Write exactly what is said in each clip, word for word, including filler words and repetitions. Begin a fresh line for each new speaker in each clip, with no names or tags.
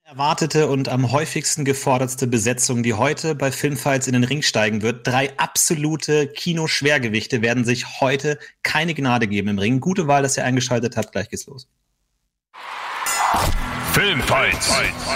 Erwartete und am häufigsten gefordertste Besetzung, die heute bei Filmfights in den Ring steigen wird. Drei absolute Kinoschwergewichte werden sich heute keine Gnade geben im Ring. Gute Wahl, dass ihr eingeschaltet habt. Gleich geht's los.
Filmfights.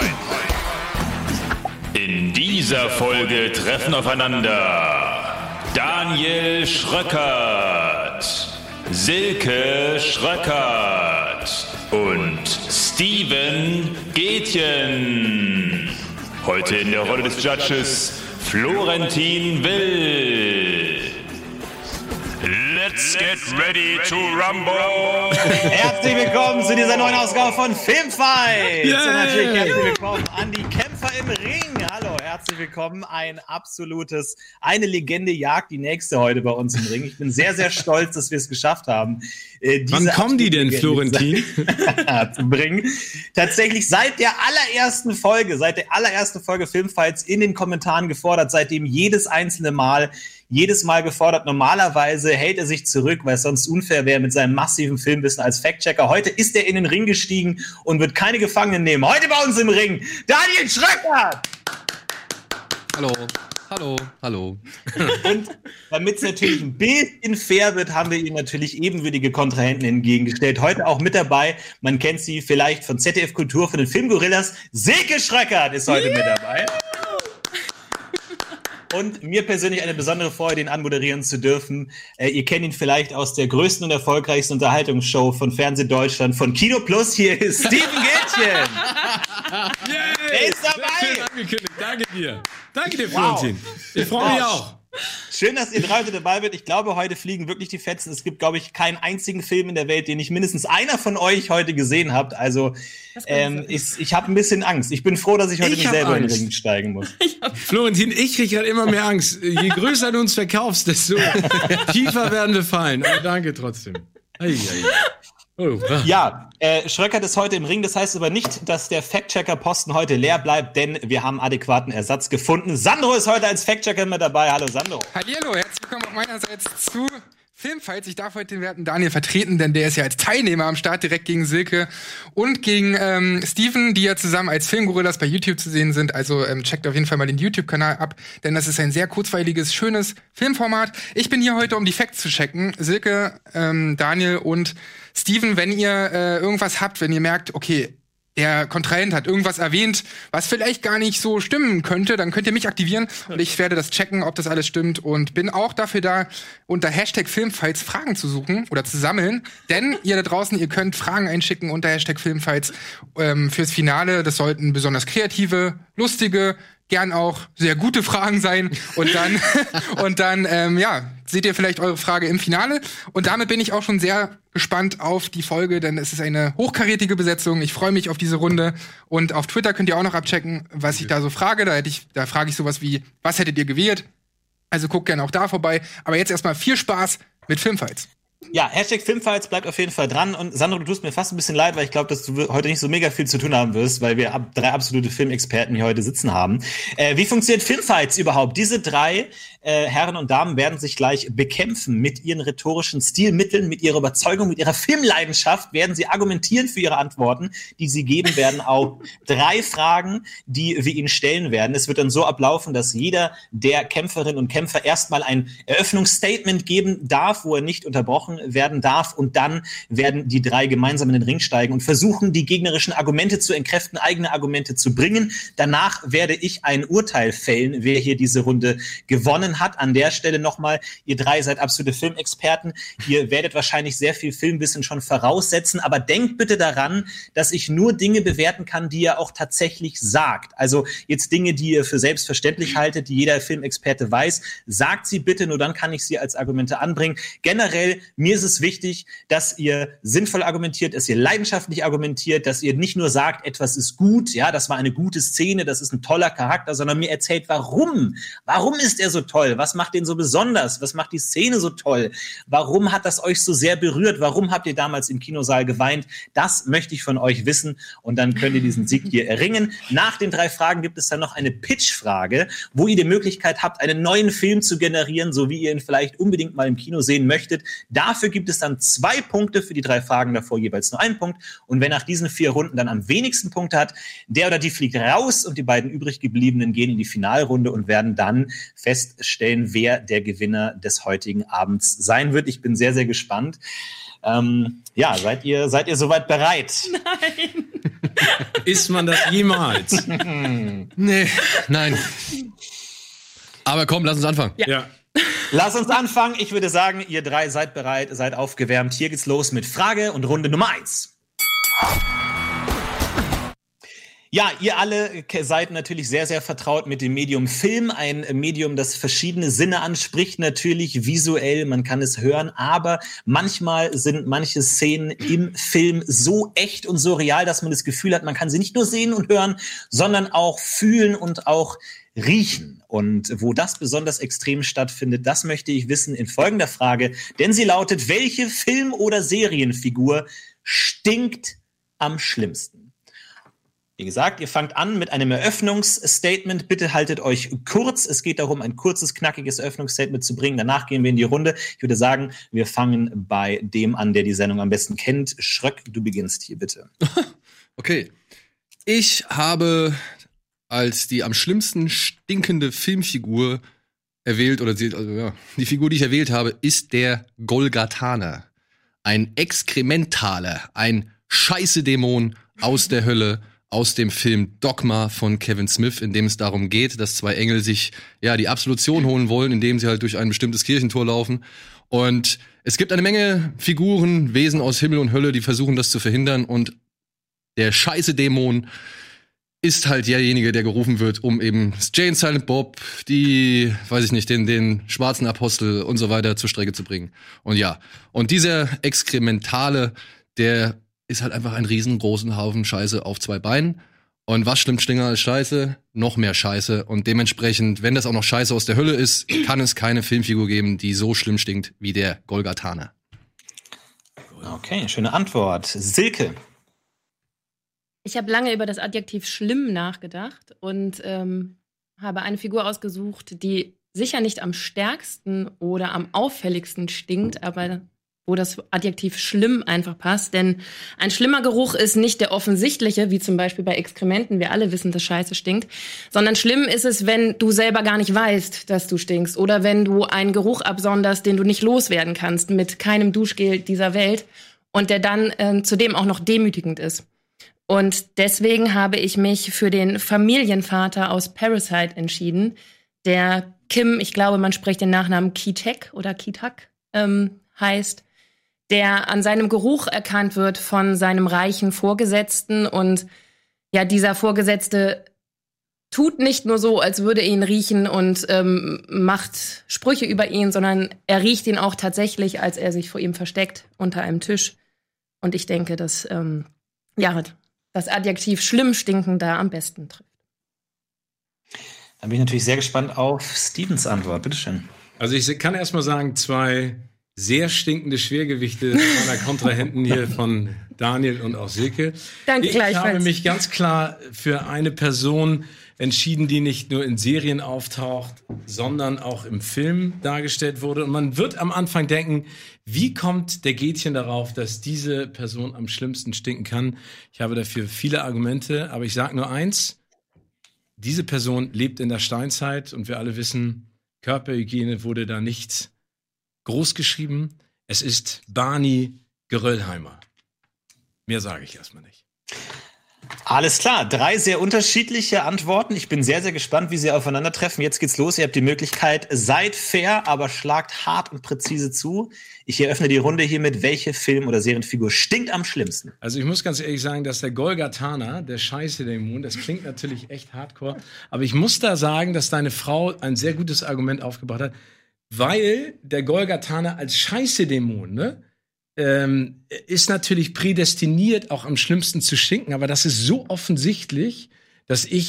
In dieser Folge treffen aufeinander Daniel Schröckert, Silke Schröckert und Steven Gätjen. Heute in der Rolle des Judges Florentin Will. Let's get ready to rumble!
Herzlich willkommen zu dieser neuen Ausgabe von Filmfights! Yeah. Und natürlich herzlich willkommen an die Kämpfer im Ring. Hallo, herzlich willkommen. Ein absolutes, eine Legende jagt die nächste heute bei uns im Ring. Ich bin sehr, sehr stolz, dass wir es geschafft haben.
Äh, Wann kommen die denn, Florentin?
zu bringen. Tatsächlich seit der allerersten Folge, seit der allerersten Folge Filmfights in den Kommentaren gefordert, seitdem jedes einzelne Mal Jedes Mal gefordert. Normalerweise hält er sich zurück, weil es sonst unfair wäre mit seinem massiven Filmwissen als Fact-Checker. Heute ist er in den Ring gestiegen und wird keine Gefangenen nehmen. Heute bei uns im Ring, Daniel Schröckert!
Hallo, hallo, hallo.
Und damit es natürlich ein bisschen fair wird, haben wir ihm natürlich ebenwürdige Kontrahenten entgegengestellt. Heute auch mit dabei, man kennt sie vielleicht von Z D F Kultur, von den Filmgorillas. Silke Schröckert ist heute yeah. mit dabei. Und mir persönlich eine besondere Freude, ihn anmoderieren zu dürfen. Äh, ihr kennt ihn vielleicht aus der größten und erfolgreichsten Unterhaltungsshow von Fernseh Deutschland, von Kino Plus. Hier ist Steven Gätjen.
Er ist dabei. Sehr schön angekündigt. Danke dir. Danke dir, Florentin. Wow. Ich freue mich auch.
Schön, dass ihr drei heute dabei seid. Ich glaube, heute fliegen wirklich die Fetzen. Es gibt, glaube ich, keinen einzigen Film in der Welt, den nicht mindestens einer von euch heute gesehen habt. Also ähm, ich, ich habe ein bisschen Angst. Ich bin froh, dass ich heute ich nicht selber Angst. in den Ring steigen muss.
Florentin, ich kriege gerade immer mehr Angst. Je größer du uns verkaufst, desto tiefer werden wir fallen. Aber danke trotzdem. Ei, ei. Oh.
Ja, äh, Schröckert ist heute im Ring. Das heißt aber nicht, dass der Fact-Checker-Posten heute leer bleibt, denn wir haben adäquaten Ersatz gefunden. Sandro ist heute als Fact-Checker mit dabei. Hallo, Sandro.
Hallihallo, herzlich willkommen auch meinerseits zu Filmfights. Ich darf heute den werten Daniel vertreten, denn der ist ja als Teilnehmer am Start direkt gegen Silke und gegen ähm, Steven, die ja zusammen als Filmgorillas bei YouTube zu sehen sind. Also ähm, checkt auf jeden Fall mal den YouTube-Kanal ab, denn das ist ein sehr kurzweiliges, schönes Filmformat. Ich bin hier heute, um die Facts zu checken. Silke, ähm, Daniel und Steven, wenn ihr äh, irgendwas habt, wenn ihr merkt, okay, der Kontrahent hat irgendwas erwähnt, was vielleicht gar nicht so stimmen könnte, dann könnt ihr mich aktivieren und ich werde das checken, ob das alles stimmt und bin auch dafür da, unter Hashtag Filmfights Fragen zu suchen oder zu sammeln, denn ihr da draußen, ihr könnt Fragen einschicken unter Hashtag Filmfights ähm, fürs Finale. Das sollten besonders kreative, lustige, gern auch sehr gute Fragen sein und dann und dann ähm, ja, seht ihr vielleicht eure Frage im Finale und damit bin ich auch schon sehr gespannt auf die Folge, denn es ist eine hochkarätige Besetzung. Ich freue mich auf diese Runde und auf Twitter könnt ihr auch noch abchecken, was ich da so frage. Da hätte ich da frage ich sowas wie, was hättet ihr gewählt? Also guckt gerne auch da vorbei, aber jetzt erstmal viel Spaß mit Filmfights.
Ja, Hashtag Filmfights bleibt auf jeden Fall dran. Und Sandro, du tust mir fast ein bisschen leid, weil ich glaube, dass du heute nicht so mega viel zu tun haben wirst, weil wir ab, drei absolute Filmexperten hier heute sitzen haben. Äh, wie funktioniert Filmfights überhaupt? Diese drei äh, Herren und Damen werden sich gleich bekämpfen mit ihren rhetorischen Stilmitteln, mit ihrer Überzeugung, mit ihrer Filmleidenschaft, werden sie argumentieren für ihre Antworten, die sie geben werden auf drei Fragen, die wir ihnen stellen werden. Es wird dann so ablaufen, dass jeder der Kämpferinnen und Kämpfer erstmal ein Eröffnungsstatement geben darf, wo er nicht unterbrochen werden darf und dann werden die drei gemeinsam in den Ring steigen und versuchen, die gegnerischen Argumente zu entkräften, eigene Argumente zu bringen. Danach werde ich ein Urteil fällen, wer hier diese Runde gewonnen hat. An der Stelle nochmal, ihr drei seid absolute Filmexperten. Ihr werdet wahrscheinlich sehr viel Filmwissen schon voraussetzen, aber denkt bitte daran, dass ich nur Dinge bewerten kann, die ihr auch tatsächlich sagt. Also jetzt Dinge, die ihr für selbstverständlich haltet, die jeder Filmexperte weiß, sagt sie bitte, nur dann kann ich sie als Argumente anbringen. Generell, mir ist es wichtig, dass ihr sinnvoll argumentiert, dass ihr leidenschaftlich argumentiert, dass ihr nicht nur sagt, etwas ist gut, ja, das war eine gute Szene, das ist ein toller Charakter, sondern mir erzählt, warum. Warum ist er so toll? toll? Was macht den so besonders? Was macht die Szene so toll? Warum hat das euch so sehr berührt? Warum habt ihr damals im Kinosaal geweint? Das möchte ich von euch wissen und dann könnt ihr diesen Sieg hier erringen. Nach den drei Fragen gibt es dann noch eine Pitch-Frage, wo ihr die Möglichkeit habt, einen neuen Film zu generieren, so wie ihr ihn vielleicht unbedingt mal im Kino sehen möchtet. Dafür gibt es dann zwei Punkte, für die drei Fragen davor jeweils nur einen Punkt. Und wer nach diesen vier Runden dann am wenigsten Punkte hat, der oder die fliegt raus und die beiden übrig gebliebenen gehen in die Finalrunde und werden dann feststellen, wer der Gewinner des heutigen Abends sein wird. Ich bin sehr, sehr gespannt. Ähm, ja, seid ihr, seid ihr soweit bereit?
Nein.
Ist man das jemals?
Nee, nein. Aber komm, lass uns anfangen.
Ja. ja.
Lass uns anfangen. Ich würde sagen, ihr drei seid bereit, seid aufgewärmt. Hier geht's los mit Frage und Runde Nummer eins. Ja, ihr alle seid natürlich sehr, sehr vertraut mit dem Medium Film. Ein Medium, das verschiedene Sinne anspricht, natürlich visuell, man kann es hören, aber manchmal sind manche Szenen im Film so echt und so real, dass man das Gefühl hat, man kann sie nicht nur sehen und hören, sondern auch fühlen und auch riechen. Und wo das besonders extrem stattfindet, das möchte ich wissen in folgender Frage, denn sie lautet: Welche Film- oder Serienfigur stinkt am schlimmsten? Wie gesagt, ihr fangt an mit einem Eröffnungsstatement. Bitte haltet euch kurz. Es geht darum, ein kurzes, knackiges Eröffnungsstatement zu bringen. Danach gehen wir in die Runde. Ich würde sagen, wir fangen bei dem an, der die Sendung am besten kennt. Schröck, du beginnst hier bitte.
Okay. Ich habe als die am schlimmsten stinkende Filmfigur erwählt, oder die, also ja, die Figur, die ich erwählt habe, ist der Golgathaner. Ein Exkrementaler, ein Scheiße-Dämon aus der Hölle, aus dem Film Dogma von Kevin Smith, in dem es darum geht, dass zwei Engel sich ja die Absolution holen wollen, indem sie halt durch ein bestimmtes Kirchentor laufen. Und es gibt eine Menge Figuren, Wesen aus Himmel und Hölle, die versuchen, das zu verhindern. Und der Scheiße-Dämon ist halt derjenige, der gerufen wird, um eben Jane Silent Bob, die, weiß ich nicht, den, den schwarzen Apostel und so weiter zur Strecke zu bringen. Und ja, und dieser Exkrementale, der ist halt einfach ein riesengroßen Haufen Scheiße auf zwei Beinen. Und was stimmt schlimmer als Scheiße? Noch mehr Scheiße. Und dementsprechend, wenn das auch noch Scheiße aus der Hölle ist, kann es keine Filmfigur geben, die so schlimm stinkt wie der Golgathaner.
Okay, schöne Antwort. Silke.
Ich habe lange über das Adjektiv schlimm nachgedacht und ähm, habe eine Figur ausgesucht, die sicher nicht am stärksten oder am auffälligsten stinkt, aber wo das Adjektiv schlimm einfach passt. Denn ein schlimmer Geruch ist nicht der offensichtliche, wie zum Beispiel bei Exkrementen. Wir alle wissen, dass Scheiße stinkt. Sondern schlimm ist es, wenn du selber gar nicht weißt, dass du stinkst. Oder wenn du einen Geruch absonderst, den du nicht loswerden kannst mit keinem Duschgel dieser Welt. Und der dann äh, zudem auch noch demütigend ist. Und deswegen habe ich mich für den Familienvater aus Parasite entschieden. Der Kim, ich glaube, man spricht den Nachnamen Ki-Taek oder Ki-Tak, ähm, heißt, der an seinem Geruch erkannt wird von seinem reichen Vorgesetzten. Und ja, dieser Vorgesetzte tut nicht nur so, als würde er ihn riechen und ähm, macht Sprüche über ihn, sondern er riecht ihn auch tatsächlich, als er sich vor ihm versteckt unter einem Tisch. Und ich denke, dass ähm, ja, das Adjektiv schlimm stinken da am besten trifft.
Dann bin ich natürlich sehr gespannt auf Stevens Antwort. Bitteschön.
Also ich kann erst mal sagen, zwei sehr stinkende Schwergewichte meiner Kontrahenten hier von Daniel und auch Silke.
Danke
ich
gleichfalls.
habe mich ganz klar für eine Person entschieden, die nicht nur in Serien auftaucht, sondern auch im Film dargestellt wurde. Und man wird am Anfang denken, wie kommt der Gätchen darauf, dass diese Person am schlimmsten stinken kann? Ich habe dafür viele Argumente, aber ich sage nur eins. Diese Person lebt in der Steinzeit und wir alle wissen, Körperhygiene wurde da nicht groß geschrieben. Es ist Barney Geröllheimer. Mehr sage ich erstmal nicht.
Alles klar, drei sehr unterschiedliche Antworten. Ich bin sehr, sehr gespannt, wie sie aufeinandertreffen. Jetzt geht's los. Ihr habt die Möglichkeit, seid fair, aber schlagt hart und präzise zu. Ich eröffne die Runde hiermit. Welche Film- oder Serienfigur stinkt am schlimmsten?
Also ich muss ganz ehrlich sagen, dass der Golgathaner, der Scheiße-Dämon, das klingt natürlich echt hardcore, aber ich muss da sagen, dass deine Frau ein sehr gutes Argument aufgebracht hat, weil der Golgathaner als Scheiße-Dämon, ne, ähm, ist natürlich prädestiniert, auch am schlimmsten zu stinken, aber das ist so offensichtlich, dass ich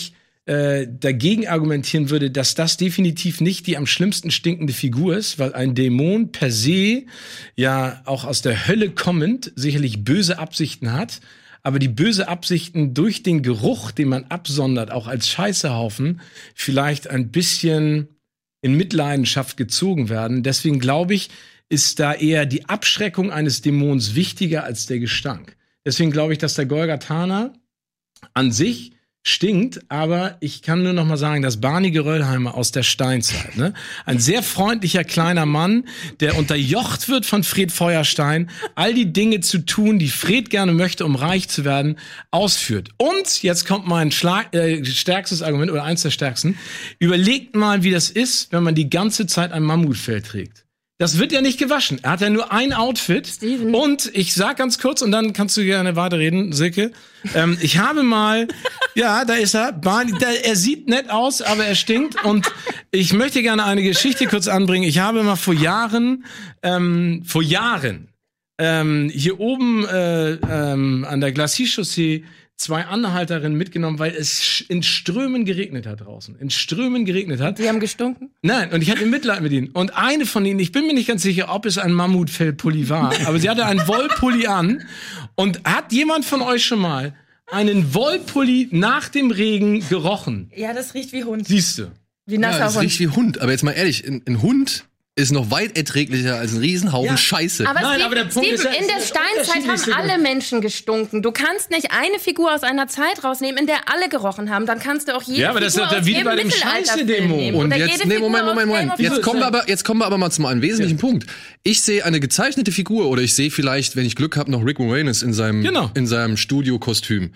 äh, dagegen argumentieren würde, dass das definitiv nicht die am schlimmsten stinkende Figur ist, weil ein Dämon per se ja auch aus der Hölle kommend sicherlich böse Absichten hat, aber die böse Absichten durch den Geruch, den man absondert, auch als Scheißehaufen, vielleicht ein bisschen in Mitleidenschaft gezogen werden. Deswegen glaube ich, ist da eher die Abschreckung eines Dämons wichtiger als der Gestank. Deswegen glaube ich, dass der Golgathaner an sich stinkt, aber ich kann nur noch mal sagen, dass Barney Geröllheimer aus der Steinzeit, ne, ein sehr freundlicher kleiner Mann, der unterjocht wird von Fred Feuerstein, all die Dinge zu tun, die Fred gerne möchte, um reich zu werden, ausführt. Und jetzt kommt mein Schlag, äh, stärkstes Argument oder eins der stärksten. Überlegt mal, wie das ist, wenn man die ganze Zeit ein Mammutfell trägt. Das wird ja nicht gewaschen. Er hat ja nur ein Outfit.
Steven.
Und ich sag ganz kurz, und dann kannst du gerne weiterreden, Silke. Ähm, ich habe mal, ja, da ist er. Barney, da, er sieht nett aus, aber er stinkt. Und ich möchte gerne eine Geschichte kurz anbringen. Ich habe mal vor Jahren, ähm, vor Jahren, ähm, hier oben äh, ähm, an der Glacis-Chaussee zwei Anhalterinnen mitgenommen, weil es in Strömen geregnet hat draußen. In Strömen geregnet hat.
Die haben gestunken?
Nein, und ich hatte Mitleid mit ihnen. Und eine von ihnen, ich bin mir nicht ganz sicher, ob es ein Mammutfellpulli war, aber sie hatte einen Wollpulli an. Und hat jemand von euch schon mal einen Wollpulli nach dem Regen gerochen?
Ja, das riecht wie Hund.
Siehst du.
Wie
Ja,
nasser
das
Hund.
riecht wie Hund. Aber jetzt mal ehrlich, ein, ein Hund ist noch weit erträglicher als ein Riesenhaufen
Ja.
Scheiße.
Aber
Nein,
Steven,
aber der Punkt
Steven
ist ja,
in der
es ist
Steinzeit
unterschiedlichste
haben alle Menschen gestunken. Du kannst nicht eine Figur aus einer Zeit rausnehmen, in der alle gerochen haben. Dann kannst du auch jede
Ja, aber das
Figur
ist doch
aus
wie
jedem
bei dem
Mittelalterfilm
Scheiße-Dämon.
nehmen.
Und
Oder
jetzt,
jede
nee,
Figur
Moment,
aus
Moment,
Game
Moment.
of
Jetzt
Thrones.
kommen, wir aber, jetzt kommen wir aber mal zu einem wesentlichen
Ja.
Punkt. Ich sehe eine gezeichnete Figur oder ich sehe vielleicht, wenn ich Glück habe, noch Rick Moranis in seinem,
Genau.
in seinem Studiokostüm.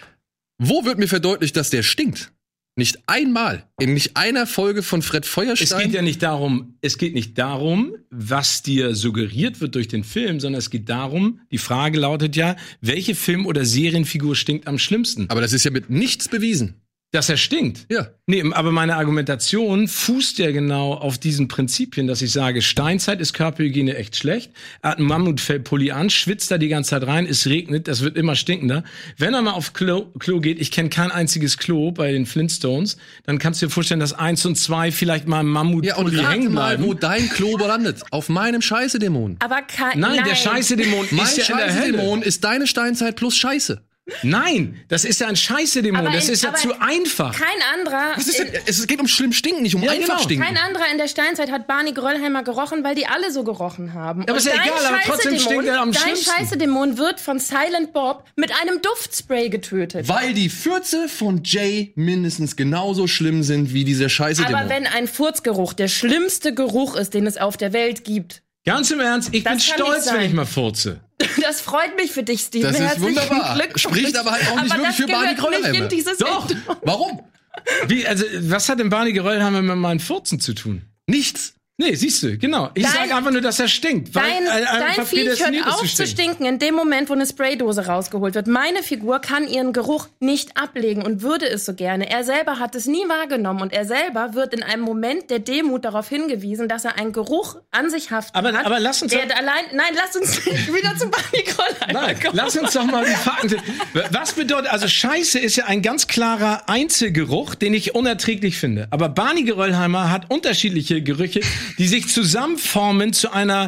Wo wird mir verdeutlicht, dass der stinkt? Nicht einmal. In nicht einer Folge von Fred Feuerstein.
Es geht ja nicht darum, es geht nicht darum, was dir suggeriert wird durch den Film, sondern es geht darum, die Frage lautet ja, welche Film- oder Serienfigur stinkt am schlimmsten?
aber das ist ja mit nichts bewiesen.
Dass er stinkt.
Ja.
Nee, aber meine Argumentation fußt ja genau auf diesen Prinzipien, dass ich sage, Steinzeit ist Körperhygiene echt schlecht. Er hat einen Mammutfellpulli an, schwitzt da die ganze Zeit rein, es regnet, das wird immer stinkender. Wenn er mal auf Klo, Klo geht, ich kenne kein einziges Klo bei den Flintstones, dann kannst du dir vorstellen, dass eins und zwei vielleicht mal im
Ja, und
Mammutpulli
rate
hängen
mal,
bleiben.
wo dein Klo landet. Auf meinem Scheiße-Dämon.
Aber kein,
Nein,
nein,
der Scheiße-Dämon
Mein
ist ja in der Hölle.
Scheiße-Dämon ist deine Steinzeit plus Scheiße.
Nein, das ist ja ein Scheiße-Dämon,
Aber
das
in-
ist ja
aber
zu einfach.
Kein anderer.
Was ist
in-
denn? Es geht um schlimm stinken, nicht um
Ja,
einfach
genau.
stinken.
Kein anderer in der Steinzeit hat Barney Gröllheimer gerochen, weil die alle so gerochen haben.
aber ist ja
dein
egal, aber trotzdem
Scheißedämon-
stinkt er am
Dein
schlimmsten.
Scheißedämon wird von Silent Bob mit einem Duftspray getötet.
Weil die Fürze von Jay mindestens genauso schlimm sind wie dieser Scheiße-Dämon.
Aber wenn ein Furzgeruch der schlimmste Geruch ist, den es auf der Welt gibt,
Ganz im Ernst, ich
Das
bin
kann
stolz,
nicht
wenn
sein.
ich mal furze.
das freut mich für dich, Steven.
Das ist
Herzlichen
wunderbar.
Glückwunsch.
Spricht aber halt auch nicht
aber
wirklich für Barney
das gehört nicht
Gröllheimer.
in dieses
Doch.
Intro.
Warum?
Wie, also, was hat denn Barney Geröllheimer mit meinen Furzen zu tun?
Nichts.
Nee, siehst du, genau. Ich
Dein-
sage einfach nur, dass er stinkt.
Dein,
äh,
dein
einfach
Viech
prädestiniert
hört
ist
auf zu stinken in dem Moment, wo eine Spraydose rausgeholt wird. Meine Figur kann ihren Geruch nicht ablegen und würde es so gerne. Er selber hat es nie wahrgenommen und er selber wird in einem Moment der Demut darauf hingewiesen, dass er einen Geruch an sich haften
Aber-
hat.
aber lass uns
der
doch-
allein, nein, lass uns nicht wieder zu Barney Gröllheimer
Nein,
kommen.
lass uns doch mal die Fakten. Was bedeutet, also Scheiße ist ja ein ganz klarer Einzelgeruch, den ich unerträglich finde. Aber Barney Geröllheimer hat unterschiedliche Gerüche, die sich zusammenformen zu einer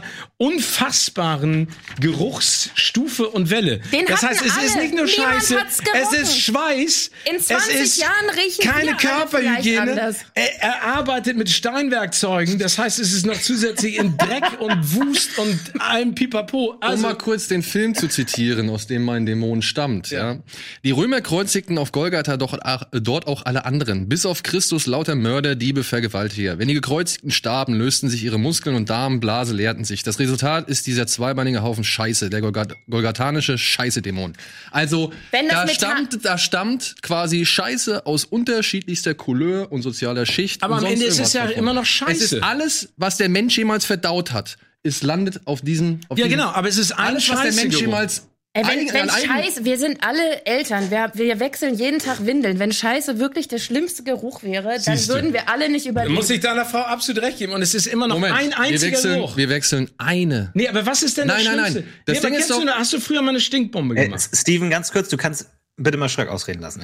unfassbaren Geruchsstufe und Welle.
Den
das
hatten
heißt, es ist
alle.
nicht nur
Niemand
Scheiße,
hat's
es
gerochen.
ist Schweiß,
In zwanzig
es ist
Jahren riechen wir
keine
alle vielleicht
Körperhygiene.
anders.
Er, er arbeitet mit Steinwerkzeugen, das heißt, es ist noch zusätzlich in Dreck und Wust und allem Pipapo.
Um
Also,
mal kurz den Film zu zitieren, aus dem mein Dämon stammt. Ja. Die Römer kreuzigten auf Golgatha doch ach, dort auch alle anderen, bis auf Christus lauter Mörder, Diebe, Vergewaltiger. Wenn die Gekreuzigten starben, lösten sich ihre Muskeln und Darmblase leerten sich. Das Resultat ist dieser zweibeinige Haufen Scheiße, der Golgat golgathanische Scheiße-Dämon. Also,
Wenn das
da
Meta-
stammt, da stammt quasi Scheiße aus unterschiedlichster Couleur und sozialer Schicht.
Aber
und
am
sonst
Ende ist
irgendwas
es ja
davon.
immer noch Scheiße.
Es ist alles, was der Mensch jemals verdaut hat. Es landet auf diesen. Auf
ja,
diesen
genau, aber es ist ein
alles, was der Mensch
Scheißegeruch.
jemals.
Ey, wenn,
eigen-
wenn
an eigen-
Scheiße, wir sind alle Eltern, wir, wir wechseln jeden Tag Windeln. Wenn Scheiße wirklich der schlimmste Geruch wäre, dann
Siehst du.
würden wir alle nicht
Da
überleben.
muss ich deiner Frau absolut recht geben. Und es ist immer noch
Moment,
ein
wir
einziger
wechseln,
Geruch.
wir wechseln eine.
Nee, aber was ist denn
Nein,
das
nein, nein.
Schlimmste?
Das
nee, aber
Ding ist
kennst
doch-
du, hast du früher mal eine Stinkbombe
Äh,
gemacht?
Steven, ganz kurz, du kannst bitte mal Schröck ausreden lassen, ja?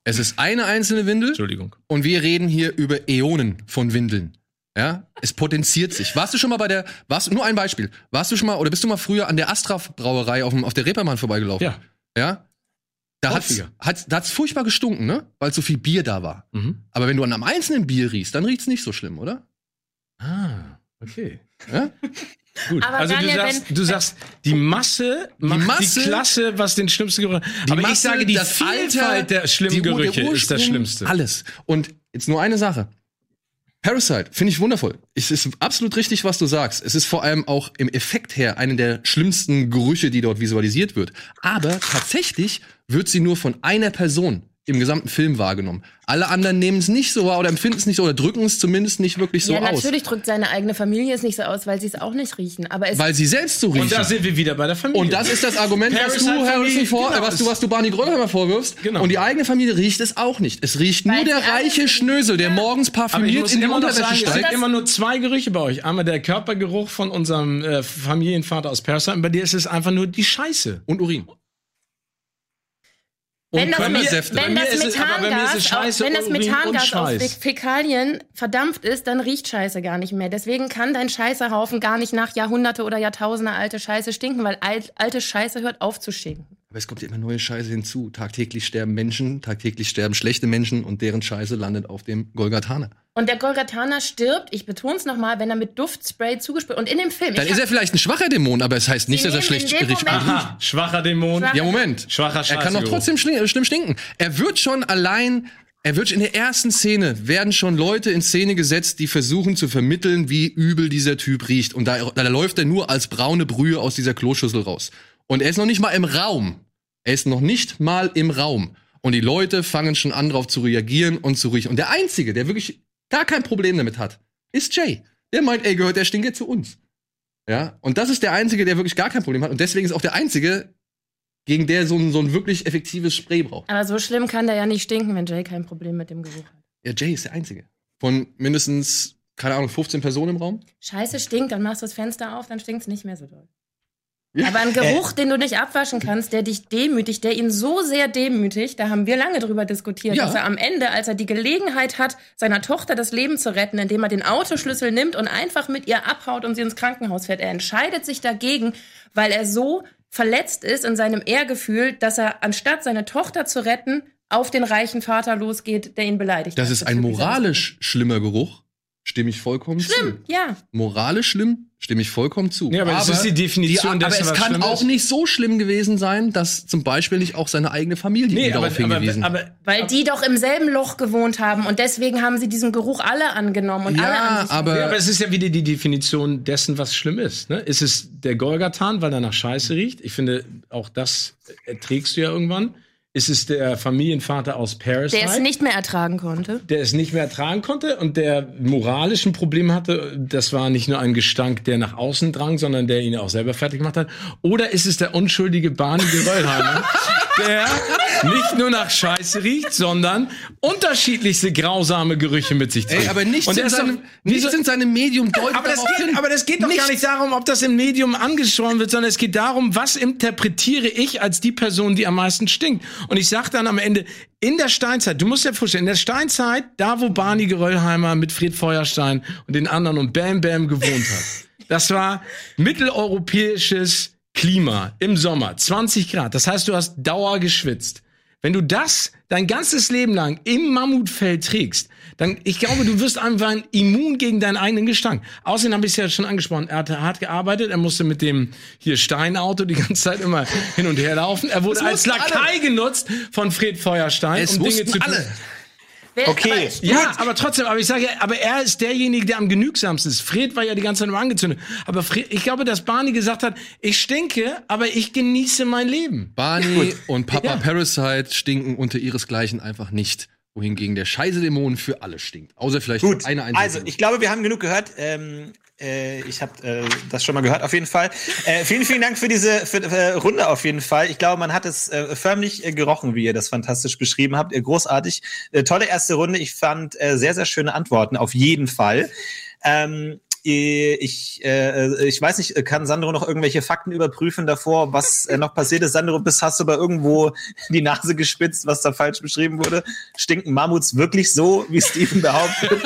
Es ist eine einzelne Windel.
Entschuldigung.
Und wir reden hier über Äonen von Windeln. Ja, es potenziert sich. Warst du schon mal bei der, warst nur ein Beispiel. Warst du schon mal oder bist du mal früher an der Astra Brauerei auf, dem, auf der Reeperbahn vorbeigelaufen?
Ja.
Ja? Da hat's, hat's, da hat's furchtbar gestunken, ne? Weil so viel Bier da war.
Mhm.
Aber wenn du an einem einzelnen Bier riechst, dann riecht's nicht so schlimm, oder?
Ah, okay.
Ja?
Gut.
Aber
Also du
Daniel,
sagst,
wenn-
du sagst, die Masse macht die,
Masse-
Klasse, was den schlimmsten Geruch.
Die
Aber ich
Masse,
sage, die
das
Vielfalt
Alter,
der schlimmen
die- der
Gerüche ist das
Ursprung,
Schlimmste.
Alles. Und jetzt nur eine Sache. Parasite finde ich wundervoll. Es ist absolut richtig, was du sagst. Es ist vor allem auch im Effekt her eine der schlimmsten Gerüche, die dort visualisiert wird. Aber tatsächlich wird sie nur von einer Person im gesamten Film wahrgenommen. Alle anderen nehmen es nicht so wahr oder empfinden es nicht so oder drücken es zumindest nicht wirklich so
ja,
aus.
natürlich drückt seine eigene Familie es nicht so aus, weil sie es auch nicht riechen. Aber es
Weil sie selbst so riechen.
Und da sind wir wieder bei der Familie.
Und das ist das Argument, was
Parasite
du, Harrison,
Familie,
vor,
genau,
was du,
es-
was du Barney Gröllheimer vorwirfst.
Genau.
Und die eigene Familie riecht es auch nicht. Es riecht
Weil
nur der
die alle-
reiche Schnösel, der morgens
aber ich
parfümiert
muss
in die
immer noch
Unterwäsche
sagen, es sind
steigt.
immer nur zwei Gerüche bei euch. Einmal der Körpergeruch von unserem äh, Familienvater aus Parasite und bei dir ist es einfach nur die Scheiße.
Und Urin.
Wenn das, mit,
Körpersäfte.
wenn
Bei
das
mir ist es- aber bei mir ist es
Methangas,
Scheiße,
auf, wenn das
Urin und
Methangas aus
Scheiß.
Fäkalien verdampft ist, dann riecht Scheiße gar nicht mehr. Deswegen kann dein Scheißehaufen gar nicht nach Jahrhunderte oder Jahrtausende alte Scheiße stinken, weil alt, alte Scheiße hört auf zu stinken.
Aber es kommt ja immer neue Scheiße hinzu. Tagtäglich sterben Menschen, tagtäglich sterben schlechte Menschen und deren Scheiße landet auf dem Golgathaner.
Und der Golgathaner stirbt, ich betone es nochmal, wenn er mit Duftspray zugesprüht. Und in dem Film.
Dann
ich
ist er vielleicht ein schwacher Dämon, aber es heißt nicht,
Sie
dass er
nehmen
schlecht
in dem
richtig
Moment-
riecht.
Aha, schwacher Dämon.
Schwach-
Ja, Moment.
Schwacher
Er kann doch
Scheißgeruch.
trotzdem schli schlimm stinken. Er wird schon allein, er wird in der ersten Szene, werden schon Leute in Szene gesetzt, die versuchen zu vermitteln, wie übel dieser Typ riecht. Und da, da läuft er nur als braune Brühe aus dieser Kloschüssel raus. Und er ist noch nicht mal im Raum. Er ist noch nicht mal im Raum. Und die Leute fangen schon an, darauf zu reagieren und zu riechen. Und der Einzige, der wirklich gar kein Problem damit hat, ist Jay. Der meint, ey, gehört der Stinker zu uns. Ja, und das ist der Einzige, der wirklich gar kein Problem hat. Und deswegen ist auch der Einzige, gegen der so ein, so ein wirklich effektives Spray braucht.
Aber so schlimm kann der ja nicht stinken, wenn Jay kein Problem mit dem Geruch hat.
Ja, Jay ist der Einzige. Von mindestens, keine Ahnung, fünfzehn Personen im Raum.
Scheiße stinkt, dann machst du das Fenster auf, dann stinkt's nicht mehr so doll.
Ja.
Aber ein Geruch, den du nicht abwaschen kannst, der dich demütigt, der ihn so sehr demütigt, da haben wir lange drüber diskutiert,
Ja.
dass er am Ende, als er die Gelegenheit hat, seiner Tochter das Leben zu retten, indem er den Autoschlüssel nimmt und einfach mit ihr abhaut und sie ins Krankenhaus fährt. Er entscheidet sich dagegen, weil er so verletzt ist in seinem Ehrgefühl, dass er, anstatt seine Tochter zu retten, auf den reichen Vater losgeht, der ihn beleidigt
Das
hat.
ist ein
Bezüglich seines
moralisch schlimmer Geruch. Stimme ich vollkommen
Schlimm,
zu.
ja.
Moralisch schlimm, stimme ich vollkommen zu.
Ja, aber das ist die Definition
die, aber
dessen,
es
was
kann
schlimm
auch
ist.
nicht so schlimm gewesen sein, dass zum Beispiel nicht auch seine eigene Familie
Nee,
ihn
aber,
darauf hingewiesen
aber,
hat.
aber
Weil die doch im selben Loch gewohnt haben und deswegen haben sie diesen Geruch alle angenommen und alle an
Ja,
sich
aber,
Ja, aber es ist ja wieder die Definition dessen, was schlimm ist. Ne? Ist es der Golgathan, weil er nach Scheiße riecht? Ich finde, auch das erträgst du ja irgendwann. Ist es der Familienvater aus Parasite,
der es nicht mehr ertragen konnte.
der es nicht mehr ertragen konnte und der moralischen Problem hatte? Das war nicht nur ein Gestank, der nach außen drang, sondern der ihn auch selber fertig gemacht hat. Oder ist es der unschuldige Barney Geröllheimer, der nicht nur nach Scheiße riecht, sondern unterschiedlichste grausame Gerüche mit sich trägt?
ey, aber nichts
Und der
in
ist doch-
seinem,
wieso-
nichts in seinem Medium deutet
aber das,
darauf
geht,
hin.
aber das geht doch gar
Nichts.
nicht darum, ob das im Medium angesprochen wird, sondern es geht darum, was interpretiere ich als die Person, die am meisten stinkt. Und ich sag dann am Ende, in der Steinzeit, du musst dir vorstellen, in der Steinzeit, da wo Barney Geröllheimer mit Fred Feuerstein und den anderen und Bam Bam gewohnt hat, das war mitteleuropäisches Klima im Sommer, zwanzig Grad. Das heißt, du hast Dauer geschwitzt. Wenn du das dein ganzes Leben lang im Mammutfell trägst, dann, ich glaube, du wirst einfach immun gegen deinen eigenen Gestank. Außerdem habe ich es ja schon angesprochen, er hat hart gearbeitet, er musste mit dem hier Steinauto die ganze Zeit immer hin und her laufen. Er wurde als
wussten
Lakai
alle.
genutzt von Fred Feuerstein,
Es
um Dinge
wussten
zu tun.
alle.
Wer,
Okay.
aber ich-
Ja, aber trotzdem, aber ich sage ja, aber er ist derjenige, der am genügsamsten ist. Fred war ja die ganze Zeit nur angezündet. Aber Fred, ich glaube, dass Barney gesagt hat, ich stinke, aber ich genieße mein Leben.
Barney und Papa
Ja.
Parasite stinken unter ihresgleichen einfach nicht. Wohingegen der Scheißedämon für alle stinkt. Außer vielleicht
Gut,
eine einzige.
also ich glaube, wir haben genug gehört. Ähm, äh, ich habe äh, das schon mal gehört, auf jeden Fall. Äh, vielen, vielen Dank für diese für, äh, Runde auf jeden Fall. Ich glaube, man hat es äh, förmlich äh, gerochen, wie ihr das fantastisch beschrieben habt. Äh, großartig. Äh, tolle erste Runde. Ich fand äh, sehr, sehr schöne Antworten, auf jeden Fall. Ähm, ich, äh, ich weiß nicht, kann Sandro noch irgendwelche Fakten überprüfen davor, was äh, noch passiert ist? Sandro, bis hast du aber irgendwo die Nase gespitzt, was da falsch beschrieben wurde? Stinken Mammuts wirklich so, wie Steven behauptet?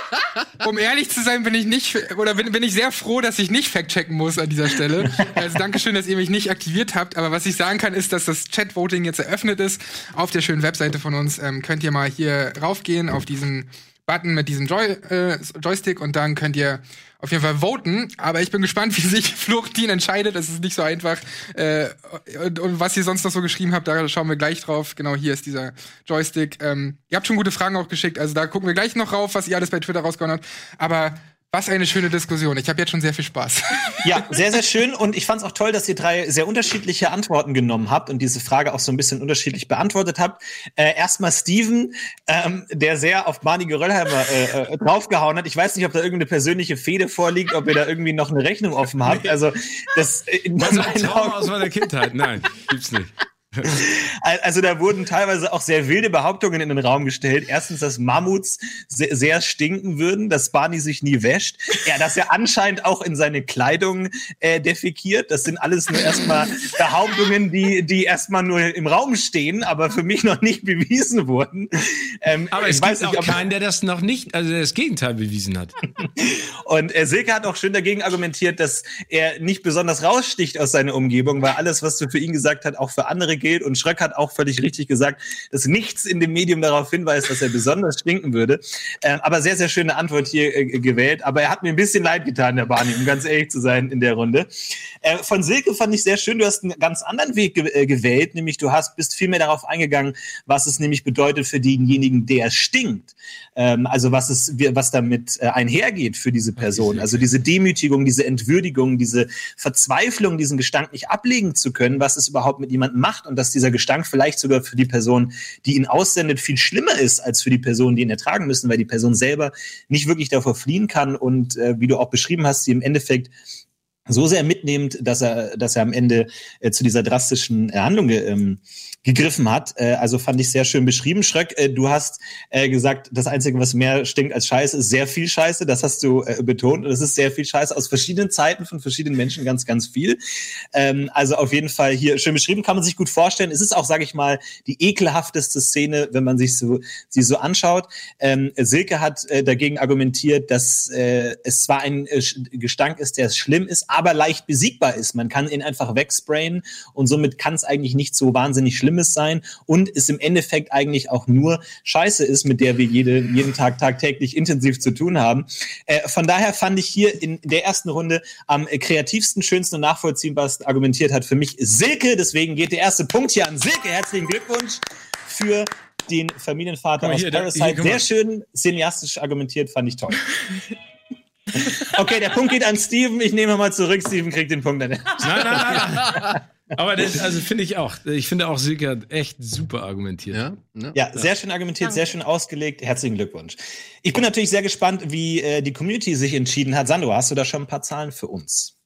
Um ehrlich zu sein, bin ich nicht, oder bin, bin ich sehr froh, dass ich nicht fact-checken muss an dieser Stelle. Also Dankeschön, dass ihr mich nicht aktiviert habt. Aber was ich sagen kann, ist, dass das Chat-Voting jetzt eröffnet ist. Auf der schönen Webseite von uns ähm, könnt ihr mal hier raufgehen auf diesen Button mit diesem Joy, äh, Joystick und dann könnt ihr auf jeden Fall voten. Aber ich bin gespannt, wie sich Florentin entscheidet. Das ist nicht so einfach. Äh, und, und was ihr sonst noch so geschrieben habt, da schauen wir gleich drauf. Genau, hier ist dieser Joystick. Ähm, ihr habt schon gute Fragen auch geschickt. Also da gucken wir gleich noch rauf, was ihr alles bei Twitter rausgehauen habt. Aber was eine schöne Diskussion. Ich habe jetzt schon sehr viel Spaß.
Ja, sehr, sehr schön. Und ich fand es auch toll, dass ihr drei sehr unterschiedliche Antworten genommen habt und diese Frage auch so ein bisschen unterschiedlich beantwortet habt. Äh, erstmal Steven, ähm, der sehr auf Barney Geröllheimer äh, äh, draufgehauen hat. Ich weiß nicht, ob da irgendeine persönliche Fehde vorliegt, ob ihr da irgendwie noch eine Rechnung offen habt. Also das äh, in
Was ein
meinen
Traum
Augen-
aus meiner Kindheit. Nein, gibt's nicht.
Also da wurden teilweise auch sehr wilde Behauptungen in den Raum gestellt. Erstens, dass Mammuts sehr, sehr stinken würden, dass Barney sich nie wäscht. Ja, dass er anscheinend auch in seine Kleidung äh, defekiert. Das sind alles nur erstmal Behauptungen, die die erstmal nur im Raum stehen, aber für mich noch nicht bewiesen wurden. Ähm,
Aber
ich
es
weiß
gibt
nicht,
auch
ob-
keinen, der das noch nicht, also der das Gegenteil bewiesen hat.
Und äh, Silke hat auch schön dagegen argumentiert, dass er nicht besonders raussticht aus seiner Umgebung, weil alles, was du für ihn gesagt hast, auch für andere gilt. Und Schröck hat auch völlig richtig gesagt, dass nichts in dem Medium darauf hinweist, dass er besonders stinken würde. Ähm, aber sehr, sehr schöne Antwort hier äh, gewählt. Aber er hat mir ein bisschen leid getan, der Barney, um ganz ehrlich zu sein in der Runde. Äh, von Silke fand ich sehr schön, du hast einen ganz anderen Weg ge äh, gewählt, nämlich du hast bist viel mehr darauf eingegangen, was es nämlich bedeutet für denjenigen, der stinkt. Ähm, also was es, wie- was damit äh, einhergeht für diese Person. Also diese Demütigung, diese Entwürdigung, diese Verzweiflung, diesen Gestank nicht ablegen zu können, was es überhaupt mit jemandem macht und dass dieser Gestank vielleicht sogar für die Person, die ihn aussendet, viel schlimmer ist als für die Person, die ihn ertragen müssen, weil die Person selber nicht wirklich davor fliehen kann und äh, wie du auch beschrieben hast, sie im Endeffekt so sehr mitnehmend, dass er, dass er am Ende äh, zu dieser drastischen äh, Handlung ge, ähm, gegriffen hat. Äh, also fand ich sehr schön beschrieben. Schröck, äh, du hast äh, gesagt, das Einzige, was mehr stinkt als Scheiße, ist sehr viel Scheiße. Das hast du äh, betont. Und es ist sehr viel Scheiße aus verschiedenen Zeiten von verschiedenen Menschen, ganz, ganz viel. Ähm, also auf jeden Fall hier schön beschrieben, kann man sich gut vorstellen. Es ist auch, sage ich mal, die ekelhafteste Szene, wenn man sich so sie so anschaut. Ähm, Silke hat äh, dagegen argumentiert, dass äh, es zwar ein äh, Gestank ist, der schlimm ist, aber leicht besiegbar ist. Man kann ihn einfach wegsprayen und somit kann es eigentlich nicht so wahnsinnig Schlimmes sein und es im Endeffekt eigentlich auch nur Scheiße ist, mit der wir jede, jeden Tag tagtäglich intensiv zu tun haben. Äh, von daher fand ich hier in der ersten Runde am äh, kreativsten, schönsten und nachvollziehbarsten argumentiert hat für mich Silke. Deswegen geht der erste Punkt hier an Silke. Herzlichen Glückwunsch für den Familienvater
Guck mal
aus
hier, da-
Parasite.
hier, guck mal.
Sehr schön cineastisch argumentiert, fand ich toll. Okay, der Punkt geht an Steven. Ich nehme mal zurück. Steven kriegt den Punkt.
Nein, nein, nein, nein. Aber das, also finde ich auch. Ich finde auch, Silke hat echt super argumentiert.
Ja, ja.
Ja, sehr schön argumentiert, sehr schön ausgelegt. Herzlichen Glückwunsch. Ich bin natürlich sehr gespannt, wie äh, die Community sich entschieden hat. Sandro, hast du da schon ein paar Zahlen für uns?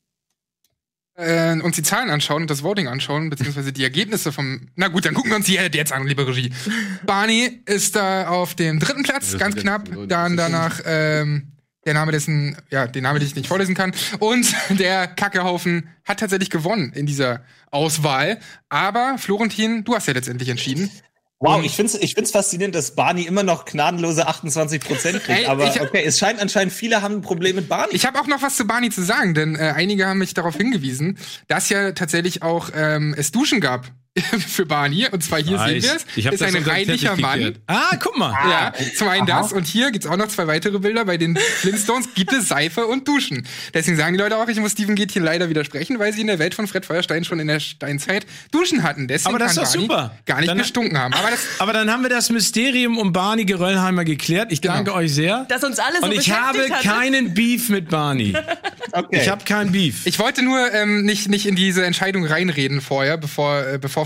Äh, uns die Zahlen anschauen und das Voting anschauen, beziehungsweise die Ergebnisse vom. Na gut, dann gucken wir uns die jetzt an, liebe Regie. Barney ist da auf dem dritten Platz,
Das
ganz
ist
knapp.
jetzt-
Dann danach ähm, der Name dessen, ja, den Namen, den ich nicht vorlesen kann. Und der Kackehaufen hat tatsächlich gewonnen in dieser Auswahl. Aber Florentin, du hast ja letztendlich entschieden.
Wow, ich find's, ich find's faszinierend, dass Barney immer noch gnadenlose achtundzwanzig Prozent kriegt.
Ey,
aber
ich-
okay, es scheint anscheinend, viele haben ein Problem mit Barney.
Ich habe auch noch was zu Barney zu sagen, denn äh, einige haben mich darauf hingewiesen, dass ja tatsächlich auch ähm, es Duschen gab für Barney. Und zwar hier
Nice.
sehen wir es.
Ich hab
Ist
das
ein
unter den
reinlicher
Teppich
Mann.
gekehrt. Ah, guck mal.
Ja, zum einen
Aha.
das. Und hier gibt's auch noch zwei weitere Bilder. Bei den Flintstones gibt es Seife und Duschen. Deswegen sagen die Leute auch, ich muss Steven Gätchen leider widersprechen, weil sie in der Welt von Fred Feuerstein schon in der Steinzeit Duschen hatten. Deswegen
Aber das
kann
ist doch
Barney
super.
gar nicht
Dann-
gestunken haben. Aber das,
Aber dann haben wir das Mysterium um Barney Geröllheimer geklärt. Ich danke
Genau.
euch sehr.
Dass uns alle so
Und ich habe
beschäftigt hat, ne?
keinen Beef mit Barney.
Okay.
Ich habe keinen Beef.
ich wollte nur ähm, nicht, nicht in diese Entscheidung reinreden vorher, bevor, äh, bevor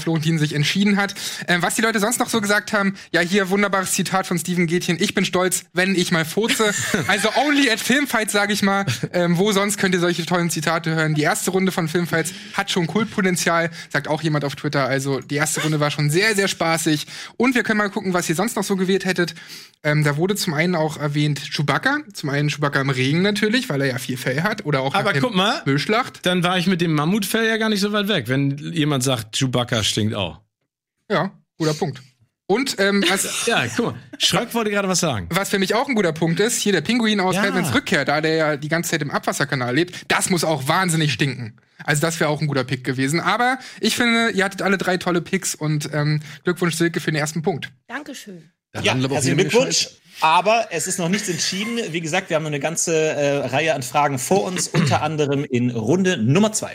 Florentin sich entschieden hat. Ähm, was die Leute sonst noch so gesagt haben, ja, hier wunderbares Zitat von Steven Gätchen, ich bin stolz, wenn ich mal furze. Also only at Filmfights, sag ich mal. Ähm, wo sonst könnt ihr solche tollen Zitate hören? Die erste Runde von Filmfights hat schon Kultpotenzial, sagt auch jemand auf Twitter. Also die erste Runde war schon sehr, sehr spaßig. Und wir können mal gucken, was ihr sonst noch so gewählt hättet. Ähm, da wurde zum einen auch erwähnt Chewbacca. Zum einen Chewbacca im Regen natürlich, weil er ja viel Fell hat. Oder auch
aber guck mal,
Müllschlacht.
Dann war ich mit dem Mammutfell ja gar nicht so weit weg, wenn jemand sagt, Chewbacca stinkt auch.
Ja, guter Punkt. Und ähm, was,
ja, guck mal, Schröck wollte gerade was sagen.
Was für mich auch ein guter Punkt ist, hier der Pinguin aus
Ja.
Batmans Rückkehr, da der ja die ganze Zeit im Abwasserkanal lebt, das muss auch wahnsinnig stinken. Also das wäre auch ein guter Pick gewesen. Aber ich finde, ihr hattet alle drei tolle Picks und ähm, Glückwunsch Silke für den ersten Punkt.
Dankeschön.
Da
Ja,
handelt aber auch
herzlichen
jede Menge
Glückwunsch.
Scheiße.
Aber es ist noch nichts entschieden. Wie gesagt, wir haben noch eine ganze äh, Reihe an Fragen vor uns, unter anderem in Runde Nummer zwei.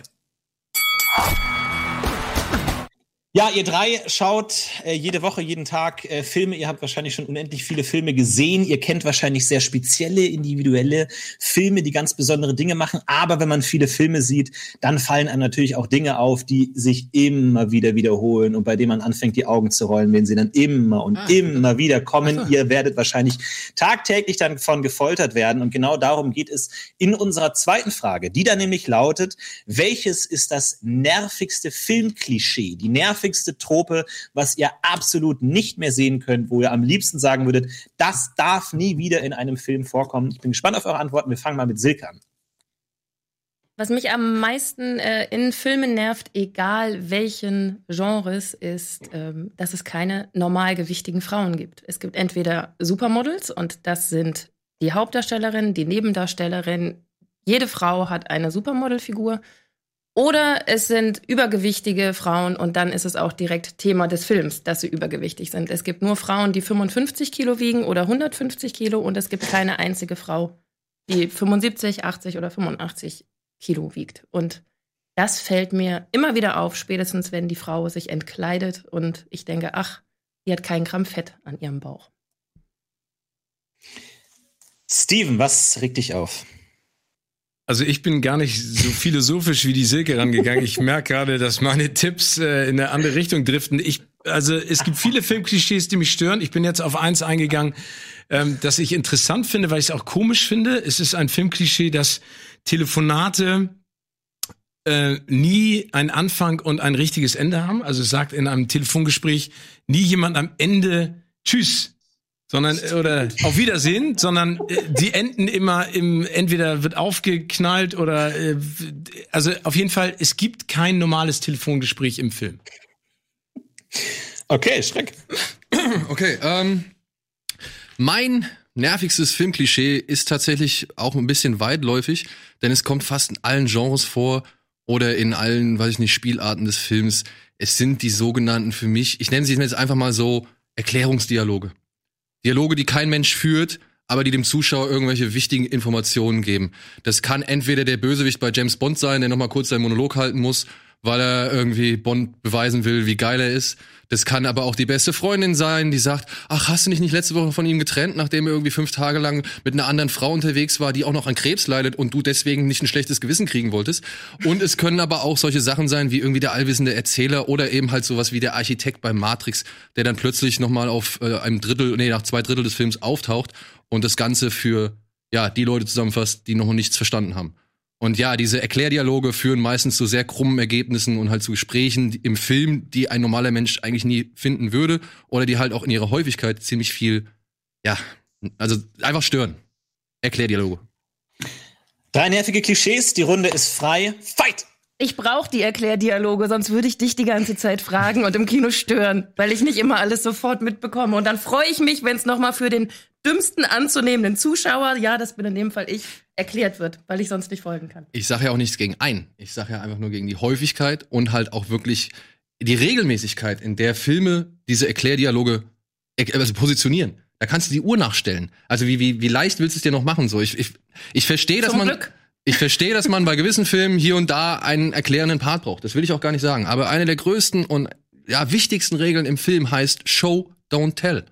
Ja, ihr drei schaut äh, jede Woche, jeden Tag äh, Filme. Ihr habt wahrscheinlich schon unendlich viele Filme gesehen. Ihr kennt wahrscheinlich sehr spezielle, individuelle Filme, die ganz besondere Dinge machen. Aber wenn man viele Filme sieht, dann fallen einem natürlich auch Dinge auf, die sich immer wieder wiederholen und bei denen man anfängt, die Augen zu rollen, wenn sie dann immer und
Ah.
immer wieder kommen. Ihr werdet wahrscheinlich tagtäglich dann von gefoltert werden. Und genau darum geht es in unserer zweiten Frage, die da nämlich lautet: Welches ist das nervigste Filmklischee, die nervigste Trope, was ihr absolut nicht mehr sehen könnt, wo ihr am liebsten sagen würdet, das darf nie wieder in einem Film vorkommen? Ich bin gespannt auf eure Antworten. Wir fangen mal mit Silke an.
Was mich am meisten äh, in Filmen nervt, egal welchen Genres, ist, ähm, dass es keine normalgewichtigen Frauen gibt. Es gibt entweder Supermodels, und das sind die Hauptdarstellerin, die Nebendarstellerin. Jede Frau hat eine Supermodelfigur. Oder es sind übergewichtige Frauen, und dann ist es auch direkt Thema des Films, dass sie übergewichtig sind. Es gibt nur Frauen, die fünfundfünfzig Kilo wiegen oder hundertfünfzig Kilo, und es gibt keine einzige Frau, die fünfundsiebzig, achtzig oder fünfundachtzig Kilo wiegt. Und das fällt mir immer wieder auf, spätestens wenn die Frau sich entkleidet und ich denke, ach, die hat kein Gramm Fett an ihrem Bauch.
Steven, was regt dich auf?
Also ich bin gar nicht so philosophisch wie die Silke rangegangen. Ich merke gerade, dass meine Tipps äh, in eine andere Richtung driften. Ich, also es gibt viele Filmklischees, die mich stören. Ich bin jetzt auf eins eingegangen, ähm, das ich interessant finde, weil ich es auch komisch finde. Es ist ein Filmklischee, dass Telefonate äh, nie einen Anfang und ein richtiges Ende haben. Also es sagt in einem Telefongespräch nie jemand am Ende Tschüss, sondern oder auf Wiedersehen, sondern äh, die enden immer im, entweder wird aufgeknallt oder äh, also auf jeden Fall, es gibt kein normales Telefongespräch im Film.
Okay, Schreck.
Okay, ähm, mein nervigstes Filmklischee ist tatsächlich auch ein bisschen weitläufig, denn es kommt fast in allen Genres vor oder in allen, weiß ich nicht, Spielarten des Films. Es sind die sogenannten für mich, ich nenne sie jetzt einfach mal so, Erklärungsdialoge. Dialoge, die kein Mensch führt, aber die dem Zuschauer irgendwelche wichtigen Informationen geben. Das kann entweder der Bösewicht bei James Bond sein, der noch mal kurz seinen Monolog halten muss, weil er irgendwie Bond beweisen will, wie geil er ist. Das kann aber auch die beste Freundin sein, die sagt, ach, hast du dich nicht letzte Woche von ihm getrennt, nachdem er irgendwie fünf Tage lang mit einer anderen Frau unterwegs war, die auch noch an Krebs leidet und du deswegen nicht ein schlechtes Gewissen kriegen wolltest. Und es können aber auch solche Sachen sein, wie irgendwie der allwissende Erzähler oder eben halt sowas wie der Architekt bei Matrix, der dann plötzlich noch mal auf äh, einem Drittel, nee, nach zwei Drittel des Films auftaucht und das Ganze für, ja, die Leute zusammenfasst, die noch nichts verstanden haben. Und ja, diese Erklärdialoge führen meistens zu sehr krummen Ergebnissen und halt zu Gesprächen im Film, die ein normaler Mensch eigentlich nie finden würde oder die halt auch in ihrer Häufigkeit ziemlich viel, ja, also einfach stören. Erklärdialoge.
Drei nervige Klischees, die Runde ist frei. Fight!
Ich brauche die Erklärdialoge, sonst würde ich dich die ganze Zeit fragen und im Kino stören, weil ich nicht immer alles sofort mitbekomme. Und dann freue ich mich, wenn es nochmal für den dümmsten anzunehmenden Zuschauer, ja, das bin in dem Fall ich, erklärt wird, weil ich sonst nicht folgen kann.
Ich sage ja auch nichts gegen einen. Ich sage ja einfach nur gegen die Häufigkeit und halt auch wirklich die Regelmäßigkeit, in der Filme diese Erklärdialoge also positionieren. Da kannst du die Uhr nachstellen. Also wie, wie, wie leicht willst du es dir noch machen? So, ich, ich, ich verstehe, dass
Zum
man.
Glück.
Ich verstehe, dass man bei gewissen Filmen hier und da einen erklärenden Part braucht. Das will ich auch gar nicht sagen. Aber eine der größten und ja, wichtigsten Regeln im Film heißt Show, don't tell.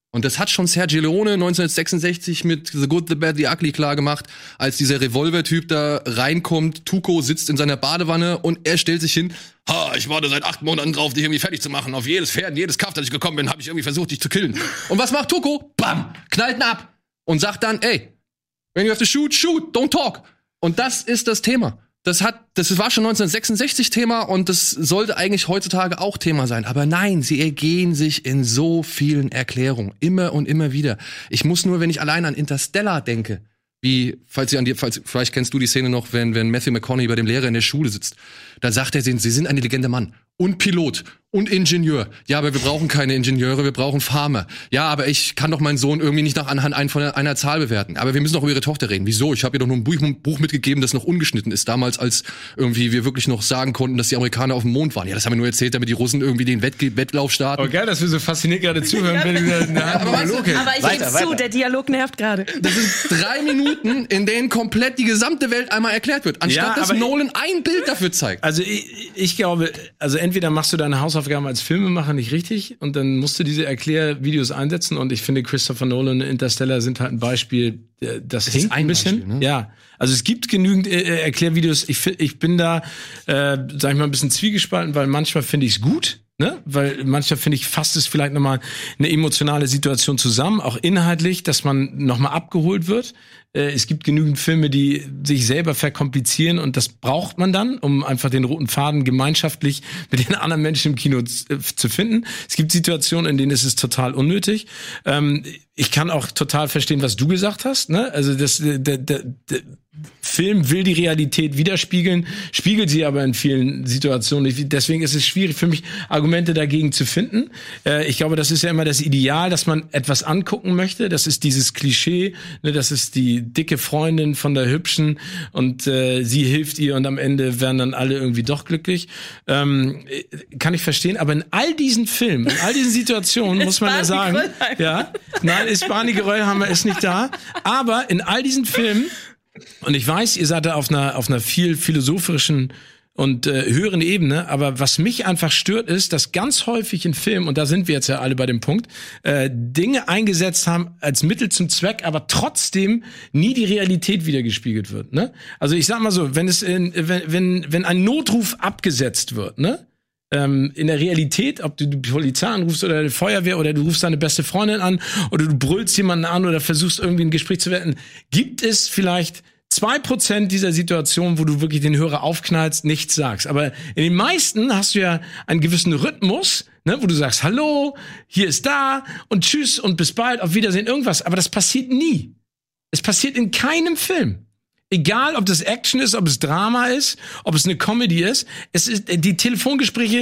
Und das hat schon Sergio Leone neunzehnhundertsechsundsechzig mit The Good, The Bad, The Ugly klar gemacht, als dieser Revolver-Typ da reinkommt. Tuco sitzt in seiner Badewanne und er stellt sich hin. Ha, ich warte seit acht Monaten drauf, dich irgendwie fertig zu machen. Auf jedes Pferd, jedes Kaff, das ich gekommen bin, habe ich irgendwie versucht, dich zu killen. Und was macht Tuco? Bam! Knallt ihn ab und sagt dann, ey, when you have to shoot, shoot, don't talk. Und das ist das Thema. Das hat, das war schon neunzehnhundertsechsundsechzig Thema und das sollte eigentlich heutzutage auch Thema sein. Aber nein, sie ergehen sich in so vielen Erklärungen. Immer und immer wieder. Ich muss nur, wenn ich allein an Interstellar denke, wie, falls Sie an die, falls, vielleicht kennst du die Szene noch, wenn, wenn Matthew McConaughey bei dem Lehrer in der Schule sitzt. Da sagt er, sie sind ein intelligenter Mann. Und Pilot. Und Ingenieur. Ja, aber wir brauchen keine Ingenieure, wir brauchen Farmer. Ja, aber ich kann doch meinen Sohn irgendwie nicht nach anhand einer, einer Zahl bewerten. Aber wir müssen doch über ihre Tochter reden. Wieso? Ich habe ihr doch nur ein Buch, ein Buch mitgegeben, das noch ungeschnitten ist. Damals, als irgendwie wir wirklich noch sagen konnten, dass die Amerikaner auf dem Mond waren. Ja, das haben wir nur erzählt, damit die Russen irgendwie den Wett Wettlauf starten.
Oh geil, dass wir so fasziniert gerade zuhören, wenn wir eine
ja, aber, weißt du,
aber ich
weiter,
gebe
weiter.
zu, der Dialog nervt gerade.
Das sind drei Minuten, in denen komplett die gesamte Welt einmal erklärt wird. Anstatt,
Ja,
dass
aber-
Nolan ein Bild dafür zeigt.
Also ich, ich glaube, also entweder machst du deine Hausaufgaben als Filmemacher nicht richtig und dann musst du diese Erklärvideos einsetzen und ich finde Christopher Nolan und Interstellar sind halt ein Beispiel, äh, das,
Das
hinkt
ist ein
ein bisschen.
Beispiel, ne?
Ja, also es gibt genügend äh, Erklärvideos. Ich, fi- ich bin da, äh, sag ich mal, ein bisschen zwiegespalten, weil manchmal finde ich es gut. Ne? Weil manchmal finde ich, fasst es vielleicht nochmal eine emotionale Situation zusammen, auch inhaltlich, dass man nochmal abgeholt wird. Äh, es gibt genügend Filme, die sich selber verkomplizieren und das braucht man dann, um einfach den roten Faden gemeinschaftlich mit den anderen Menschen im Kino z- äh, zu finden. Es gibt Situationen, in denen ist es total unnötig. Ähm, ich kann auch total verstehen, was du gesagt hast. Ne? Also das, der, der, der Film will die Realität widerspiegeln, spiegelt sie aber in vielen Situationen nicht. Deswegen ist es schwierig für mich, Argumente dagegen zu finden. Äh, ich glaube, das ist ja immer das Ideal, dass man etwas angucken möchte. Das ist dieses Klischee, ne, das ist die dicke Freundin von der Hübschen und äh, sie hilft ihr und am Ende werden dann alle irgendwie doch glücklich. Ähm, kann ich verstehen, aber in all diesen Filmen, in all diesen Situationen muss man ja sagen, ja, nein, ist Barney Geröllhammer ist nicht da, aber in all diesen Filmen. Und ich weiß, ihr seid da auf einer auf einer viel philosophischen und äh, höheren Ebene, aber was mich einfach stört, ist, dass ganz häufig in Filmen, und da sind wir jetzt ja alle bei dem Punkt, äh, Dinge eingesetzt haben als Mittel zum Zweck, aber trotzdem nie die Realität wiedergespiegelt wird. Ne? Also ich sag mal so, wenn es in, wenn wenn wenn ein Notruf abgesetzt wird, ne? Ähm, in der Realität, ob du die Polizei anrufst oder die Feuerwehr oder du rufst deine beste Freundin an oder du brüllst jemanden an oder versuchst irgendwie ein Gespräch zu werden, gibt es vielleicht zwei Prozent dieser Situationen, wo du wirklich den Hörer aufknallst, nichts sagst. Aber in den meisten hast du ja einen gewissen Rhythmus, ne, wo du sagst, hallo, hier ist da und tschüss und bis bald, auf Wiedersehen, irgendwas. Aber das passiert nie. Es passiert in keinem Film. Egal, ob das Action ist, ob es Drama ist, ob es eine Comedy ist, es ist, die Telefongespräche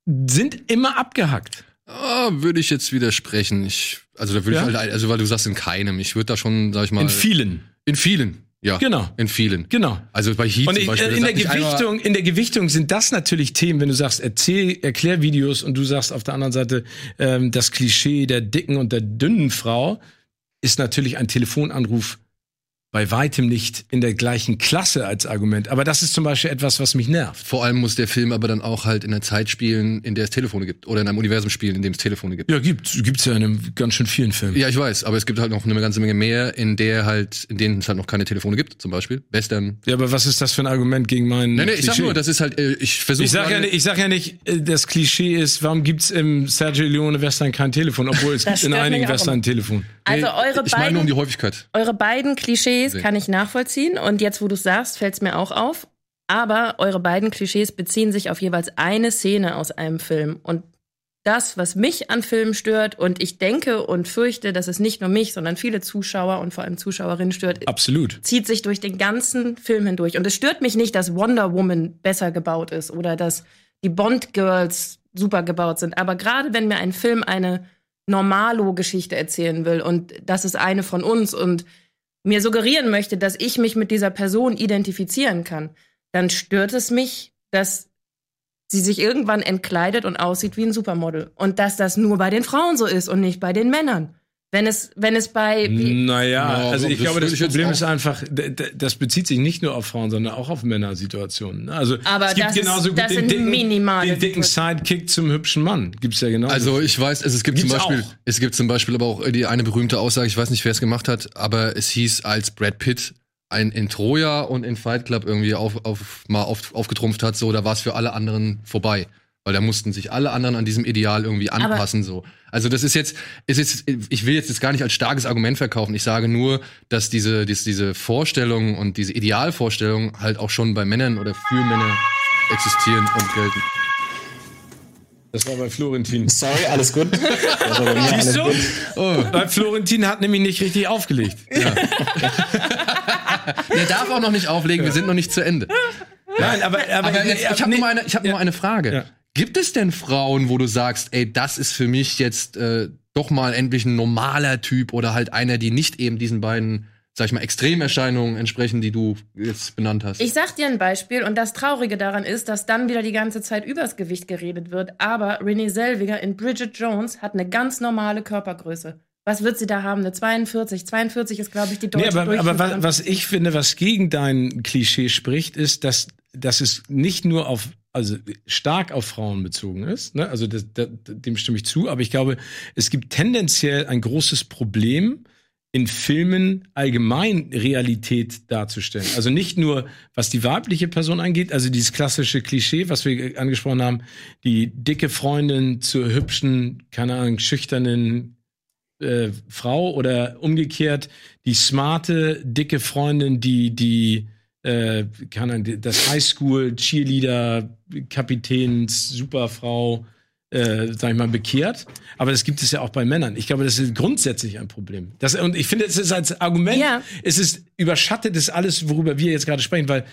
sind immer abgehackt.
Ah, würde ich jetzt widersprechen. Ich, also da würde
Ja?
ich halt, also weil du sagst in keinem. Ich würde da schon, sag ich mal.
In vielen.
In vielen. Ja.
Genau.
In vielen.
Genau.
Also bei Heat
Und
zum
ich,
Beispiel.
äh,
da
in der
sagt nicht einmal-
Gewichtung, in der Gewichtung sind das natürlich Themen, wenn du sagst, erzähl, Erklärvideos und du sagst auf der anderen Seite, ähm, das Klischee der dicken und der dünnen Frau ist natürlich ein Telefonanruf bei weitem nicht in der gleichen Klasse als Argument. Aber das ist zum Beispiel etwas, was mich nervt.
Vor allem muss der Film aber dann auch halt in einer Zeit spielen, in der es Telefone gibt. Oder in einem Universum spielen, in dem es Telefone gibt.
Ja, gibt, gibt's ja in einem ganz schön vielen Filmen.
Ja, ich weiß, aber es gibt halt noch eine ganze Menge mehr, in der halt, in denen es halt noch keine Telefone gibt, zum Beispiel. Western.
Ja, aber was ist das für ein Argument gegen meinen
Nee, nee, ich sag
Klischee?
nur, das ist halt, äh, ich versuche.
Ich sag, ja nicht, ich sag ja nicht, äh, das Klischee ist, warum gibt's im Sergio Leone Western kein Telefon, obwohl es
Das
gibt in
stört
einigen
mich auch
Western ein Telefon.
Also eure
ich meine nur um die
beiden,
Häufigkeit.
eure beiden Klischees
Sehen.
kann ich nachvollziehen. Und jetzt, wo du sagst, fällt es mir auch auf. Aber eure beiden Klischees beziehen sich auf jeweils eine Szene aus einem Film. Und das, was mich an Filmen stört, und ich denke und fürchte, dass es nicht nur mich, sondern viele Zuschauer und vor allem Zuschauerinnen stört,
Absolut.
zieht sich durch den ganzen Film hindurch. Und es stört mich nicht, dass Wonder Woman besser gebaut ist oder dass die Bond-Girls super gebaut sind. Aber gerade wenn mir ein Film eine Normalo-Geschichte erzählen will und das ist eine von uns und mir suggerieren möchte, dass ich mich mit dieser Person identifizieren kann, dann stört es mich, dass sie sich irgendwann entkleidet und aussieht wie ein Supermodel. Und dass das nur bei den Frauen so ist und nicht bei den Männern. Wenn es, wenn es bei.
Naja,
Ja,
also ich
das
glaube, das
würde ich jetzt
Problem
auch-
ist einfach, d- d- das bezieht sich nicht nur auf Frauen, sondern auch auf Männersituationen. Also
Aber
es gibt
das ist-
genauso gut
das
den
sind
dicken,
minimale
den dicken Sidekick zum hübschen Mann. Gibt's ja genauso.
Also ich weiß, es, es gibt
Gibt's
zum Beispiel,
auch.
es gibt zum Beispiel aber auch die eine berühmte Aussage, ich weiß nicht, wer es gemacht hat, aber es hieß, als Brad Pitt ein in Troja und in Fight Club irgendwie auf, auf, mal auf, aufgetrumpft hat, so, da war es für alle anderen vorbei. Weil da mussten sich alle anderen an diesem Ideal irgendwie anpassen, so. Also das ist jetzt, ist jetzt, ich will jetzt das gar nicht als starkes Argument verkaufen. Ich sage nur, dass diese, dies, diese Vorstellungen und diese Idealvorstellungen halt auch schon bei Männern oder für Männer existieren und gelten.
das war bei Florentin.
Sorry, alles gut. Das war bei mir
Siehst
alles
du?
gut.
Weil Florentin hat nämlich nicht richtig aufgelegt.
Der darf auch noch nicht auflegen, wir sind noch nicht zu Ende.
Nein, aber, aber,
Aber jetzt, ich habe
nee,
nur mal eine, ich hab
ja.
nur mal eine Frage.
Ja.
Gibt es denn Frauen, wo du sagst, ey, das ist für mich jetzt äh, doch mal endlich ein normaler Typ oder halt einer, die nicht eben diesen beiden, sag ich mal, Extremerscheinungen entsprechen, die du jetzt benannt hast?
Ich sag dir ein Beispiel und das Traurige daran ist, dass dann wieder die ganze Zeit übers Gewicht geredet wird. Aber Renée Zellweger in Bridget Jones hat eine ganz normale Körpergröße. Was wird sie da haben? Eine zweiundvierzig. zweiundvierzig ist, glaube ich, die deutsche
Nee, aber, aber
Durchschnitts-
was, was ich finde, was gegen dein Klischee spricht, ist, dass, dass es nicht nur auf, also stark auf Frauen bezogen ist, ne? Also das, das, dem stimme ich zu, aber ich glaube, es gibt tendenziell ein großes Problem, in Filmen allgemein Realität darzustellen. Also nicht nur, was die weibliche Person angeht, also dieses klassische Klischee, was wir angesprochen haben, die dicke Freundin zur hübschen, keine Ahnung, schüchternen Äh, Frau oder umgekehrt die smarte, dicke Freundin, die die äh, kann ein, das Highschool Cheerleader Kapitäns Superfrau äh, sag ich mal bekehrt, aber das gibt es ja auch bei Männern. Ich glaube, das ist grundsätzlich ein Problem. Das, und ich finde, es ist als Argument,
Ja.
es ist überschattet ist alles, worüber wir jetzt gerade sprechen, weil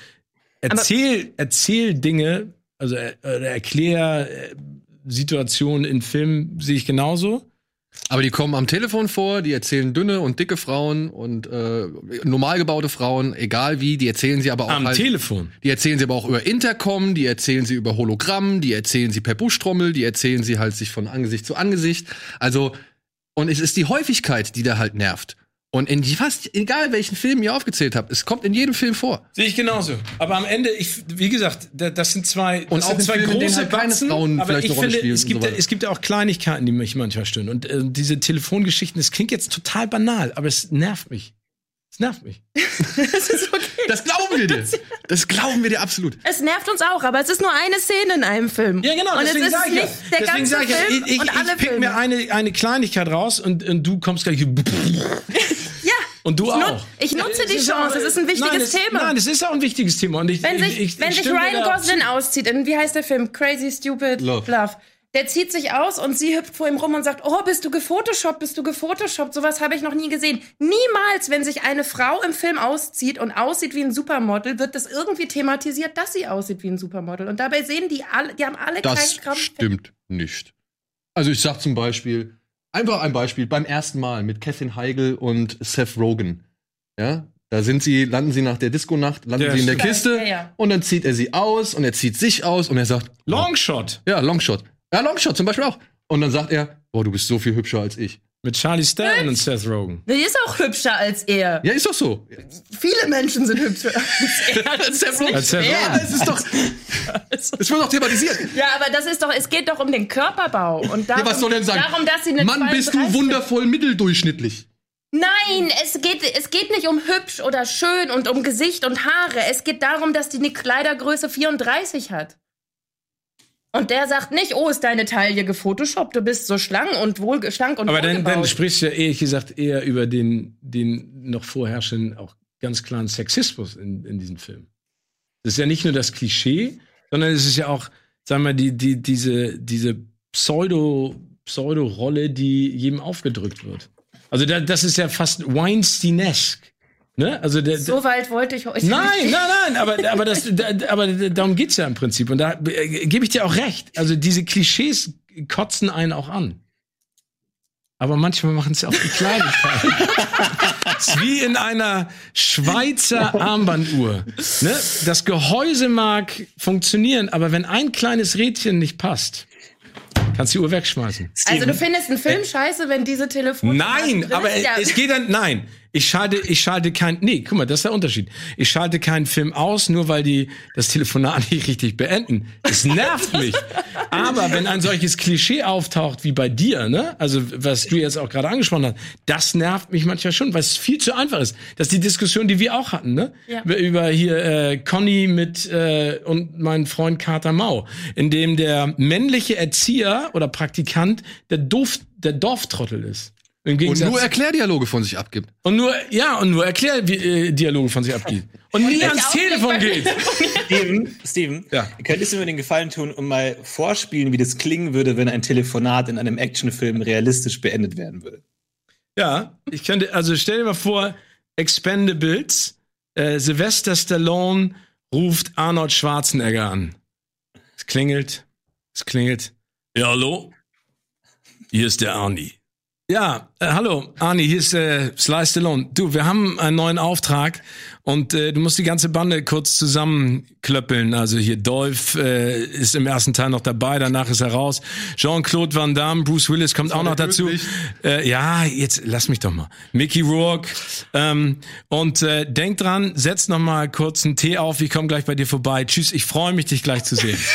erzähl erzähl Dinge, also äh, erklär äh, Situationen in Filmen sehe ich genauso.
Aber die kommen am Telefon vor, die erzählen dünne und dicke Frauen und äh, normal gebaute Frauen, egal wie, die erzählen sie aber auch
Am
halt,
Telefon.
die erzählen sie aber auch über Intercom, die erzählen sie über Hologramm, die erzählen sie per Buschtrommel, die erzählen sie halt sich von Angesicht zu Angesicht. Also, und es ist die Häufigkeit, die da halt nervt. Und in fast, egal welchen Film ihr aufgezählt habt, es kommt in jedem Film vor.
Sehe ich genauso. Aber am Ende, ich, wie gesagt, da- das sind zwei, das
Und auch
sind
in
zwei
Filmen, in denen
große
halt keine
Batzen,
Frauen
aber
vielleicht
ich
eine Rolle
finde,
spielen
es
und
gibt,
so
ja-
weiter.
es gibt ja auch Kleinigkeiten, die mich manchmal stören. Und äh, diese Telefongeschichten, das klingt jetzt total banal, aber es nervt mich. Es nervt mich.
Das ist okay.
Das glauben wir dir. Das glauben wir dir absolut.
Es nervt uns auch, aber es ist nur eine Szene in einem Film.
Ja, genau,
Und es
deswegen
ist
sag ich ja.
nicht der
Deswegen
ganze
sag ich ja,
Film
ich, ich,
und alle
ich pick
Filme.
mir eine, eine Kleinigkeit raus und, und du kommst gleich.
Ja,
Und du
ich, nut-
auch.
ich nutze
Es
die
ist
Chance,
auch-
es ist ein wichtiges
nein, es,
Thema.
Nein, es ist auch ein wichtiges Thema. Und ich,
Wenn
ich,
sich,
ich,
wenn
ich
sich
stimme dir
Ryan
da
Gosling auszieht, in, wie heißt der Film? Crazy Stupid
Love.
Love. Der zieht sich aus und sie hüpft vor ihm rum und sagt, oh, bist du gefotoshoppt, bist du gefotoshoppt? Sowas habe ich noch nie gesehen. Niemals, wenn sich eine Frau im Film auszieht und aussieht wie ein Supermodel, wird das irgendwie thematisiert, dass sie aussieht wie ein Supermodel. Und dabei sehen die alle, die haben alle
Das
keinen Krampf.
stimmt nicht. Also ich sag zum Beispiel, einfach ein Beispiel, beim ersten Mal mit Katherine Heigl und Seth Rogen. Ja, da sind sie, landen sie nach der Disco-Nacht, landen
Ja,
sie in der
stimmt.
Kiste
Ja, ja.
und dann zieht er sie aus und er zieht sich aus und er sagt,
Longshot
ja, Longshot. Ja, Longshot zum Beispiel auch. Und dann sagt er, boah, du bist so viel hübscher als ich.
mit Charlie Stan und Seth Rogen.
Die ist auch hübscher als er.
Ja, ist doch so.
Viele Menschen sind hübscher als er.
Seth Rogen.
Als Seth
Ja,
Rogen.
es ist doch, es wird doch thematisiert.
Ja, aber das ist doch, es geht doch um den Körperbau. Und darum,
Ja, was soll denn sagen?
darum, dass sie eine
Mann, bist du
zweiunddreißig
wundervoll mitteldurchschnittlich.
Nein, es geht, es geht nicht um hübsch oder schön und um Gesicht und Haare. Es geht darum, dass die eine Kleidergröße vierunddreißig hat. Und der sagt nicht, oh, ist deine Taille gefotoshoppt, du bist so schlank und wohl schlank und
Aber dann, dann
wohlgebaut.
sprichst du ja ehrlich gesagt eher über den, den noch vorherrschenden, auch ganz klaren Sexismus in, in diesem Film. Das ist ja nicht nur das Klischee, sondern es ist ja auch, sagen wir, die, die, diese, diese Pseudo, Pseudo-Rolle, die jedem aufgedrückt wird. Also da, das ist ja fast Weinstein-esque. Ne? Also der,
So weit wollte ich heute
Nein,
nicht.
nein, nein, aber, aber, das, da, aber darum geht's ja im Prinzip. Und da äh, gebe ich dir auch recht. Also diese Klischees kotzen einen auch an. Aber manchmal machen es ja auch die Kleinigkeiten. Es ist wie in einer Schweizer Armbanduhr. Ne? Das Gehäuse mag funktionieren, aber wenn ein kleines Rädchen nicht passt, Kannst die Uhr wegschmeißen.
Also du findest einen Film scheiße, wenn diese Telefon...
Nein, aber
ja.
es geht dann, nein. Ich schalte, ich schalte kein, nee, guck mal, das ist der Unterschied. Ich schalte keinen Film aus, nur weil die das Telefonat nicht richtig beenden. Es nervt mich. Aber wenn ein solches Klischee auftaucht wie bei dir, ne, also was du jetzt auch gerade angesprochen hast, das nervt mich manchmal schon, weil es viel zu einfach ist. Das ist die Diskussion, die wir auch hatten, ne,
ja.
über hier äh, Conny mit äh, und mein Freund Kater Mau, in dem der männliche Erzieher oder Praktikant der Doof, der Dorftrottel ist. Im
Und nur Erklärdialoge von sich abgibt.
Und nur, ja, und nur Erklärdialoge von sich abgibt. Und nie ans Telefon geht.
Steven, Steven,
ja.
Könntest du mir den Gefallen tun und mal vorspielen, wie das klingen würde, wenn ein Telefonat in einem Actionfilm realistisch beendet werden würde?
Ja, ich könnte, also stell dir mal vor, Expendables, äh, Sylvester Stallone ruft Arnold Schwarzenegger an. Es klingelt, es klingelt. Ja, hallo? Hier ist der Arnie. Ja, äh, hallo, Arnie, hier ist äh, Sly Stallone. Du, wir haben einen neuen Auftrag und äh, du musst die ganze Bande kurz zusammenklöppeln. Also hier Dolph äh, ist im ersten Teil noch dabei, danach ist er raus. Jean-Claude Van Damme, Bruce Willis kommt auch noch dazu. Äh, ja, jetzt lass mich doch mal. Mickey Rourke. Ähm, und äh, denk dran, setz noch mal kurz einen Tee auf, ich komme gleich bei dir vorbei. Tschüss, ich freue mich, dich gleich zu sehen.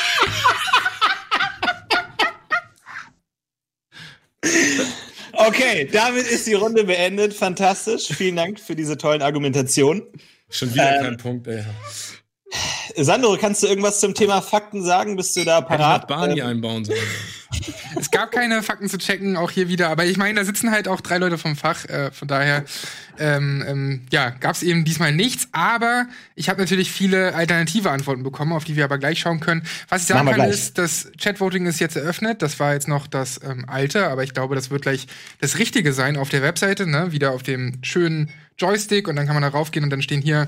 Okay, damit ist die Runde beendet. Fantastisch. Vielen Dank für diese tollen Argumentationen.
Schon wieder
ähm,
kein Punkt, ey.
Sandro, kannst du irgendwas zum Thema Fakten sagen? Bist du da parat?
Hätte ich Barney einbauen sollen.
Es gab keine Fakten zu checken, auch hier wieder. Aber ich meine, da sitzen halt auch drei Leute vom Fach. Äh, von daher, ähm, ähm, ja, gab es eben diesmal nichts. Aber ich habe natürlich viele alternative Antworten bekommen, auf die wir aber gleich schauen können. Was ich sagen kann, gleich. ist, das Chatvoting ist jetzt eröffnet. Das war jetzt noch das ähm, alte, aber ich glaube, das wird gleich das Richtige sein auf der Webseite. Ne? Wieder auf dem schönen Joystick. Und dann kann man da raufgehen und dann stehen hier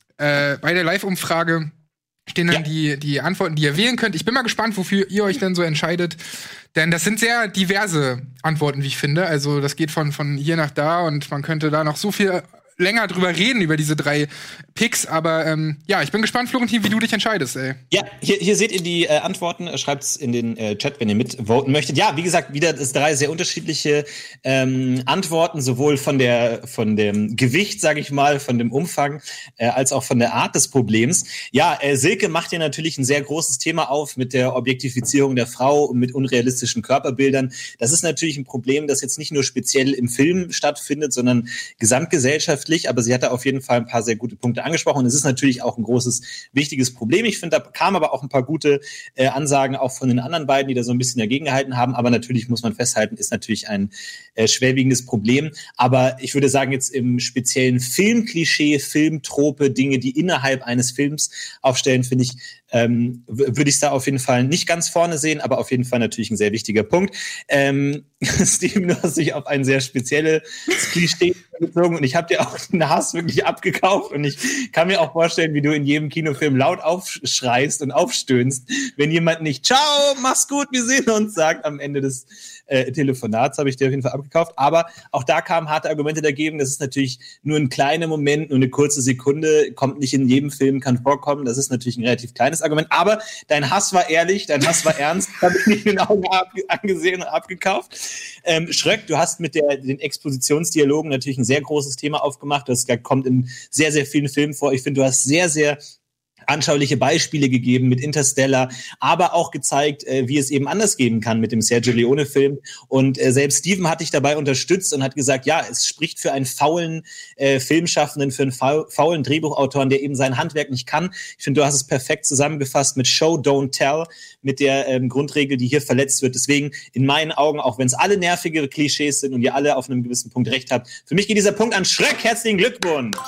äh, bei der Live-Umfrage stehen dann ja. die, die Antworten, die ihr wählen könnt. Ich bin mal gespannt, wofür ihr euch denn so entscheidet. Denn das sind sehr diverse Antworten, wie ich finde. Also das geht von, von hier nach da und man könnte da noch so viel länger drüber reden, über diese drei Picks. Aber ähm, ja, ich bin gespannt, Florentin, wie du dich entscheidest, ey.
Ja, hier, hier seht ihr die äh, Antworten. Schreibt's in den äh, Chat, wenn ihr mitvoten möchtet. Ja, wie gesagt, wieder das drei sehr unterschiedliche ähm, Antworten, sowohl von der von dem Gewicht, sage ich mal, von dem Umfang, äh, als auch von der Art des Problems. Ja, äh, Silke macht hier natürlich ein sehr großes Thema auf mit der Objektifizierung der Frau und mit unrealistischen Körperbildern. Das ist natürlich ein Problem, das jetzt nicht nur speziell im Film stattfindet, sondern gesamtgesellschaftlich. Aber sie hat da auf jeden Fall ein paar sehr gute Punkte angesprochen. Und es ist natürlich auch ein großes, wichtiges Problem. Ich finde, da kamen aber auch ein paar gute äh, Ansagen auch von den anderen beiden, die da so ein bisschen dagegen gehalten haben. Aber natürlich muss man festhalten, ist natürlich ein äh, schwerwiegendes Problem. Aber ich würde sagen, jetzt im speziellen Filmklischee, Filmtrope, Dinge, die innerhalb eines Films aufstellen, finde ich, ähm, würde ich es da auf jeden Fall nicht ganz vorne sehen, aber auf jeden Fall natürlich ein sehr wichtiger Punkt. Ähm, Steven, du hast dich auf ein sehr spezielles Klischee bezogen und ich habe dir auch den Hass wirklich abgekauft und ich kann mir auch vorstellen, wie du in jedem Kinofilm laut aufschreist und aufstöhnst, wenn jemand nicht "Ciao, mach's gut, wir sehen uns" sagt am Ende des äh, Telefonats, habe ich dir auf jeden Fall abgekauft. Aber auch da kamen harte Argumente dagegen. Das ist natürlich nur ein kleiner Moment, nur eine kurze Sekunde, kommt nicht in jedem Film, kann vorkommen. Das ist natürlich ein relativ kleines Argument. Aber dein Hass war ehrlich, dein Hass war ernst, habe ich nicht in den Augen ab- angesehen und abgekauft. Ähm, Schröck, du hast mit der, den Expositionsdialogen natürlich ein sehr großes Thema aufgemacht. Das kommt in sehr, sehr vielen Filmen vor. Ich finde, du hast sehr, sehr anschauliche Beispiele gegeben mit Interstellar, aber auch gezeigt, äh, wie es eben anders gehen kann mit dem Sergio Leone-Film. Und äh, selbst Steven hat dich dabei unterstützt und hat gesagt, ja, es spricht für einen faulen äh, Filmschaffenden, für einen faul, faulen Drehbuchautoren, der eben sein Handwerk nicht kann. Ich finde, du hast es perfekt zusammengefasst mit Show, Don't Tell, mit der ähm, Grundregel, die hier verletzt wird. Deswegen in meinen Augen, auch wenn es alle nervige Klischees sind und ihr alle auf einem gewissen Punkt recht habt, für mich geht dieser Punkt an Schröck. Herzlichen Glückwunsch!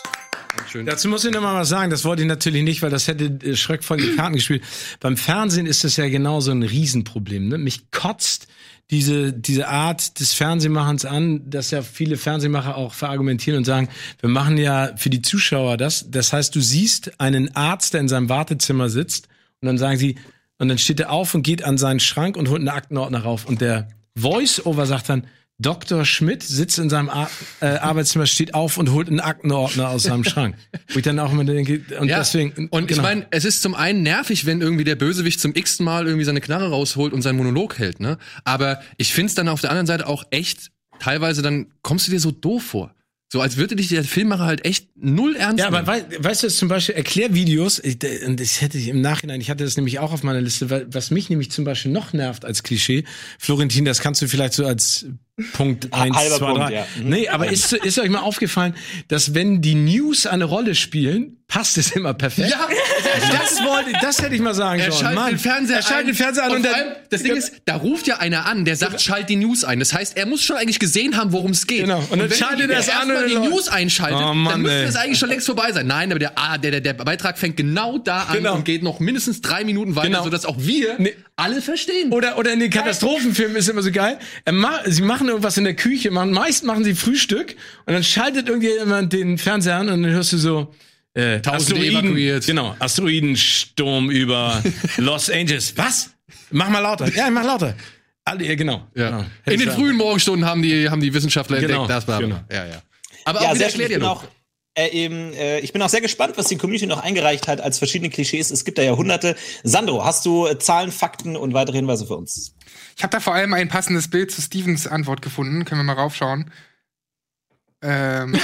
Schön. Dazu muss ich noch mal was sagen, das wollte ich natürlich nicht, weil das hätte Schröck von die Karten gespielt. Beim Fernsehen ist das ja genauso ein Riesenproblem. Ne? Mich kotzt diese diese Art des Fernsehmachens an, dass ja viele Fernsehmacher auch verargumentieren und sagen, wir machen ja für die Zuschauer das. Das heißt, du siehst einen Arzt, der in seinem Wartezimmer sitzt und dann sagen sie, und dann steht er auf und geht an seinen Schrank und holt einen Aktenordner rauf und der Voice-Over sagt dann, Doktor Schmidt sitzt in seinem Ar- äh, Arbeitszimmer, steht auf und holt einen Aktenordner aus seinem Schrank. Wo ich dann auch immer denke, und
Ja,
deswegen.
und ich
genau.
meine, es ist zum einen nervig, wenn irgendwie der Bösewicht zum x-ten Mal irgendwie seine Knarre rausholt und seinen Monolog hält, ne? Aber ich find's dann auf der anderen Seite auch echt, teilweise dann kommst du dir so doof vor. So als würde dich der Filmmacher halt echt null ernst
Ja,
nehmen.
aber wei weißt du, zum Beispiel Erklärvideos, ich, und das hätte ich im Nachhinein, ich hatte das nämlich auch auf meiner Liste, weil, was mich nämlich zum Beispiel noch nervt als Klischee, Florentin, das kannst du vielleicht so als Punkt eins,
halber
zwei,
Punkt,
drei.
ja. Mhm.
Nee, aber ist, ist euch mal aufgefallen, dass wenn die News eine Rolle spielen, passt es immer perfekt?
Ja,
das wollte, das hätte ich mal sagen
Er
sollen.
schaltet
Mann,
den Fernseher
er schaltet
ein.
den Fernseher an und,
und vor
dann,
allem, das Ding ist, da ruft ja einer an, der sagt, schalt die News ein. Das heißt, er muss schon eigentlich gesehen haben, worum es geht.
Genau. Und dann
wenn
schaltet er es
erst
an
mal
und
die
dann-
News einschaltet,
Oh Mann,
dann müsste
ey.
es eigentlich schon längst vorbei sein. Nein, aber der, ah, der, der, der Beitrag fängt genau da an
Genau.
und geht noch mindestens drei Minuten weiter,
Genau.
sodass auch wir
Nee.
alle verstehen.
Oder, oder in den Katastrophenfilmen ist immer so geil. Er ma sie machen irgendwas in der Küche, machen, meist machen sie Frühstück und dann schaltet irgendjemand den Fernseher an und dann hörst du so, äh,
Tausende evakuiert.
Genau, Asteroidensturm über Los Angeles. Was? Mach mal lauter. Ja, mach lauter. Alle, ja, genau.
Ja.
genau.
In den
Hätte ich
frühen Morgenstunden haben die, haben die Wissenschaftler
Genau,
entdeckt, das war
genau.
ja, ja. Aber
Ja,
auch wieder
sehr schön. Ich bin
Erklärdialog.
auch, äh, eben, äh, ich bin auch sehr gespannt, was die Community noch eingereicht hat als verschiedene Klischees. Es gibt da ja hunderte. Sandro, hast du äh, Zahlen, Fakten und weitere Hinweise für uns?
Ich habe da vor allem ein passendes Bild zu Stevens Antwort gefunden. Können wir mal raufschauen. Ähm.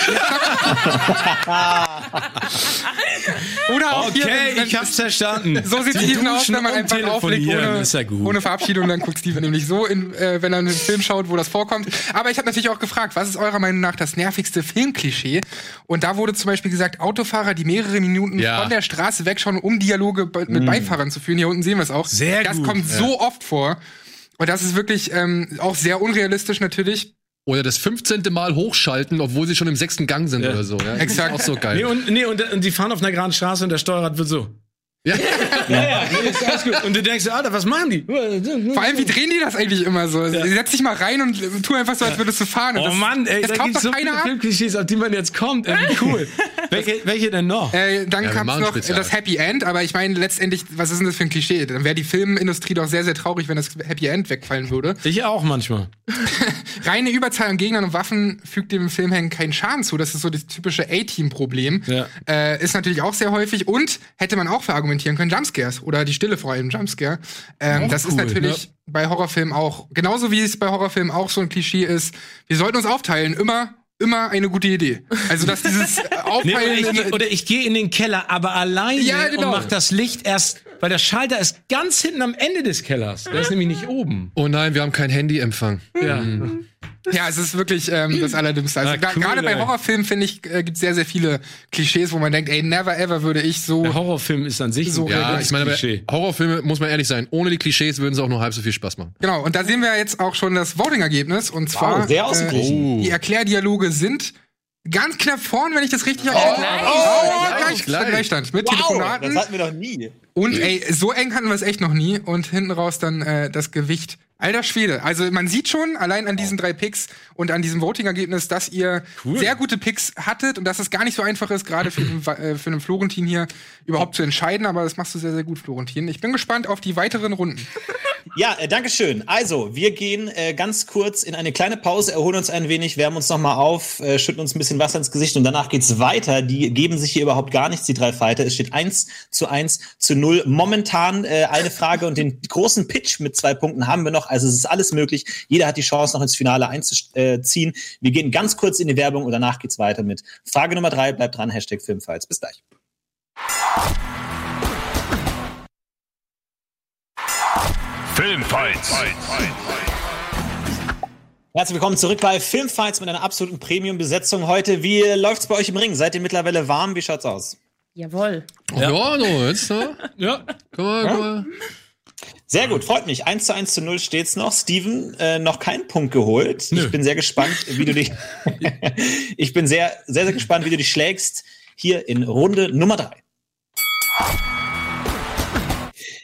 Oder auch hier,
Okay,
wenn- wenn-
ich hab's verstanden.
So sieht
Sie
Steven aus,
duschen
wenn man
und
einfach auflegt
telefonieren,
ohne,
ist ja gut.
ohne Verabschiedung. Dann guckt Steven nämlich so, in, äh, wenn er einen Film schaut, wo das vorkommt. Aber ich habe natürlich auch gefragt, was ist eurer Meinung nach das nervigste Filmklischee? Und da wurde zum Beispiel gesagt, Autofahrer, die mehrere Minuten
Ja.
von der Straße wegschauen, um Dialoge be- mit Beifahrern zu führen. Hier unten sehen wir es auch.
Sehr
das
gut,
kommt
ja.
so oft vor. Und das ist wirklich ähm, auch sehr unrealistisch natürlich.
Oder das fünfzehnte Mal hochschalten, obwohl sie schon im sechsten Gang sind
Ja.
oder so. Ja, das
Exakt.
Ist auch so geil.
Nee, und, nee, und, und die fahren auf einer geraden Straße und der Steuerrad wird so.
Ja.
Ja, ja, nee, ist alles gut. Und du denkst, Alter, was machen die?
Vor allem, wie drehen die das eigentlich immer so?
Ja.
Setz dich mal rein und äh, tu einfach so, als würdest du fahren. Und
Oh
das,
Mann, ey,
das
da
kauft
gibt's
doch
so
keiner
viele
ab.
Filmklischees, auf die man jetzt kommt. Ey, wie cool. welche, welche denn noch?
Äh, dann
Ja, wir
kam es
machen
noch
Spezial.
das Happy End, aber ich meine letztendlich, was ist denn das für ein Klischee? Dann wäre die Filmindustrie doch sehr, sehr traurig, wenn das Happy End wegfallen würde.
Ich auch manchmal.
Reine Überzahl an Gegnern und Waffen fügt dem Filmhang keinen Schaden zu. Das ist so das typische A-Team-Problem.
Ja.
Äh, ist natürlich auch sehr häufig und hätte man auch verargumentieren können, Jumpscares oder die Stille vor allem Jumpscare. Ähm,
Auch
das ist
cool,
natürlich
ne?
bei Horrorfilmen auch, genauso wie es bei Horrorfilmen auch so ein Klischee ist, wir sollten uns aufteilen, immer immer eine gute Idee. Also, dass dieses äh,
Nee,
Aufteilen
oder, ich,
in-
oder ich gehe in den Keller, aber alleine
Ja, genau.
und mach das Licht erst, weil der Schalter ist ganz hinten am Ende des Kellers. Der ist nämlich nicht oben.
Oh nein, wir haben keinen Handyempfang.
Ja.
Ja, es ist wirklich ähm, das Allerdümmste. Also
Ah,
gra-
cool,
gerade bei
ey.
Horrorfilmen, finde ich, äh, gibt es sehr, sehr viele Klischees, wo man denkt, ey, never ever würde ich so.
Der Horrorfilm ist an sich
So,
ein
Ja,
geiles
ich meine, aber
Klischee.
Horrorfilme, muss man ehrlich sein, ohne die Klischees würden sie auch nur halb so viel Spaß machen.
Genau, und da sehen wir jetzt auch schon das Voting-Ergebnis. Und zwar,
Wow, sehr ausgeglichen.
Oh.
die Erklärdialoge sind ganz knapp vorn, wenn ich das richtig habe.
gleich.
oh,
Gleich,
gleich,
gleich.
Gleichstand mit
Wow,
Telefonaten.
das hatten wir noch nie.
Und ey, so eng hatten wir es echt noch nie. Und hinten raus dann äh, das Gewicht. Alter Schwede. Also man sieht schon, allein an diesen drei Picks und an diesem Voting-Ergebnis, dass ihr
Cool.
sehr gute Picks hattet und dass es gar nicht so einfach ist, gerade für, den, äh, für einen Florentin hier überhaupt zu entscheiden. Aber das machst du sehr, sehr gut, Florentin. Ich bin gespannt auf die weiteren Runden.
Ja, äh, danke schön. Also, wir gehen äh, ganz kurz in eine kleine Pause, erholen uns ein wenig, wärmen uns noch mal auf, äh, schütten uns ein bisschen Wasser ins Gesicht und danach geht's weiter. Die geben sich hier überhaupt gar nichts, die drei Fighter. Es steht eins zu eins zu null. Momentan äh, eine Frage und den großen Pitch mit zwei Punkten haben wir noch. Also es ist alles möglich. Jeder hat die Chance, noch ins Finale einzuziehen. Wir gehen ganz kurz in die Werbung und danach geht's weiter mit Frage Nummer drei. Bleibt dran, Hashtag Filmfights. Bis gleich.
Filmfights.
Herzlich willkommen zurück bei Filmfights mit einer absoluten Premium-Besetzung heute. Wie läuft's bei euch im Ring? Seid ihr mittlerweile warm? Wie schaut's aus?
Jawohl.
Ja, ja no, jetzt, ne?
Ja.
Guck mal, guck mal.
Sehr gut, freut mich. eins zu eins zu null steht's noch. Steven, äh, noch keinen Punkt geholt.
Nö.
Ich bin sehr gespannt, wie du dich. ich bin sehr, sehr, sehr gespannt, wie du dich schlägst. Hier in Runde Nummer drei.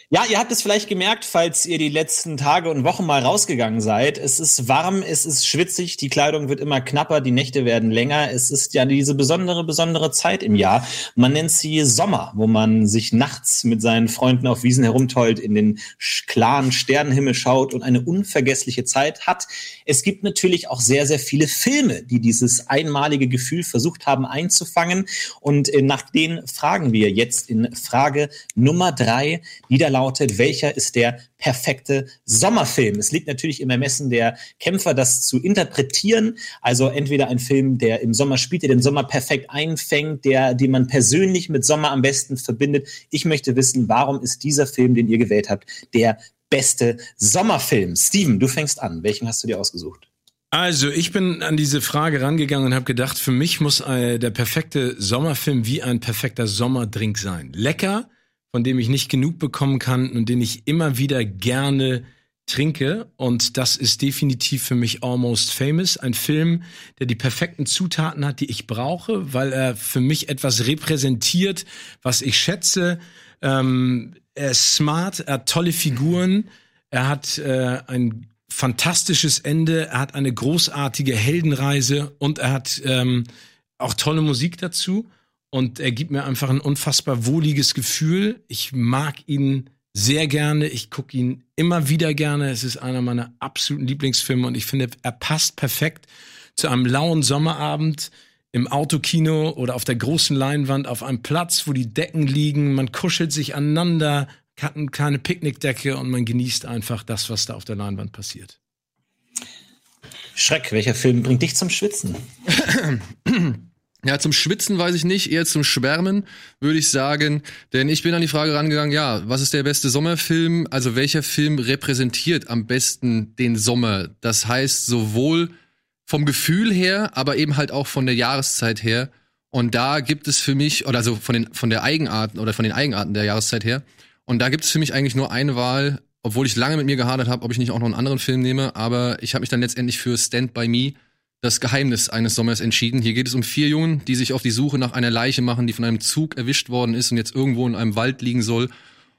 Ja, ihr habt es vielleicht gemerkt, falls ihr die letzten Tage und Wochen mal rausgegangen seid. Es ist warm, es ist schwitzig, die Kleidung wird immer knapper, die Nächte werden länger. Es ist ja diese besondere, besondere Zeit im Jahr. Man nennt sie Sommer, wo man sich nachts mit seinen Freunden auf Wiesen herumtollt, in den klaren Sternenhimmel schaut und eine unvergessliche Zeit hat. Es gibt natürlich auch sehr, sehr viele Filme, die dieses einmalige Gefühl versucht haben einzufangen. Und nach denen fragen wir jetzt in Frage Nummer drei, die da lautet, welcher ist der perfekte Sommerfilm? Es liegt natürlich im Ermessen der Kämpfer, das zu interpretieren. Also entweder ein Film, der im Sommer spielt, der den Sommer perfekt einfängt, der, den man persönlich mit Sommer am besten verbindet. Ich möchte wissen, warum ist dieser Film, den ihr gewählt habt, der beste Sommerfilm? Steven, du fängst an. Welchen hast du dir ausgesucht?
Also, ich bin an diese Frage rangegangen und habe gedacht, für mich muss äh, der perfekte Sommerfilm wie ein perfekter Sommerdrink sein. Lecker, von dem ich nicht genug bekommen kann und den ich immer wieder gerne trinke. Und das ist definitiv für mich Almost Famous. Ein Film, der die perfekten Zutaten hat, die ich brauche, weil er für mich etwas repräsentiert, was ich schätze. Ähm, er ist smart, er hat tolle Figuren, er hat äh, ein fantastisches Ende, er hat eine großartige Heldenreise und er hat ähm, auch tolle Musik dazu. Und er gibt mir einfach ein unfassbar wohliges Gefühl. Ich mag ihn sehr gerne. Ich gucke ihn immer wieder gerne. Es ist einer meiner absoluten Lieblingsfilme. Und ich finde, er passt perfekt zu einem lauen Sommerabend im Autokino oder auf der großen Leinwand auf einem Platz, wo die Decken liegen. Man kuschelt sich aneinander, hat eine kleine Picknickdecke und man genießt einfach das, was da auf der Leinwand passiert.
Schreck, welcher Film bringt dich zum Schwitzen?
Ja, zum Schwitzen weiß ich nicht, eher zum Schwärmen, würde ich sagen. Denn ich bin an die Frage rangegangen, ja, was ist der beste Sommerfilm? Also welcher Film repräsentiert am besten den Sommer? Das heißt, sowohl vom Gefühl her, aber eben halt auch von der Jahreszeit her. Und da gibt es für mich, oder also von den, von der Eigenarten oder von den Eigenarten der Jahreszeit her. Und da gibt es für mich eigentlich nur eine Wahl, obwohl ich lange mit mir gehadert habe, ob ich nicht auch noch einen anderen Film nehme. Aber ich habe mich dann letztendlich für Stand By Me, das Geheimnis eines Sommers, entschieden. Hier geht es um vier Jungen, die sich auf die Suche nach einer Leiche machen, die von einem Zug erwischt worden ist und jetzt irgendwo in einem Wald liegen soll.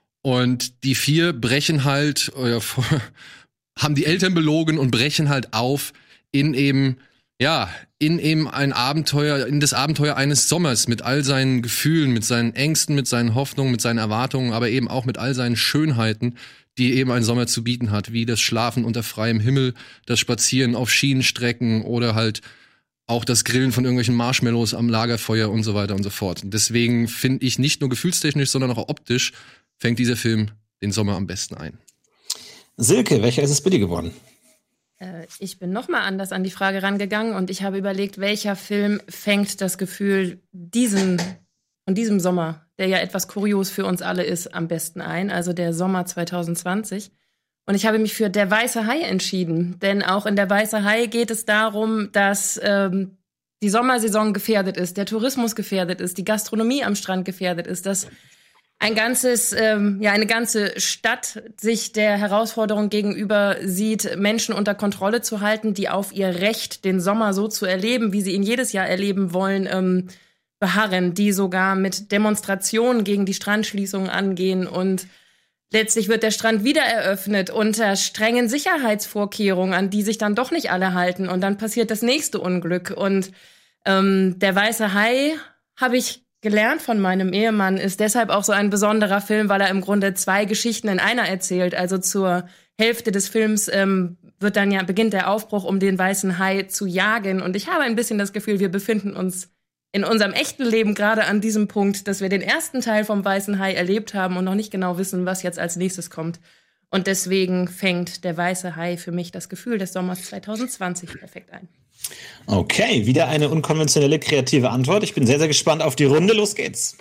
Und die vier brechen halt, oder haben die Eltern belogen und brechen halt auf in eben, ja, in eben ein Abenteuer, in das Abenteuer eines Sommers mit all seinen Gefühlen, mit seinen Ängsten, mit seinen Hoffnungen, mit seinen Erwartungen, aber eben auch mit all seinen Schönheiten, die eben ein Sommer zu bieten hat, wie das Schlafen unter freiem Himmel, das Spazieren auf Schienenstrecken oder halt auch das Grillen von irgendwelchen Marshmallows am Lagerfeuer und so weiter und so fort. Und deswegen finde ich, nicht nur gefühlstechnisch, sondern auch optisch fängt dieser Film den Sommer am besten ein.
Silke, welcher ist es bei dir geworden?
Äh, ich bin noch mal anders an die Frage rangegangen und ich habe überlegt, welcher Film fängt das Gefühl diesen von diesem Sommer, der ja etwas kurios für uns alle ist, am besten ein, also der Sommer zwanzig zwanzig. Und ich habe mich für Der Weiße Hai entschieden, denn auch in Der Weiße Hai geht es darum, dass ähm, die Sommersaison gefährdet ist, der Tourismus gefährdet ist, die Gastronomie am Strand gefährdet ist, dass ein ganzes, ähm, ja, eine ganze Stadt sich der Herausforderung gegenüber sieht, Menschen unter Kontrolle zu halten, die auf ihr Recht, den Sommer so zu erleben, wie sie ihn jedes Jahr erleben wollen, ähm, beharren, die sogar mit Demonstrationen gegen die Strandschließungen angehen und letztlich wird der Strand wieder eröffnet unter strengen Sicherheitsvorkehrungen, an die sich dann doch nicht alle halten und dann passiert das nächste Unglück und ähm, Der Weiße Hai, habe ich gelernt von meinem Ehemann, ist deshalb auch so ein besonderer Film, weil er im Grunde zwei Geschichten in einer erzählt. Also zur Hälfte des Films ähm, wird dann ja beginnt der Aufbruch, um den weißen Hai zu jagen und ich habe ein bisschen das Gefühl, wir befinden uns in unserem echten Leben gerade an diesem Punkt, dass wir den ersten Teil vom Weißen Hai erlebt haben und noch nicht genau wissen, was jetzt als nächstes kommt. Und deswegen fängt Der Weiße Hai für mich das Gefühl des Sommers zwanzig zwanzig perfekt ein.
Okay, wieder eine unkonventionelle, kreative Antwort. Ich bin sehr, sehr gespannt auf die Runde. Los geht's.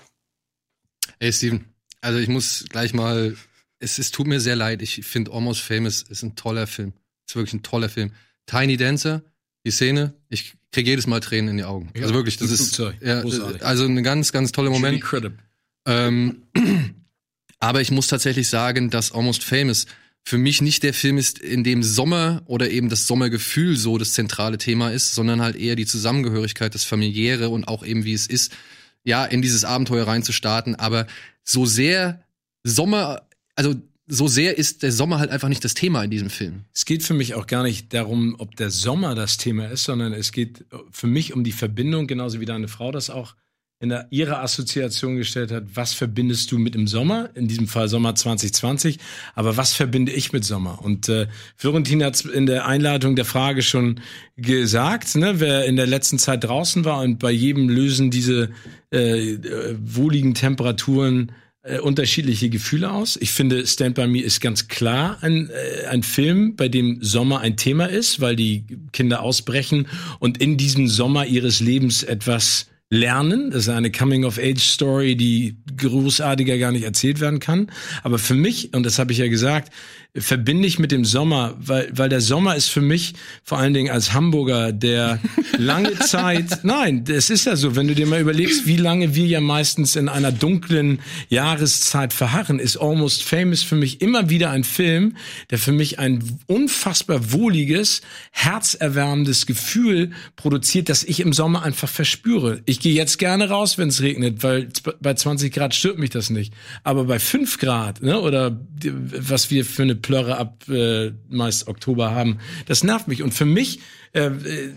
Ey, Steven, also ich muss gleich mal, es, es tut mir sehr leid. Ich finde Almost Famous ist ein toller Film. Ist wirklich ein toller Film. Tiny Dancer, die Szene, ich kriege jedes Mal Tränen in die Augen. Ja, also wirklich, das ist ja, also ein ganz, ganz toller Moment. Ähm, aber ich muss tatsächlich sagen, dass Almost Famous für mich nicht der Film ist, in dem Sommer oder eben das Sommergefühl so das zentrale Thema ist, sondern halt eher die Zusammengehörigkeit, das Familiäre und auch eben wie es ist, ja, in dieses Abenteuer reinzustarten. Aber so sehr Sommer also so sehr ist der Sommer halt einfach nicht das Thema in diesem Film.
Es geht für mich auch gar nicht darum, ob der Sommer das Thema ist, sondern es geht für mich um die Verbindung, genauso wie deine Frau das auch in der, ihrer Assoziation gestellt hat. Was verbindest du mit dem Sommer? In diesem Fall Sommer zwanzig zwanzig. Aber was verbinde ich mit Sommer? Und äh, Florentin hat in der Einleitung der Frage schon gesagt, ne, wer in der letzten Zeit draußen war und bei jedem lösen diese äh, äh, wohligen Temperaturen äh, unterschiedliche Gefühle aus. Ich finde, Stand By Me ist ganz klar ein, äh, ein Film, bei dem Sommer ein Thema ist, weil die Kinder ausbrechen und in diesem Sommer ihres Lebens etwas lernen. Das ist eine Coming-of-Age-Story, die großartiger gar nicht erzählt werden kann. Aber für mich, und das habe ich ja gesagt, verbinde ich mit dem Sommer, weil, weil der Sommer ist für mich vor allen Dingen als Hamburger, der lange Zeit, nein, es ist ja so, wenn du dir mal überlegst, wie lange wir ja meistens in einer dunklen Jahreszeit verharren, ist Almost Famous für mich immer wieder ein Film, der für mich ein unfassbar wohliges, herzerwärmendes Gefühl produziert, das ich im Sommer einfach verspüre. Ich gehe jetzt gerne raus, wenn es regnet, weil bei zwanzig Grad stört mich das nicht. Aber bei fünf Grad, ne, oder was wir für eine Plörre ab äh, meist Oktober haben, das nervt mich. Und für mich äh, äh,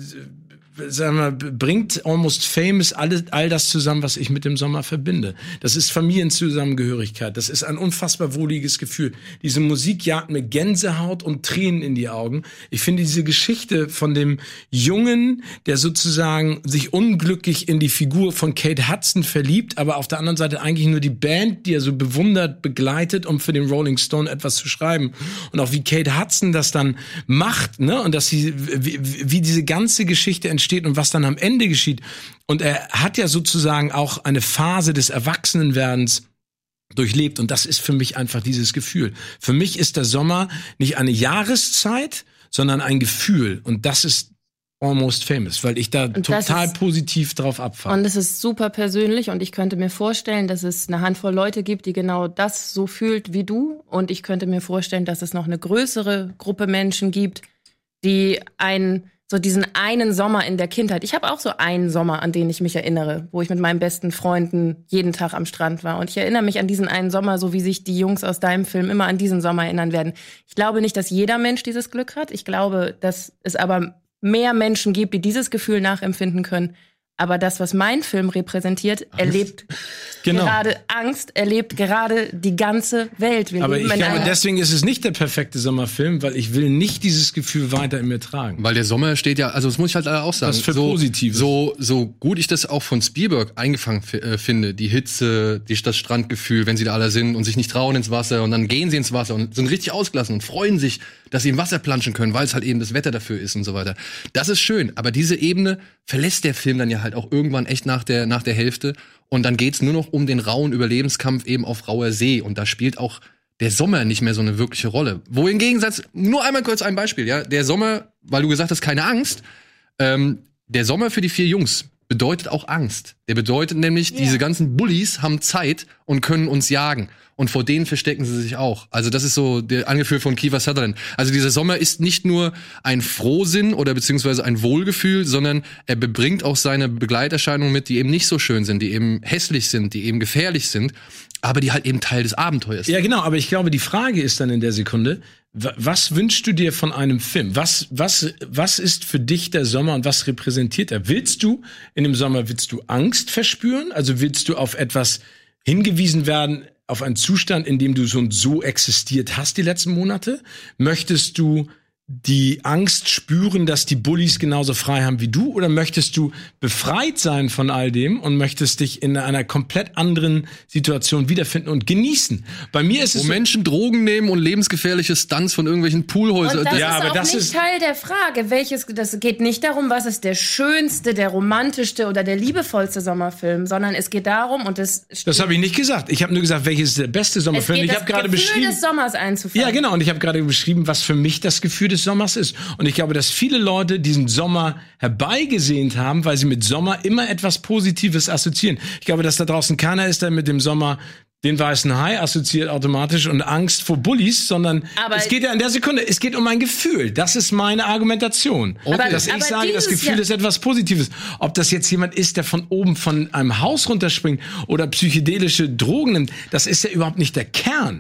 sagen wir, bringt Almost Famous all, all das zusammen, was ich mit dem Sommer verbinde. Das ist Familienzusammengehörigkeit. Das ist ein unfassbar wohliges Gefühl. Diese Musik jagt mir Gänsehaut und Tränen in die Augen. Ich finde diese Geschichte von dem Jungen, der sozusagen sich unglücklich in die Figur von Kate Hudson verliebt, aber auf der anderen Seite eigentlich nur die Band, die er so bewundert, begleitet, um für den Rolling Stone etwas zu schreiben. Und auch wie Kate Hudson das dann macht, ne? Und dass sie, wie, wie diese ganze Geschichte entsteht und was dann am Ende geschieht. Und er hat ja sozusagen auch eine Phase des Erwachsenenwerdens durchlebt. Und das ist für mich einfach dieses Gefühl. Für mich ist der Sommer nicht eine Jahreszeit, sondern ein Gefühl. Und das ist Almost Famous, weil ich da total ist, positiv drauf abfahre.
Und es ist super persönlich und ich könnte mir vorstellen, dass es eine Handvoll Leute gibt, die genau das so fühlt wie du. Und ich könnte mir vorstellen, dass es noch eine größere Gruppe Menschen gibt, die ein so diesen einen Sommer in der Kindheit. Ich habe auch so einen Sommer, an den ich mich erinnere, wo ich mit meinen besten Freunden jeden Tag am Strand war. Und ich erinnere mich an diesen einen Sommer, so wie sich die Jungs aus deinem Film immer an diesen Sommer erinnern werden. Ich glaube nicht, dass jeder Mensch dieses Glück hat. Ich glaube, dass es aber mehr Menschen gibt, die dieses Gefühl nachempfinden können. Aber das, was mein Film repräsentiert, erlebt genau. gerade Angst, erlebt gerade die ganze Welt. Wir
aber ich glaube, deswegen ist es nicht der perfekte Sommerfilm, weil ich will nicht dieses Gefühl weiter in mir tragen.
Weil der Sommer steht ja, also das muss ich halt auch sagen.
Das ist für
so,
Positives.
So, so gut ich das auch von Spielberg eingefangen äh, finde, die Hitze, die, das Strandgefühl, wenn sie da alle sind und sich nicht trauen ins Wasser und dann gehen sie ins Wasser und sind richtig ausgelassen und freuen sich, dass sie im Wasser planschen können, weil es halt eben das Wetter dafür ist und so weiter. Das ist schön, aber diese Ebene verlässt der Film dann ja halt auch irgendwann echt nach der, nach der Hälfte. Und dann geht's nur noch um den rauen Überlebenskampf eben auf rauer See. Und da spielt auch der Sommer nicht mehr so eine wirkliche Rolle. Wo im Gegensatz, nur einmal kurz ein Beispiel, ja. Der Sommer, weil du gesagt hast, keine Angst. Ähm, der Sommer für die vier Jungs bedeutet auch Angst. Der bedeutet nämlich, yeah. diese ganzen Bullies haben Zeit und können uns jagen. Und vor denen verstecken sie sich auch. Also das ist so der angeführt von Kiefer Sutherland. Also dieser Sommer ist nicht nur ein Frohsinn oder beziehungsweise ein Wohlgefühl, sondern er bebringt auch seine Begleiterscheinungen mit, die eben nicht so schön sind, die eben hässlich sind, die eben gefährlich sind, aber die halt eben Teil des Abenteuers sind.
Ja, genau. Aber ich glaube, die Frage ist dann in der Sekunde, was wünschst du dir von einem Film? Was, was, was ist für dich der Sommer und was repräsentiert er? Willst du in dem Sommer, willst du Angst verspüren? Also willst du auf etwas hingewiesen werden, auf einen Zustand, in dem du so und so existiert hast die letzten Monate? Möchtest du die Angst spüren, dass die Bullies genauso frei haben wie du? Oder möchtest du befreit sein von all dem und möchtest dich in einer komplett anderen Situation wiederfinden und genießen? Bei mir ist
Wo
es so,
Menschen Drogen nehmen und lebensgefährliche Stunts von irgendwelchen Poolhäusern.
Und das
Ja,
ist
aber
auch
das
nicht
ist-
Teil der Frage. Welches, das geht nicht darum, was ist der schönste, der romantischste oder der liebevollste Sommerfilm, sondern es geht darum, und das
das habe ich nicht gesagt. Ich habe nur gesagt, welches ist der beste
es
Sommerfilm.
geht
Ich
das
habe gerade
Gefühl
beschrieben.
des Sommers einzufangen.
Ja, genau. Und ich habe gerade beschrieben, was für mich das Gefühl des Sommers ist. Und ich glaube, dass viele Leute diesen Sommer herbeigesehnt haben, weil sie mit Sommer immer etwas Positives assoziieren. Ich glaube, dass da draußen keiner ist, der mit dem Sommer den weißen Hai assoziiert automatisch und Angst vor Bullies, sondern
Aber
es geht ja in der Sekunde, es geht um ein Gefühl. Das ist meine Argumentation.
Aber-
dass ich
aber
sage, das
dieses
Gefühl
Jahr-
ist etwas Positives. Ob das jetzt jemand ist, der von oben von einem Haus runterspringt oder psychedelische Drogen nimmt, das ist ja überhaupt nicht der Kern.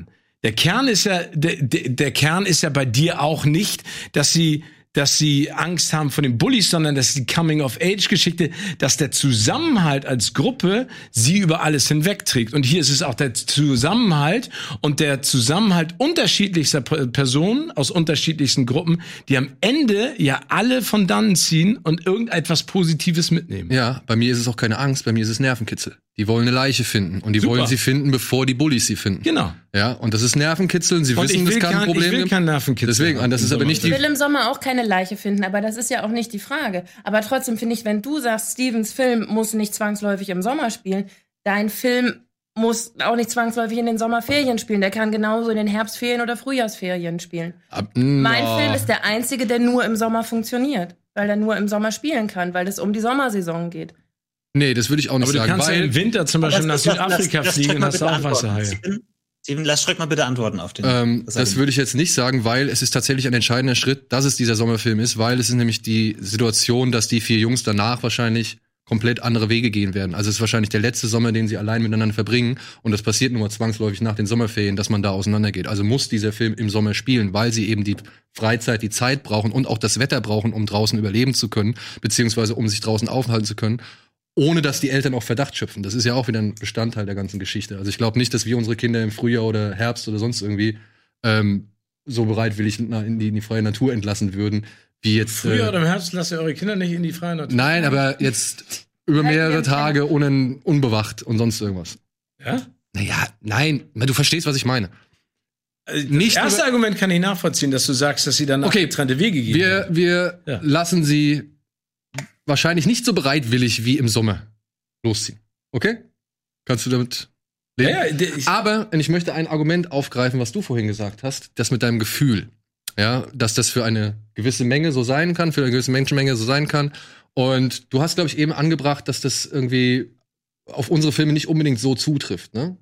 Der Kern ist ja, der, der, der Kern ist ja bei dir auch nicht, dass sie, dass sie Angst haben vor den Bullies, sondern das ist die Coming-of-Age-Geschichte, dass der Zusammenhalt als Gruppe sie über alles hinwegträgt. Und hier ist es auch der Zusammenhalt und der Zusammenhalt unterschiedlichster Personen aus unterschiedlichsten Gruppen, die am Ende ja alle von dannen ziehen und irgendetwas Positives mitnehmen.
Ja, bei mir ist es auch keine Angst, bei mir ist es Nervenkitzel. Die wollen eine Leiche finden und die
Super.
wollen sie finden, bevor die Bullies sie finden.
Genau.
Ja, und das ist Nervenkitzeln. Sie
Und
wissen,
ich will
das kann
kein,
ein Problem
ich will
geben.
kein Nervenkitzel.
Deswegen, und das ist aber nicht
Ich
die.
will im Sommer auch keine Leiche finden, aber das ist ja auch nicht die Frage. Aber trotzdem finde ich, wenn du sagst, Stevens Film muss nicht zwangsläufig im Sommer spielen, dein Film muss auch nicht zwangsläufig in den Sommerferien spielen. Der kann genauso in den Herbstferien oder Frühjahrsferien spielen.
Ab,
Mein
no.
Film ist der einzige, der nur im Sommer funktioniert, weil er nur im Sommer spielen kann, weil es um die Sommersaison geht.
Nee, das würde ich auch nicht
Aber du
sagen,
kannst ja
weil
im Winter zum Beispiel nach
Lass- lass-
Südafrika
lass- lass
fliegen
Schröck
und
mal
hast
bitte
auch
antworten.
Wasserhaie.
Steven, Steven, lass Schröck mal bitte antworten auf den.
ähm,
was er
das
denn-
würde ich jetzt nicht sagen, weil es ist tatsächlich ein entscheidender Schritt, dass es dieser Sommerfilm ist, weil es ist nämlich die Situation, dass die vier Jungs danach wahrscheinlich komplett andere Wege gehen werden. Also es ist wahrscheinlich der letzte Sommer, den sie allein miteinander verbringen. Und das passiert nur mal zwangsläufig nach den Sommerferien, dass man da auseinandergeht. Also muss dieser Film im Sommer spielen, weil sie eben die Freizeit, die Zeit brauchen und auch das Wetter brauchen, um draußen überleben zu können, beziehungsweise um sich draußen aufhalten zu können, ohne dass die Eltern auch Verdacht schöpfen. Das ist ja auch wieder ein Bestandteil der ganzen Geschichte. Also ich glaube nicht, dass wir unsere Kinder im Frühjahr oder Herbst oder sonst irgendwie ähm, so bereitwillig in die, in die freie Natur entlassen würden, wie jetzt.
Frühjahr
äh,
oder im Herbst lasst ihr eure Kinder nicht in die freie Natur.
Nein, aber jetzt über mehrere Tage un unbewacht und sonst irgendwas.
Ja?
Naja, nein, du verstehst, was ich meine.
Nicht das erste
über-
Argument kann ich nachvollziehen, dass du sagst, dass sie dann
Okay,
getrennte Wege gehen.
Wir, wir
Ja.
lassen sie wahrscheinlich nicht so bereitwillig wie im Sommer losziehen. Okay? Kannst du damit leben?
ja, ja, der- ich,
Aber und ich möchte ein Argument aufgreifen, was du vorhin gesagt hast, das mit deinem Gefühl. Ja, dass das für eine gewisse Menge so sein kann, für eine gewisse Menschenmenge so sein kann. Und du hast, glaube ich, eben angebracht, dass das irgendwie auf unsere Filme nicht unbedingt so zutrifft, ne?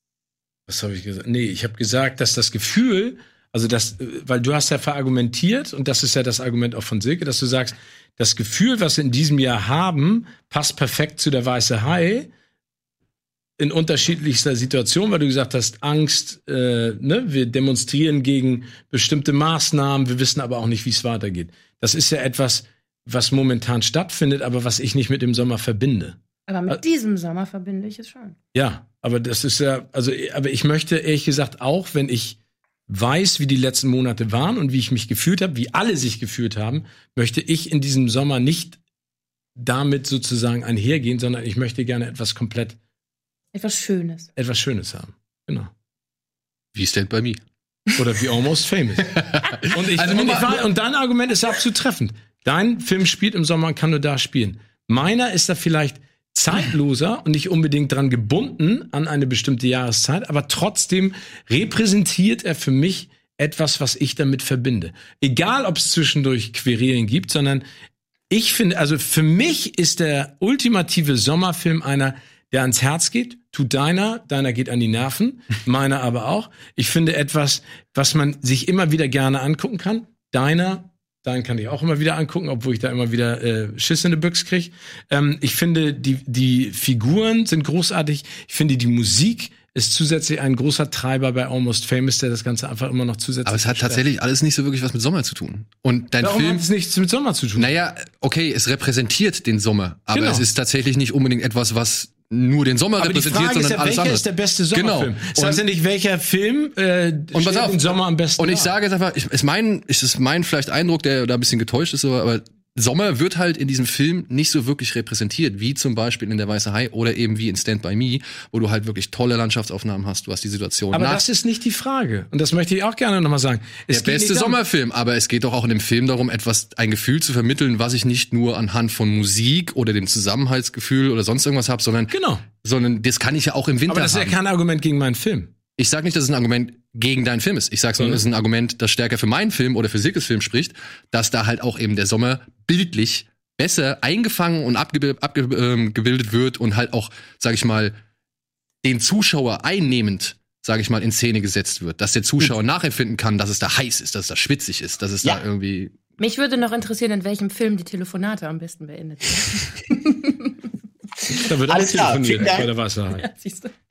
was habe ich gesagt? Nee, ich habe gesagt, dass das Gefühl, also das, äh, weil du hast ja verargumentiert, und das ist ja das Argument auch von Silke, dass du sagst, das Gefühl, was wir in diesem Jahr haben, passt perfekt zu der Weiße Hai in unterschiedlichster Situation, weil du gesagt hast, Angst, äh, ne, wir demonstrieren gegen bestimmte Maßnahmen, wir wissen aber auch nicht, wie es weitergeht. Das ist ja etwas, was momentan stattfindet, aber was ich nicht mit dem Sommer verbinde.
Aber mit
Ä-
diesem Sommer verbinde ich es schon.
Ja, aber das ist ja, also, aber ich möchte ehrlich gesagt auch, wenn ich weiß, wie die letzten Monate waren und wie ich mich gefühlt habe, wie alle sich gefühlt haben, möchte ich in diesem Sommer nicht damit sozusagen einhergehen, sondern ich möchte gerne etwas komplett,
Etwas Schönes.
etwas Schönes haben. Genau.
Wie Stand By Me.
Oder wie Almost Famous. Und, ich,
Also
und,
nur
ich
mal-
war, und dein Argument ist ja absolut treffend. Dein Film spielt im Sommer und kann nur da spielen. Meiner ist da vielleicht zeitloser und nicht unbedingt dran gebunden an eine bestimmte Jahreszeit, aber trotzdem repräsentiert er für mich etwas, was ich damit verbinde. Egal, ob es zwischendurch Querelen gibt, sondern ich finde, also für mich ist der ultimative Sommerfilm einer, der ans Herz geht. Tut deiner, deiner geht an die Nerven, meiner aber auch. Ich finde etwas, was man sich immer wieder gerne angucken kann. Deiner, deinen kann ich auch immer wieder angucken, obwohl ich da immer wieder äh, Schiss in die Büchse kriege. Ähm, ich finde, die, die Figuren sind großartig. Ich finde, die Musik ist zusätzlich ein großer Treiber bei Almost Famous, der das Ganze einfach immer noch zusätzlich
Aber es hat
verstärkt.
tatsächlich alles nicht so wirklich was mit Sommer zu tun. Und dein
Warum
Film.
hat es nichts mit Sommer zu tun?
Naja, okay, es repräsentiert den Sommer, aber
Genau.
es ist tatsächlich nicht unbedingt etwas, was nur den Sommer
Aber die
repräsentiert,
Frage ist
sondern
ja,
alles
welcher
andere.
ist der beste Sommerfilm?
Genau.
Das heißt ja nicht, welcher Film äh,
Und pass
stellt
auf,
den Sommer am besten
Und ich
dar.
sage jetzt einfach, ich, ist mein, ist es mein vielleicht Eindruck, der da ein bisschen getäuscht ist, so, aber Sommer wird halt in diesem Film nicht so wirklich repräsentiert, wie zum Beispiel in Der Weiße Hai oder eben wie in Stand By Me, wo du halt wirklich tolle Landschaftsaufnahmen hast, du hast die Situation
Aber
nach
das ist nicht die Frage. Und das möchte ich auch gerne nochmal sagen. Es
der
geht
beste
nicht darum-
Sommerfilm, aber es geht doch auch in dem Film darum, etwas, ein Gefühl zu vermitteln, was ich nicht nur anhand von Musik oder dem Zusammenhaltsgefühl oder sonst irgendwas habe, sondern,
Genau.
sondern das kann ich ja auch im Winter
Aber das ist ja
haben.
kein Argument gegen meinen Film.
Ich sag nicht, dass es ein Argument gegen deinen Film ist. Ich sage nur,
Mhm.
es ist ein Argument, das stärker für meinen Film oder für Silkes Film spricht, dass da halt auch eben der Sommer bildlich besser eingefangen und abgebildet abge ähm, gebildet wird und halt auch, sag ich mal, den Zuschauer einnehmend, sag ich mal, in Szene gesetzt wird. Dass der Zuschauer nachempfinden kann, dass es da heiß ist, dass es da schwitzig ist, dass es
Ja.
da irgendwie.
Mich würde noch interessieren, in welchem Film die Telefonate am besten beendet sind.
Da wird
Alles
auch
klar,
telefoniert
vielen Dank.
bei der Weiße Hai.
Ja, siehst du.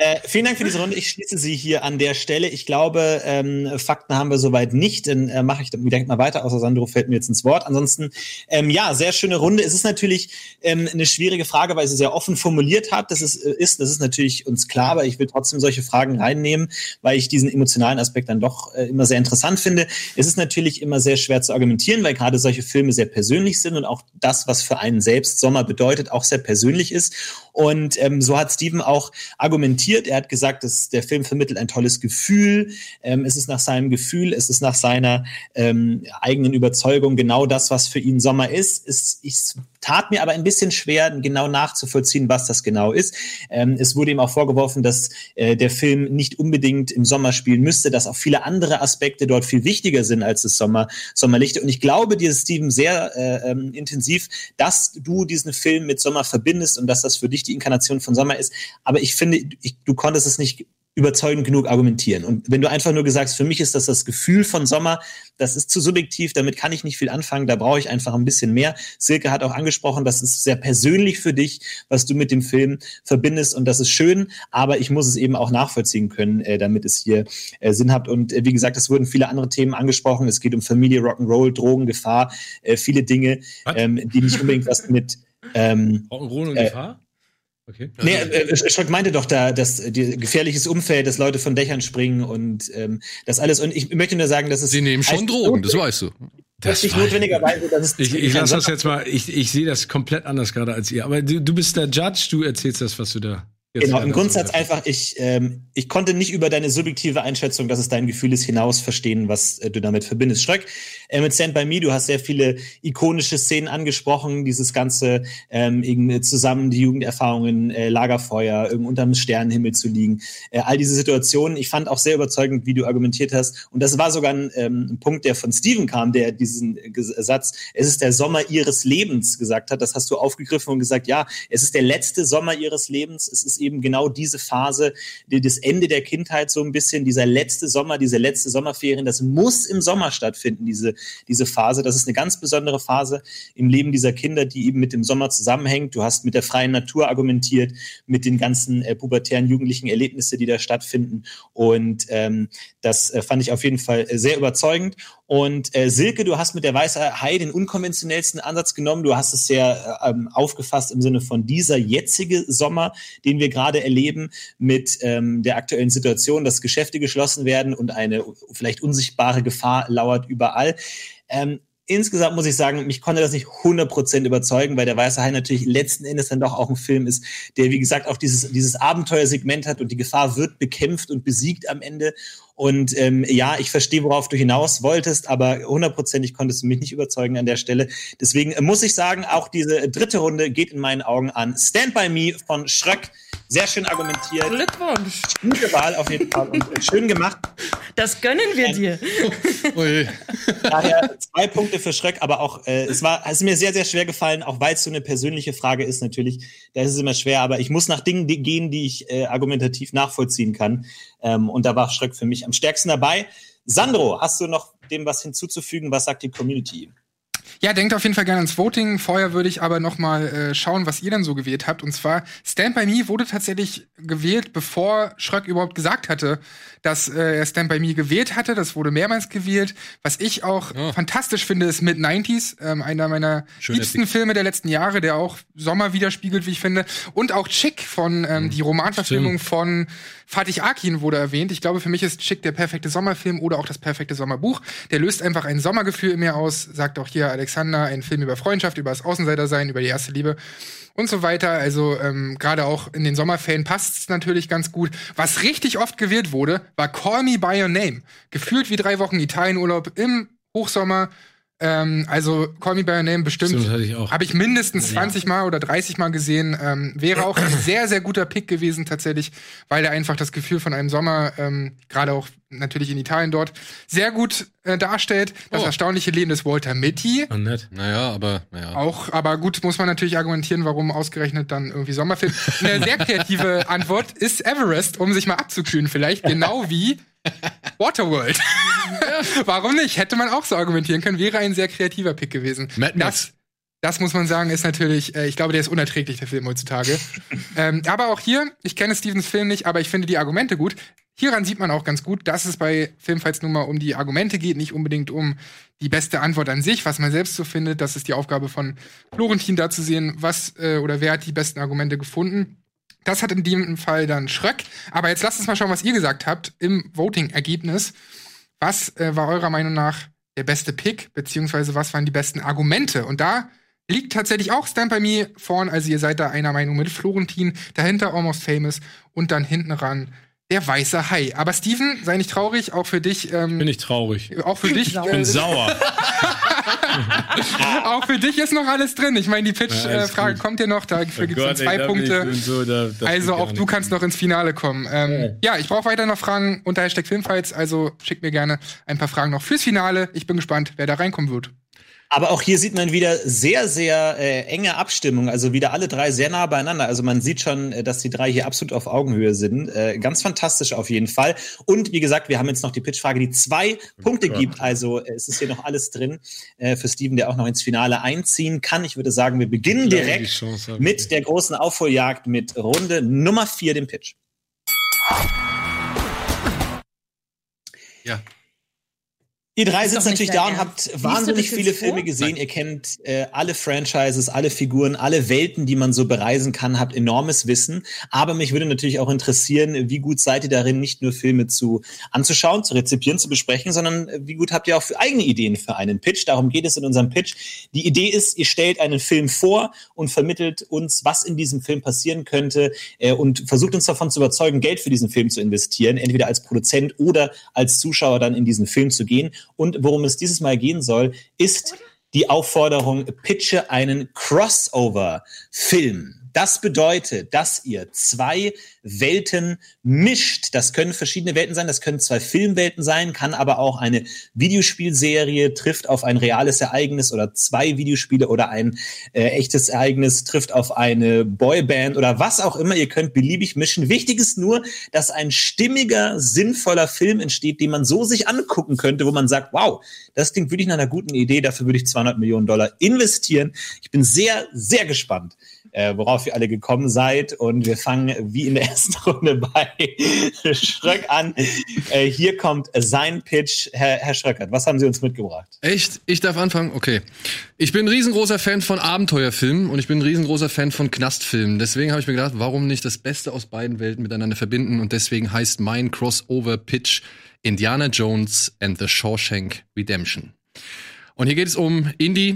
Äh, vielen Dank für diese Runde. Ich schließe sie hier an der Stelle. Ich glaube, ähm, Fakten haben wir soweit nicht. Dann äh, mache ich direkt mal weiter. Außer Sandro fällt mir jetzt ins Wort. Ansonsten, ähm, ja, sehr schöne Runde. Es ist natürlich ähm, eine schwierige Frage, weil sie sehr offen formuliert hat. Das ist, äh, ist, das ist natürlich uns klar, aber ich will trotzdem solche Fragen reinnehmen, weil ich diesen emotionalen Aspekt dann doch äh, immer sehr interessant finde. Es ist natürlich immer sehr schwer zu argumentieren, weil gerade solche Filme sehr persönlich sind und auch das, was für einen selbst Sommer bedeutet, auch sehr persönlich ist. Und ähm, so hat Steven auch argumentiert. Er hat gesagt, dass der Film vermittelt ein tolles Gefühl. Ähm, es ist nach seinem Gefühl, es ist nach seiner ähm, eigenen Überzeugung genau das, was für ihn Sommer ist. Es, es tat mir aber ein bisschen schwer, genau nachzuvollziehen, was das genau ist. Ähm, es wurde ihm auch vorgeworfen, dass äh, der Film nicht unbedingt im Sommer spielen müsste, dass auch viele andere Aspekte dort viel wichtiger sind als das Sommer, Sommerlichte. Und ich glaube dir, Steven, sehr äh, ähm, intensiv, dass du diesen Film mit Sommer verbindest und dass das für dich die Inkarnation von Sommer ist. Aber ich finde, ich, du konntest es nicht überzeugend genug argumentieren. Und wenn du einfach nur gesagt hast, für mich ist das das Gefühl von Sommer, das ist zu subjektiv, damit kann ich nicht viel anfangen, da brauche ich einfach ein bisschen mehr. Silke hat auch angesprochen, das ist sehr persönlich für dich, was du mit dem Film verbindest und das ist schön, aber ich muss es eben auch nachvollziehen können, äh, damit es hier äh, Sinn hat. Und äh, wie gesagt, es wurden viele andere Themen angesprochen, es geht um Familie, Rock'n'Roll, Drogen, Gefahr, äh, viele Dinge, ähm, die nicht unbedingt was mit ähm,
Rock'n'Roll und
äh,
Gefahr? Okay.
Nee, äh, Schröck meinte doch da, dass die gefährliches Umfeld, dass Leute von Dächern springen und ähm, das alles. Und ich möchte nur sagen, dass es.
Sie nehmen schon Drogen, das weißt du.
Das nicht notwendigerweise, dass es.
Ich, ich lasse das jetzt mal, ich, ich sehe das komplett anders gerade als ihr. Aber du, du bist der Judge, du erzählst das, was du da. Jetzt
Genau, im Grundsatz
so
einfach, ich, ähm, ich konnte nicht über deine subjektive Einschätzung, dass es dein Gefühl ist, hinaus verstehen, was äh, du damit verbindest. Schröck, äh, mit Stand By Me, du hast sehr viele ikonische Szenen angesprochen, dieses ganze ähm, irgendwie zusammen die Jugenderfahrungen, äh, Lagerfeuer, irgendwo unterm Sternenhimmel zu liegen, äh, all diese Situationen. Ich fand auch sehr überzeugend, wie du argumentiert hast. Und das war sogar ein, ähm, ein Punkt, der von Steven kam, der diesen äh, Satz, es ist der Sommer ihres Lebens gesagt hat. Das hast du aufgegriffen und gesagt, ja, es ist der letzte Sommer ihres Lebens, es ist eben genau diese Phase, die, das Ende der Kindheit so ein bisschen, dieser letzte Sommer, diese letzte Sommerferien, das muss im Sommer stattfinden, diese, diese Phase. Das ist eine ganz besondere Phase im Leben dieser Kinder, die eben mit dem Sommer zusammenhängt. Du hast mit der freien Natur argumentiert, mit den ganzen äh, pubertären jugendlichen Erlebnissen, die da stattfinden. Und ähm, das äh, fand ich auf jeden Fall äh, sehr überzeugend. Und äh, Silke, du hast mit der Weiße Hai den unkonventionellsten Ansatz genommen. Du hast es sehr äh, ähm, aufgefasst im Sinne von dieser jetzige Sommer, den wir gerade erleben, mit ähm, der aktuellen Situation, dass Geschäfte geschlossen werden und eine vielleicht unsichtbare Gefahr lauert überall. Ähm, Insgesamt muss ich sagen, mich konnte das nicht hundert Prozent überzeugen, weil der Weiße Hai natürlich letzten Endes dann doch auch ein Film ist, der, wie gesagt, auch dieses, dieses Abenteuersegment hat und die Gefahr wird bekämpft und besiegt am Ende. Und ähm, ja, ich verstehe, worauf du hinaus wolltest, aber hundertprozentig konntest du mich nicht überzeugen an der Stelle. Deswegen muss ich sagen, auch diese dritte Runde geht in meinen Augen an Stand By Me von Schröck. Sehr schön argumentiert.
Glückwunsch.
Gute Wahl auf jeden Fall und schön gemacht.
Das gönnen wir dir.
Ui.
Daher zwei Punkte für Schröck, aber auch äh, es war es ist mir sehr, sehr schwer gefallen, auch weil es so eine persönliche Frage ist natürlich. Da ist es immer schwer, aber ich muss nach Dingen die, gehen, die ich äh, argumentativ nachvollziehen kann. Ähm, und da war Schröck für mich am stärksten dabei. Sandro, hast du noch dem was hinzuzufügen? Was sagt die Community?
Ja, denkt auf jeden Fall gerne ans Voting. Vorher würde ich aber noch mal äh, schauen, was ihr dann so gewählt habt. Und zwar, Stand By Me wurde tatsächlich gewählt, bevor Schröck überhaupt gesagt hatte, dass äh, er Stand By Me gewählt hatte. Das wurde mehrmals gewählt. Was ich auch
ja.
fantastisch finde, ist Mid-neunziger, ähm, einer meiner
Schön
liebsten
epic.
Filme der letzten Jahre, der auch Sommer widerspiegelt, wie ich finde. Und auch Chick von ähm, die Romanverfilmung
Stimmt.
von Fatih Akin wurde erwähnt. Ich glaube, für mich ist Chick der perfekte Sommerfilm oder auch das perfekte Sommerbuch. Der löst einfach ein Sommergefühl in mir aus, sagt auch hier Alexander, ein Film über Freundschaft, über das Außenseitersein, über die erste Liebe und so weiter. Also ähm, gerade auch in den Sommerferien passt es natürlich ganz gut. Was richtig oft gewählt wurde, war Call Me By Your Name. Gefühlt wie drei Wochen Italienurlaub im Hochsommer. Ähm, also Call Me By Your Name bestimmt.
Stimmt, hatte ich auch.
Habe ich mindestens zwanzig Mal oder dreißig Mal gesehen. Ähm, wäre auch ein sehr, sehr guter Pick gewesen tatsächlich, weil er einfach das Gefühl von einem Sommer, ähm, gerade auch natürlich in Italien dort, sehr gut äh, darstellt. Das
Oh.
erstaunliche Leben des Walter Mitty.
Oh, nett.
Naja, aber, naja.
Auch, aber gut, muss man natürlich argumentieren, warum ausgerechnet dann irgendwie Sommerfilm. Eine sehr kreative Antwort ist Everest, um sich mal abzukühlen vielleicht, genau wie Waterworld. Warum nicht? Hätte man auch so argumentieren können, wäre ein sehr kreativer Pick gewesen.
Mad Max.
Das, Das muss man sagen, ist natürlich, äh, ich glaube, der ist unerträglich, der Film heutzutage. ähm, aber auch hier, ich kenne Stevens Film nicht, aber ich finde die Argumente gut. Hieran sieht man auch ganz gut, dass es bei Filmfights nun mal um die Argumente geht, nicht unbedingt um die beste Antwort an sich, was man selbst so findet. Das ist die Aufgabe von Florentin, da zu sehen, was äh, oder wer hat die besten Argumente gefunden. Das hat in dem Fall dann Schröck. Aber jetzt lasst uns mal schauen, was ihr gesagt habt im Voting-Ergebnis. Was äh, war eurer Meinung nach der beste Pick, beziehungsweise was waren die besten Argumente? Und da liegt tatsächlich auch Stand By Me vorn. Also ihr seid da einer Meinung mit Florentin, dahinter Almost Famous und dann hinten ran der weiße Hai. Aber Steven, sei nicht traurig, auch für dich. Ähm,
bin ich traurig.
Auch für dich.
Ich bin äh, sauer.
Auch für dich ist noch alles drin. Ich meine, die Pitch-Frage
ja,
kommt ja noch. Dafür
oh
gibt es dann zwei
ey,
Punkte.
So, da,
also auch du kannst noch ins Finale kommen. Ähm, ja. ja, ich brauche weiter noch Fragen unter Hashtag Filmfights. Also schickt mir gerne ein paar Fragen noch fürs Finale. Ich bin gespannt, wer da reinkommen wird.
Aber auch hier sieht man wieder sehr, sehr äh, enge Abstimmung. Also wieder alle drei sehr nah beieinander. Also man sieht schon, äh, dass die drei hier absolut auf Augenhöhe sind. Äh, ganz fantastisch auf jeden Fall. Und wie gesagt, wir haben jetzt noch die Pitchfrage, die zwei oh Punkte Gott. gibt. Also äh, es ist hier noch alles drin äh, für Steven, der auch noch ins Finale einziehen kann. Ich würde sagen, wir beginnen glaube, direkt mit der großen Aufholjagd mit Runde Nummer vier, dem Pitch.
Ja.
Ihr drei sitzt natürlich da und habt wahnsinnig viele Filme gesehen. Ihr kennt äh, alle Franchises, alle Figuren, alle Welten, die man so bereisen kann, habt enormes Wissen. Aber mich würde natürlich auch interessieren, wie gut seid ihr darin, nicht nur Filme zu anzuschauen, zu rezipieren, zu besprechen, sondern wie gut habt ihr auch für eigene Ideen für einen Pitch. Darum geht es in unserem Pitch. Die Idee ist, ihr stellt einen Film vor und vermittelt uns, was in diesem Film passieren könnte äh, und versucht uns davon zu überzeugen, Geld für diesen Film zu investieren, entweder als Produzent oder als Zuschauer dann in diesen Film zu gehen. Und worum es dieses Mal gehen soll, ist die Aufforderung, pitche einen Crossover-Film. Das bedeutet, dass ihr zwei Welten mischt. Das können verschiedene Welten sein, das können zwei Filmwelten sein, kann aber auch eine Videospielserie trifft auf ein reales Ereignis oder zwei Videospiele oder ein äh, echtes Ereignis trifft auf eine Boyband oder was auch immer. Ihr könnt beliebig mischen. Wichtig ist nur, dass ein stimmiger, sinnvoller Film entsteht, den man so sich angucken könnte, wo man sagt, wow, das klingt wirklich nach einer guten Idee, dafür würde ich zweihundert Millionen Dollar investieren. Ich bin sehr, sehr gespannt, Äh, worauf ihr alle gekommen seid. Und wir fangen wie in der ersten Runde bei Schröck an. Äh, hier kommt sein Pitch. Herr, Herr Schröckert, was haben Sie uns mitgebracht?
Echt? Ich darf anfangen? Okay. Ich bin ein riesengroßer Fan von Abenteuerfilmen und ich bin ein riesengroßer Fan von Knastfilmen. Deswegen habe ich mir gedacht, warum nicht das Beste aus beiden Welten miteinander verbinden? Und deswegen heißt mein Crossover-Pitch Indiana Jones and the Shawshank Redemption. Und hier geht es um Indy,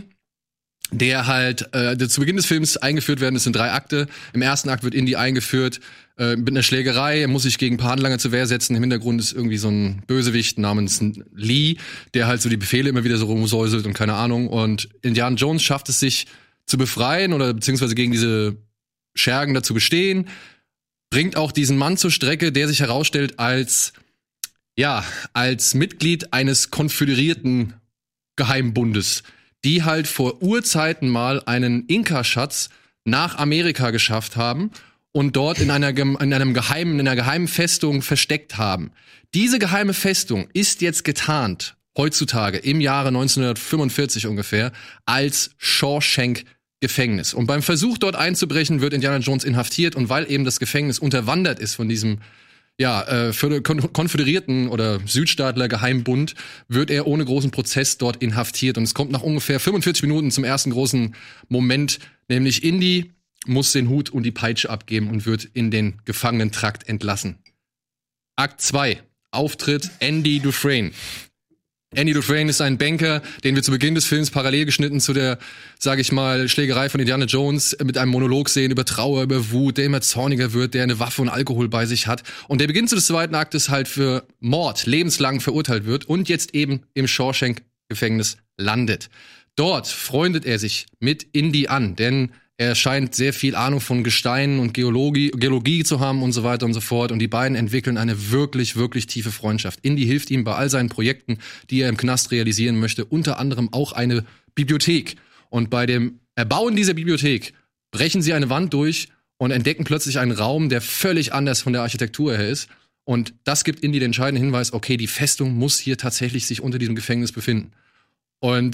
der halt äh, der zu Beginn des Films eingeführt werden. Es sind drei Akte. Im ersten Akt wird Indy eingeführt äh, mit einer Schlägerei. Er muss sich gegen ein paar Handlanger zur Wehr setzen. Im Hintergrund ist irgendwie so ein Bösewicht namens Lee, der halt so die Befehle immer wieder so rumsäuselt und keine Ahnung. Und Indiana Jones schafft es sich zu befreien oder beziehungsweise gegen diese Schergen dazu bestehen. Bringt auch diesen Mann zur Strecke, der sich herausstellt als ja als Mitglied eines konföderierten Geheimbundes, die halt vor Urzeiten mal einen Inka-Schatz nach Amerika geschafft haben und dort in einer, in einem geheimen, in einer geheimen Festung versteckt haben. Diese geheime Festung ist jetzt getarnt, heutzutage, im Jahre neunzehnhundertfünfundvierzig ungefähr, als Shawshank-Gefängnis. Und beim Versuch, dort einzubrechen, wird Indiana Jones inhaftiert und weil eben das Gefängnis unterwandert ist von diesem ja, äh, für kon- Konföderierten oder Südstaatler Geheimbund wird er ohne großen Prozess dort inhaftiert. Und es kommt nach ungefähr fünfundvierzig Minuten zum ersten großen Moment, nämlich Indy muss den Hut und die Peitsche abgeben und wird in den Gefangenentrakt entlassen. Akt zwei. Auftritt Andy Dufresne. Andy Dufresne ist ein Banker, den wir zu Beginn des Films parallel geschnitten zu der, sage ich mal, Schlägerei von Indiana Jones mit einem Monolog sehen über Trauer, über Wut, der immer zorniger wird, der eine Waffe und Alkohol bei sich hat. Und der Beginn des zweiten Aktes halt für Mord lebenslang verurteilt wird und jetzt eben im Shawshank-Gefängnis landet. Dort freundet er sich mit Indy an, denn er scheint sehr viel Ahnung von Gesteinen und Geologie, Geologie zu haben und so weiter und so fort. Und die beiden entwickeln eine wirklich, wirklich tiefe Freundschaft. Indy hilft ihm bei all seinen Projekten, die er im Knast realisieren möchte. Unter anderem auch eine Bibliothek. Und bei dem Erbauen dieser Bibliothek brechen sie eine Wand durch und entdecken plötzlich einen Raum, der völlig anders von der Architektur her ist. Und das gibt Indy den entscheidenden Hinweis, okay, die Festung muss hier tatsächlich sich unter diesem Gefängnis befinden. Und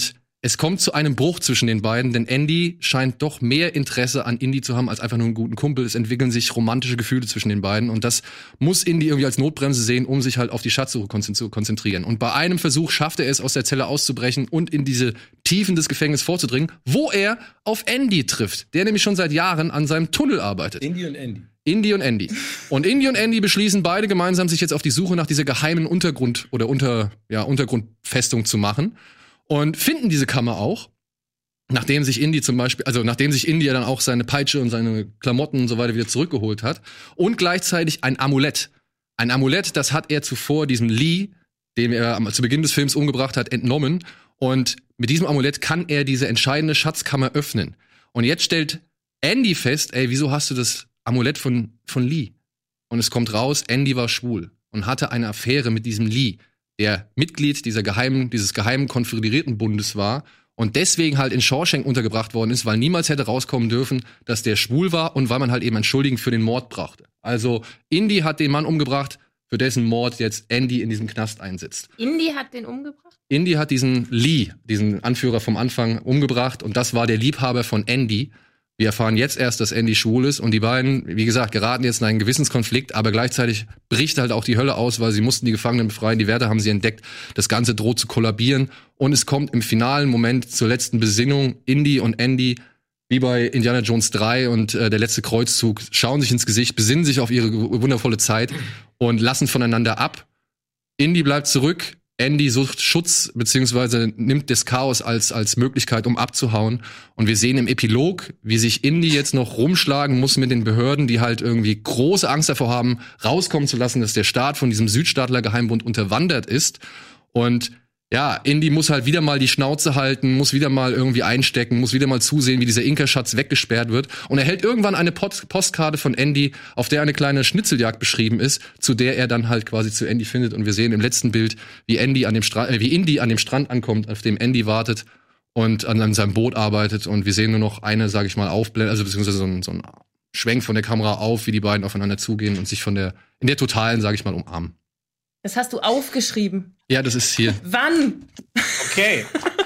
es kommt zu einem Bruch zwischen den beiden, denn Andy scheint doch mehr Interesse an Indy zu haben als einfach nur einen guten Kumpel. Es entwickeln sich romantische Gefühle zwischen den beiden und das muss Indy irgendwie als Notbremse sehen, um sich halt auf die Schatzsuche zu konzentrieren. Und bei einem Versuch schafft er es, aus der Zelle auszubrechen und in diese Tiefen des Gefängnisses vorzudringen, wo er auf Andy trifft, der nämlich schon seit Jahren an seinem Tunnel arbeitet.
Indy und Andy.
Indy und Andy. Und Indy und Andy beschließen beide gemeinsam, sich jetzt auf die Suche nach dieser geheimen Untergrund- oder Unter, ja, Untergrundfestung zu machen. Und finden diese Kammer auch, nachdem sich Indy zum Beispiel, also nachdem sich Indy ja dann auch seine Peitsche und seine Klamotten und so weiter wieder zurückgeholt hat. Und gleichzeitig ein Amulett. Ein Amulett, das hat er zuvor diesem Lee, den er zu Beginn des Films umgebracht hat, entnommen. Und mit diesem Amulett kann er diese entscheidende Schatzkammer öffnen. Und jetzt stellt Andy fest, ey, wieso hast du das Amulett von, von Lee? Und es kommt raus, Andy war schwul und hatte eine Affäre mit diesem Lee, der Mitglied dieser geheimen, dieses geheimen Konföderiertenbundes war und deswegen halt in Shawshank untergebracht worden ist, weil niemals hätte rauskommen dürfen, dass der schwul war und weil man halt eben einen Schuldigen für den Mord brauchte. Also Indy hat den Mann umgebracht, für dessen Mord jetzt Andy in diesem Knast einsitzt.
Indy hat den umgebracht?
Indy hat diesen Lee, diesen Anführer vom Anfang, umgebracht und das war der Liebhaber von Andy. Wir erfahren jetzt erst, dass Andy schwul ist und die beiden, wie gesagt, geraten jetzt in einen Gewissenskonflikt, aber gleichzeitig bricht halt auch die Hölle aus, weil sie mussten die Gefangenen befreien, die Wärter haben sie entdeckt, das Ganze droht zu kollabieren und es kommt im finalen Moment zur letzten Besinnung. Indy und Andy, wie bei Indiana Jones drei und äh, der letzte Kreuzzug, schauen sich ins Gesicht, besinnen sich auf ihre wundervolle Zeit und lassen voneinander ab. Indy bleibt zurück, Andy sucht Schutz, beziehungsweise nimmt das Chaos als, als Möglichkeit, um abzuhauen. Und wir sehen im Epilog, wie sich Indy jetzt noch rumschlagen muss mit den Behörden, die halt irgendwie große Angst davor haben, rauskommen zu lassen, dass der Staat von diesem Südstaatler-Geheimbund unterwandert ist. Und ja, Indy muss halt wieder mal die Schnauze halten, muss wieder mal irgendwie einstecken, muss wieder mal zusehen, wie dieser Inka-Schatz weggesperrt wird. Und er hält irgendwann eine Post- Postkarte von Andy, auf der eine kleine Schnitzeljagd beschrieben ist, zu der er dann halt quasi zu Andy findet. Und wir sehen im letzten Bild, wie Andy an dem Strand, äh, wie Indy an dem Strand ankommt, auf dem Andy wartet und an, an seinem Boot arbeitet. Und wir sehen nur noch eine, sag ich mal, Aufblende, also beziehungsweise so ein, so ein Schwenk von der Kamera auf, wie die beiden aufeinander zugehen und sich von der, in der totalen, sag ich mal, umarmen.
Das hast du aufgeschrieben.
Ja, das ist hier.
Wann?
Okay.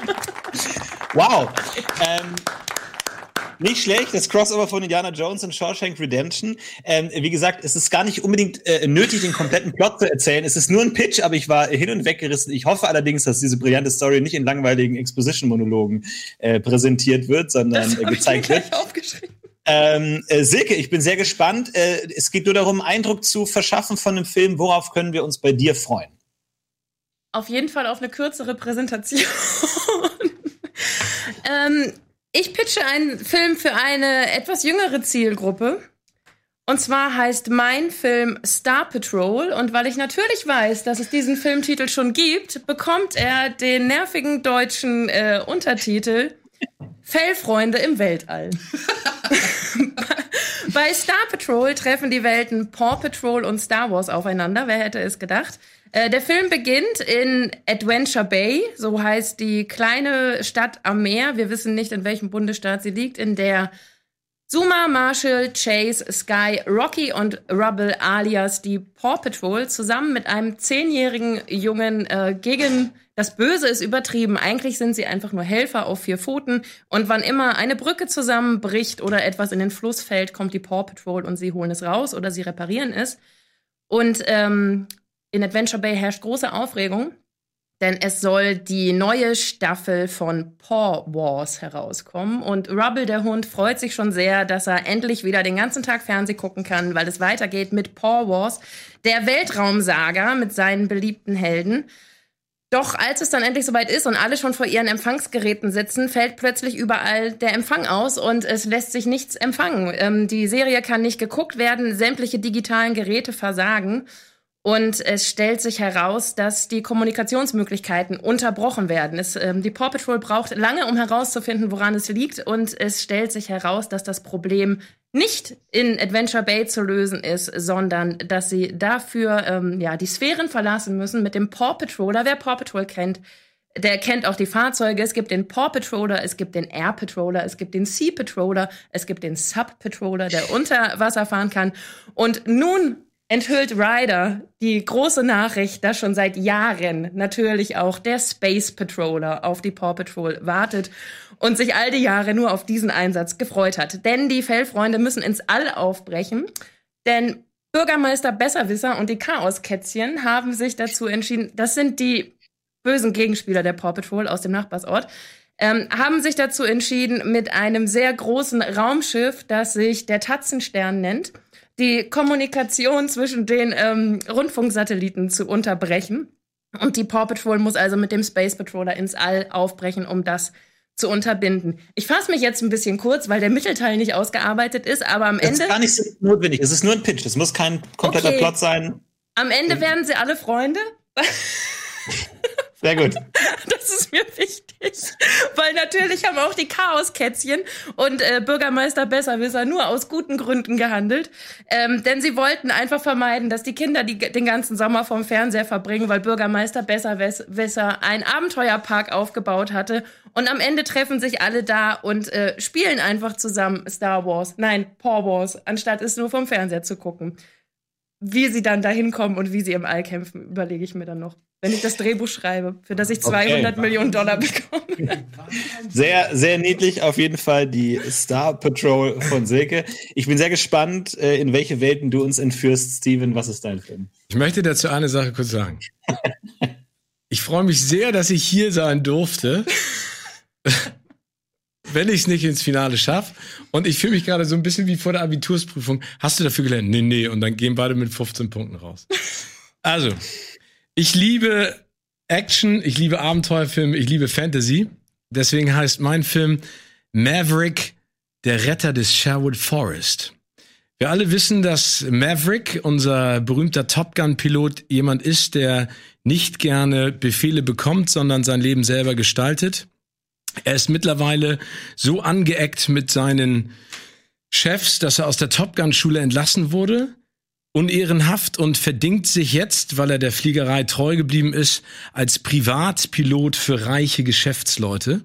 Wow. Ähm, nicht schlecht, das Crossover von Indiana Jones und Shawshank Redemption. Ähm, wie gesagt, es ist gar nicht unbedingt äh, nötig, den kompletten Plot zu erzählen. Es ist nur ein Pitch, aber ich war hin und weg gerissen. Ich hoffe allerdings, dass diese brillante Story nicht in langweiligen Exposition-Monologen äh, präsentiert wird, sondern äh, gezeigt wird.
Aufgeschrieben.
Ähm, äh, Silke, ich bin sehr gespannt. Äh, es geht nur darum, Eindruck zu verschaffen von dem Film. Worauf können wir uns bei dir freuen?
Auf jeden Fall auf eine kürzere Präsentation. ähm, ich pitche einen Film für eine etwas jüngere Zielgruppe. Und zwar heißt mein Film Star Patrol. Und weil ich natürlich weiß, dass es diesen Filmtitel schon gibt, bekommt er den nervigen deutschen äh, Untertitel Fellfreunde im Weltall. Bei Star Patrol treffen die Welten Paw Patrol und Star Wars aufeinander. Wer hätte es gedacht? Äh, der Film beginnt in Adventure Bay, so heißt die kleine Stadt am Meer. Wir wissen nicht, in welchem Bundesstaat sie liegt, in der Zuma, Marshall, Chase, Sky, Rocky und Rubble alias die Paw Patrol zusammen mit einem zehnjährigen Jungen äh, gegen das Böse ist übertrieben. Eigentlich sind sie einfach nur Helfer auf vier Pfoten. Und wann immer eine Brücke zusammenbricht oder etwas in den Fluss fällt, kommt die Paw Patrol und sie holen es raus oder sie reparieren es. Und ähm, in Adventure Bay herrscht große Aufregung, denn es soll die neue Staffel von Paw Wars herauskommen. Und Rubble, der Hund, freut sich schon sehr, dass er endlich wieder den ganzen Tag Fernsehen gucken kann, weil es weitergeht mit Paw Wars, der Weltraumsaga mit seinen beliebten Helden. Doch als es dann endlich soweit ist und alle schon vor ihren Empfangsgeräten sitzen, fällt plötzlich überall der Empfang aus und es lässt sich nichts empfangen. Ähm, die Serie kann nicht geguckt werden, sämtliche digitalen Geräte versagen. Und es stellt sich heraus, dass die Kommunikationsmöglichkeiten unterbrochen werden. Es, ähm, die Paw Patrol braucht lange, um herauszufinden, woran es liegt. Und es stellt sich heraus, dass das Problem nicht in Adventure Bay zu lösen ist, sondern dass sie dafür ähm, ja, die Sphären verlassen müssen mit dem Paw Patroller. Wer Paw Patrol kennt, der kennt auch die Fahrzeuge. Es gibt den Paw Patroller, es gibt den Air Patroller, es gibt den Sea Patroller, es gibt den Sub Patroller, der unter Wasser fahren kann. Und nun enthüllt Ryder die große Nachricht, dass schon seit Jahren natürlich auch der Space Patroller auf die Paw Patrol wartet und sich all die Jahre nur auf diesen Einsatz gefreut hat. Denn die Fellfreunde müssen ins All aufbrechen, denn Bürgermeister Besserwisser und die Chaoskätzchen haben sich dazu entschieden, das sind die bösen Gegenspieler der Paw Patrol aus dem Nachbarsort, ähm, haben sich dazu entschieden, mit einem sehr großen Raumschiff, das sich der Tatzenstern nennt, die Kommunikation zwischen den ähm, Rundfunksatelliten zu unterbrechen. Und die Paw Patrol muss also mit dem Space Patroller ins All aufbrechen, um das zu unterbinden. Ich fasse mich jetzt ein bisschen kurz, weil der Mittelteil nicht ausgearbeitet ist, aber am
Das
Ende...
ist gar nicht so notwendig. Es ist nur ein Pitch. Es muss kein kompletter
Okay.
Plot sein.
Am Ende werden sie alle Freunde.
Sehr gut.
Das ist mir wichtig. Weil natürlich haben auch die Chaoskätzchen und äh, Bürgermeister Besserwisser nur aus guten Gründen gehandelt. Ähm, denn sie wollten einfach vermeiden, dass die Kinder die, den ganzen Sommer vorm Fernseher verbringen, weil Bürgermeister Besserwisser einen Abenteuerpark aufgebaut hatte. Und am Ende treffen sich alle da und äh, spielen einfach zusammen Star Wars. Nein, Paw Wars, anstatt es nur vom Fernseher zu gucken. Wie sie dann dahin kommen und wie sie im All kämpfen, überlege ich mir dann noch. Wenn ich das Drehbuch schreibe, für das ich zweihundert
Okay.
Millionen Dollar bekomme.
Sehr, sehr niedlich auf jeden Fall die Star Patrol von Silke. Ich bin sehr gespannt, äh, in welche Welten du uns entführst, Steven. Was ist dein Film?
Ich möchte dazu eine Sache kurz sagen. Ich freue mich sehr, dass ich hier sein durfte, wenn ich es nicht ins Finale schaffe. Und ich fühle mich gerade so ein bisschen wie vor der Abitursprüfung. Hast du dafür gelernt? Nee, nee. Und dann gehen beide mit fünfzehn Punkten raus. Also, ich liebe Action, ich liebe Abenteuerfilme, ich liebe Fantasy. Deswegen heißt mein Film Maverick, der Retter des Sherwood Forest. Wir alle wissen, dass Maverick, unser berühmter Top Gun-Pilot, jemand ist, der nicht gerne Befehle bekommt, sondern sein Leben selber gestaltet. Er ist mittlerweile so angeeckt mit seinen Chefs, dass er aus der Top Gun-Schule entlassen wurde, unehrenhaft, und verdingt sich jetzt, weil er der Fliegerei treu geblieben ist, als Privatpilot für reiche Geschäftsleute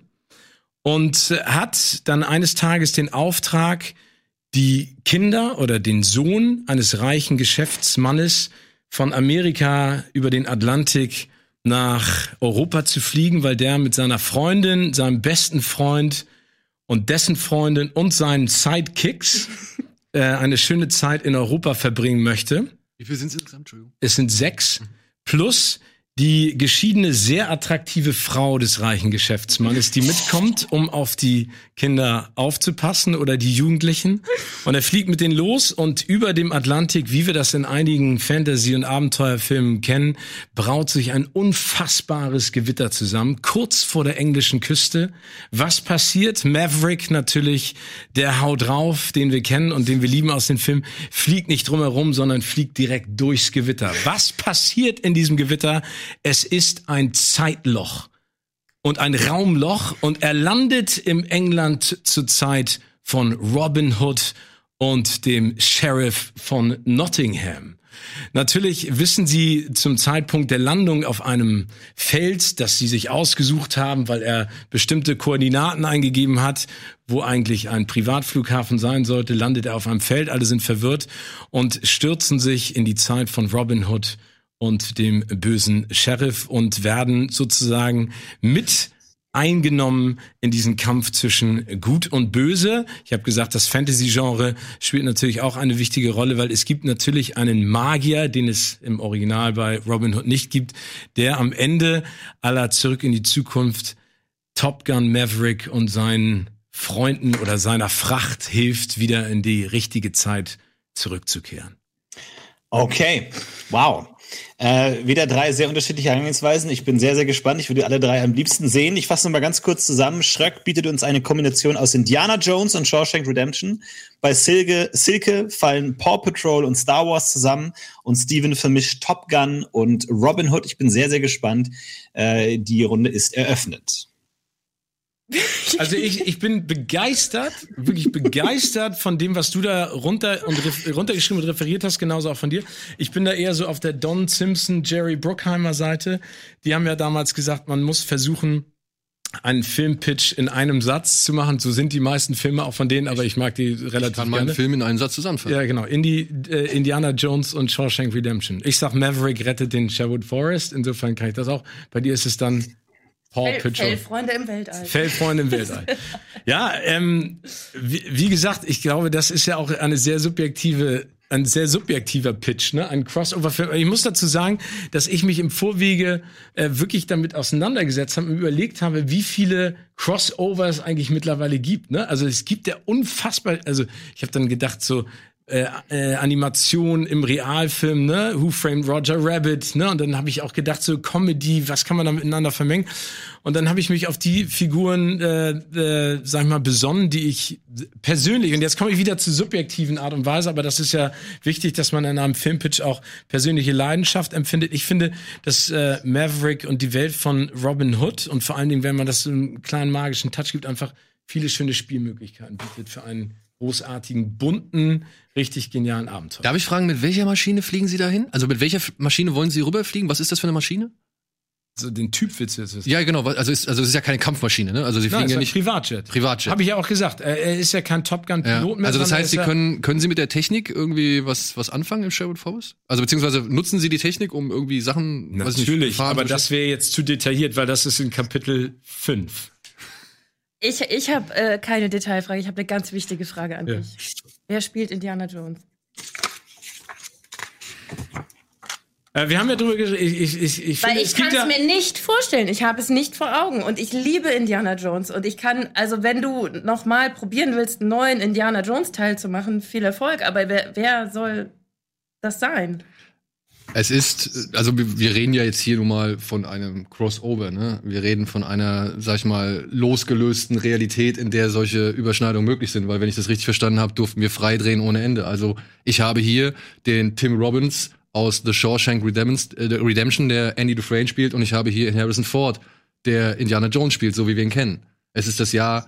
und hat dann eines Tages den Auftrag, die Kinder oder den Sohn eines reichen Geschäftsmannes von Amerika über den Atlantik nach Europa zu fliegen, weil der mit seiner Freundin, seinem besten Freund und dessen Freundin und seinen Sidekicks äh, eine schöne Zeit in Europa verbringen möchte.
Wie viel sind es insgesamt? Entschuldigung.
Es sind sechs plus die geschiedene, sehr attraktive Frau des reichen Geschäftsmannes, die mitkommt, um auf die Kinder aufzupassen oder die Jugendlichen. Und er fliegt mit denen los und über dem Atlantik, wie wir das in einigen Fantasy- und Abenteuerfilmen kennen, braut sich ein unfassbares Gewitter zusammen, kurz vor der englischen Küste. Was passiert? Maverick natürlich, der haut drauf, den wir kennen und den wir lieben aus den Filmen, fliegt nicht drumherum, sondern fliegt direkt durchs Gewitter. Was passiert in diesem Gewitter? Es ist ein Zeitloch und ein Raumloch und er landet im England zur Zeit von Robin Hood und dem Sheriff von Nottingham. Natürlich wissen sie zum Zeitpunkt der Landung auf einem Feld, das sie sich ausgesucht haben, weil er bestimmte Koordinaten eingegeben hat, wo eigentlich ein Privatflughafen sein sollte, landet er auf einem Feld, alle sind verwirrt und stürzen sich in die Zeit von Robin Hood und dem bösen Sheriff und werden sozusagen mit eingenommen in diesen Kampf zwischen Gut und Böse. Ich habe gesagt, das Fantasy-Genre spielt natürlich auch eine wichtige Rolle, weil es gibt natürlich einen Magier, den es im Original bei Robin Hood nicht gibt, der am Ende aller Zurück in die Zukunft Top Gun Maverick und seinen Freunden oder seiner Fracht hilft, wieder in die richtige Zeit zurückzukehren.
Okay, wow. Äh, wieder drei sehr unterschiedliche Herangehensweisen. Ich bin sehr, sehr gespannt. Ich würde alle drei am liebsten sehen. Ich fasse noch mal ganz kurz zusammen. Schröck bietet uns eine Kombination aus Indiana Jones und Shawshank Redemption. Bei Silke, Silke fallen Paw Patrol und Star Wars zusammen. Und Steven vermischt Top Gun und Robin Hood. Ich bin sehr, sehr gespannt. Äh, die Runde ist eröffnet.
Also ich, ich bin begeistert, wirklich begeistert von dem, was du da runter und ref, runtergeschrieben und referiert hast, genauso auch von dir. Ich bin da eher so auf der Don Simpson, Jerry Bruckheimer Seite. Die haben ja damals gesagt, man muss versuchen, einen Filmpitch in einem Satz zu machen. So sind die meisten Filme auch von denen, aber ich mag die relativ
Ich kann meinen
gerne.
Film in einen Satz zusammenfassen.
Ja, genau. Indi äh, Indiana Jones und Shawshank Redemption. Ich sag, Maverick rettet den Sherwood Forest. Insofern kann ich das auch. Bei dir ist es dann Paw
Fell,
Patrol.
Fellfreunde im Weltall.
Fellfreunde im Weltall. Ja, ähm, wie, wie gesagt, ich glaube, das ist ja auch eine sehr subjektive, ein sehr subjektiver Pitch, ne? Ein Crossover-Film. Ich muss dazu sagen, dass ich mich im Vorwege äh, wirklich damit auseinandergesetzt habe und überlegt habe, wie viele Crossovers es eigentlich mittlerweile gibt, ne? Also es gibt ja unfassbar, also ich habe dann gedacht so, Äh, äh, Animation im Realfilm, ne? Who Framed Roger Rabbit, ne? Und dann habe ich auch gedacht, so Comedy, was kann man da miteinander vermengen? Und dann habe ich mich auf die Figuren, äh, äh, sag ich mal, besonnen, die ich persönlich, und jetzt komme ich wieder zur subjektiven Art und Weise, aber das ist ja wichtig, dass man in einem Filmpitch auch persönliche Leidenschaft empfindet. Ich finde, dass äh, Maverick und die Welt von Robin Hood und vor allen Dingen, wenn man das so einen kleinen magischen Touch gibt, einfach viele schöne Spielmöglichkeiten bietet für einen großartigen, bunten, richtig genialen Abenteuer.
Darf ich fragen, mit welcher Maschine fliegen Sie dahin? Also mit welcher F- Maschine wollen Sie rüberfliegen? Was ist das für eine Maschine?
So den Typ willst du jetzt wissen?
Ja, genau. Also ist, also es ist ja keine Kampfmaschine, ne? Also Sie fliegen
Nein,
ja
ist
nicht
ein Privatjet.
Privatjet.
Habe ich ja auch gesagt. Er, er ist ja kein Top Gun
Ja.
Pilot mehr.
Also das
sondern
heißt, Sie
er ist ja-
können können Sie mit der Technik irgendwie was was anfangen im Sherwood Forest? Also beziehungsweise nutzen Sie die Technik, um irgendwie Sachen, weiß ich
Natürlich,
nicht, Gefahren
aber
zu
das wäre jetzt zu detailliert, weil das ist in Kapitel fünf.
Ich, ich habe äh, keine Detailfrage, ich habe eine ganz wichtige Frage an
Ja.
dich. Wer spielt Indiana Jones?
Äh, wir haben ja drüber geredet. Ich, ich, ich, ich
Weil
finde,
ich
es gibt
kann es
ja,
mir nicht vorstellen. Ich habe es nicht vor Augen. Und ich liebe Indiana Jones. Und ich kann, also wenn du noch mal probieren willst, einen neuen Indiana Jones Teil zu machen, viel Erfolg. Aber wer, wer soll das sein?
Es ist, also wir wir reden ja jetzt hier nun mal von einem Crossover, ne? Wir reden von einer, sag ich mal, losgelösten Realität, in der solche Überschneidungen möglich sind, weil wenn ich das richtig verstanden habe, durften wir frei drehen ohne Ende. Also ich habe hier den Tim Robbins aus The Shawshank Redemption, der Andy Dufresne spielt, und ich habe hier Harrison Ford, der Indiana Jones spielt, so wie wir ihn kennen. Es ist das Jahr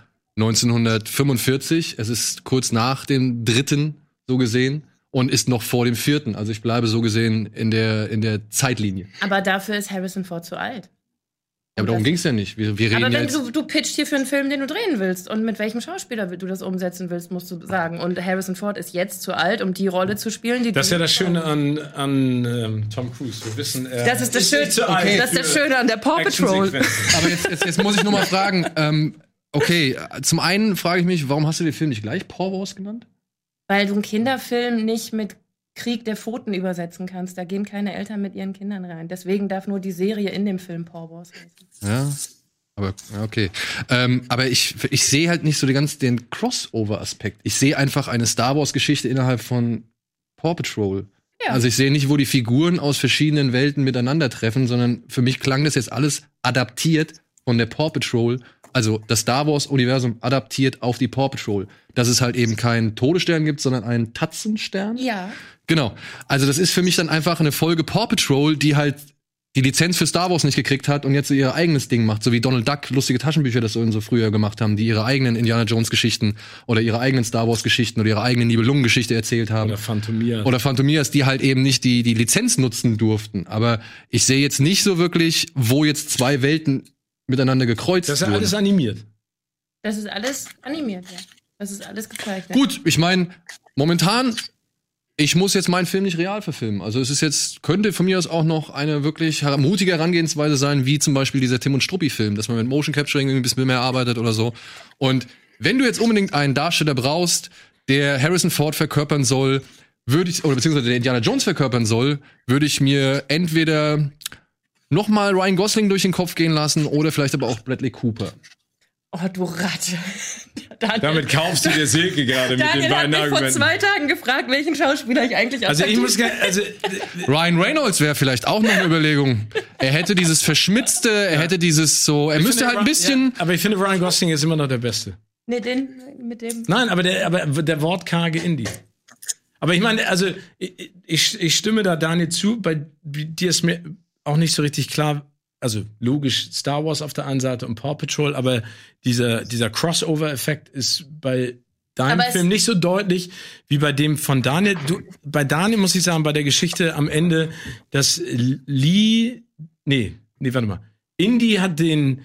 neunzehnhundertfünfundvierzig, es ist kurz nach dem dritten, so gesehen, und ist noch vor dem vierten. Also ich bleibe so gesehen in der, in der Zeitlinie.
Aber dafür ist Harrison Ford zu alt.
Ja, aber darum ging's ja nicht. Wir, wir reden
Aber wenn
jetzt.
du, du pitchst hier für einen Film, den du drehen willst und mit welchem Schauspieler du das umsetzen willst, musst du sagen. Und Harrison Ford ist jetzt zu alt, um die Rolle zu spielen, die
das ist
du
ja das Schöne an, an ähm, Tom Cruise. Wir wissen, er
Das ist das, Schöne,
nicht zu alt
das, ist das
für
Schöne an der Paw Patrol.
Actionsequenzen.
Aber jetzt, jetzt, jetzt muss ich nur mal fragen. Ähm, okay, zum einen frage ich mich, warum hast du den Film nicht gleich Paw Wars genannt?
Weil du einen Kinderfilm nicht mit Krieg der Pfoten übersetzen kannst. Da gehen keine Eltern mit ihren Kindern rein. Deswegen darf nur die Serie in dem Film Paw Wars heißen.
Ja. Aber, ja, okay. Ähm, aber ich, ich sehe halt nicht so den ganzen den Crossover-Aspekt. Ich sehe einfach eine Star Wars-Geschichte innerhalb von Paw Patrol.
Ja.
Also ich sehe nicht, wo die Figuren aus verschiedenen Welten miteinander treffen, sondern für mich klang das jetzt alles adaptiert von der Paw Patrol. Also das Star Wars-Universum adaptiert auf die Paw Patrol. Dass es halt eben keinen Todesstern gibt, sondern einen Tatzenstern.
Ja.
Genau. Also das ist für mich dann einfach eine Folge Paw Patrol, die halt die Lizenz für Star Wars nicht gekriegt hat und jetzt so ihr eigenes Ding macht, so wie Donald Duck lustige Taschenbücher das so, so früher gemacht haben, die ihre eigenen Indiana Jones Geschichten oder ihre eigenen Star Wars Geschichten oder ihre eigene Nibelungen-Geschichte erzählt haben.
Oder Phantomias.
Oder Phantomias, die halt eben nicht die, die Lizenz nutzen durften. Aber ich sehe jetzt nicht so wirklich, wo jetzt zwei Welten miteinander gekreuzt
Das ist ja
wurden.
alles animiert.
Das ist alles animiert, ja. Das ist alles gezeichnet.
Gut, ich meine, momentan, ich muss jetzt meinen Film nicht real verfilmen. Also es ist jetzt, könnte von mir aus auch noch eine wirklich mutige Herangehensweise sein, wie zum Beispiel dieser Tim und Struppi-Film, dass man mit Motion Capturing ein bisschen mehr arbeitet oder so. Und wenn du jetzt unbedingt einen Darsteller brauchst, der Harrison Ford verkörpern soll, würde ich, oder beziehungsweise der Indiana Jones verkörpern soll, würde ich mir entweder noch mal Ryan Gosling durch den Kopf gehen lassen oder vielleicht aber auch Bradley Cooper.
Oh, du Ratte. Daniel,
Damit kaufst du dir Silke gerade mit den
Daniel hat
beiden
mich vor
Argumenten.
zwei Tagen gefragt, welchen Schauspieler ich eigentlich
Also ich muss,
attraktiv
ge- also
Ryan Reynolds wäre vielleicht auch noch eine Überlegung. Er hätte dieses Verschmitzte, er hätte dieses so, er müsste halt ein bisschen.
Ja, aber ich finde, Ryan Gosling ist immer noch der Beste.
Nee, den mit dem.
Nein, aber der, aber der wortkarge Indie. Aber ich meine, also ich, ich, ich stimme da Daniel zu. Bei dir ist mir auch nicht so richtig klar. Also logisch Star Wars auf der einen Seite und Paw Patrol, aber dieser, dieser Crossover-Effekt ist bei deinem
Aber es-
Film nicht so deutlich wie bei dem von Daniel. Du, bei Daniel muss ich sagen, bei der Geschichte am Ende, dass Lee, nee, nee, warte mal. Indy hat den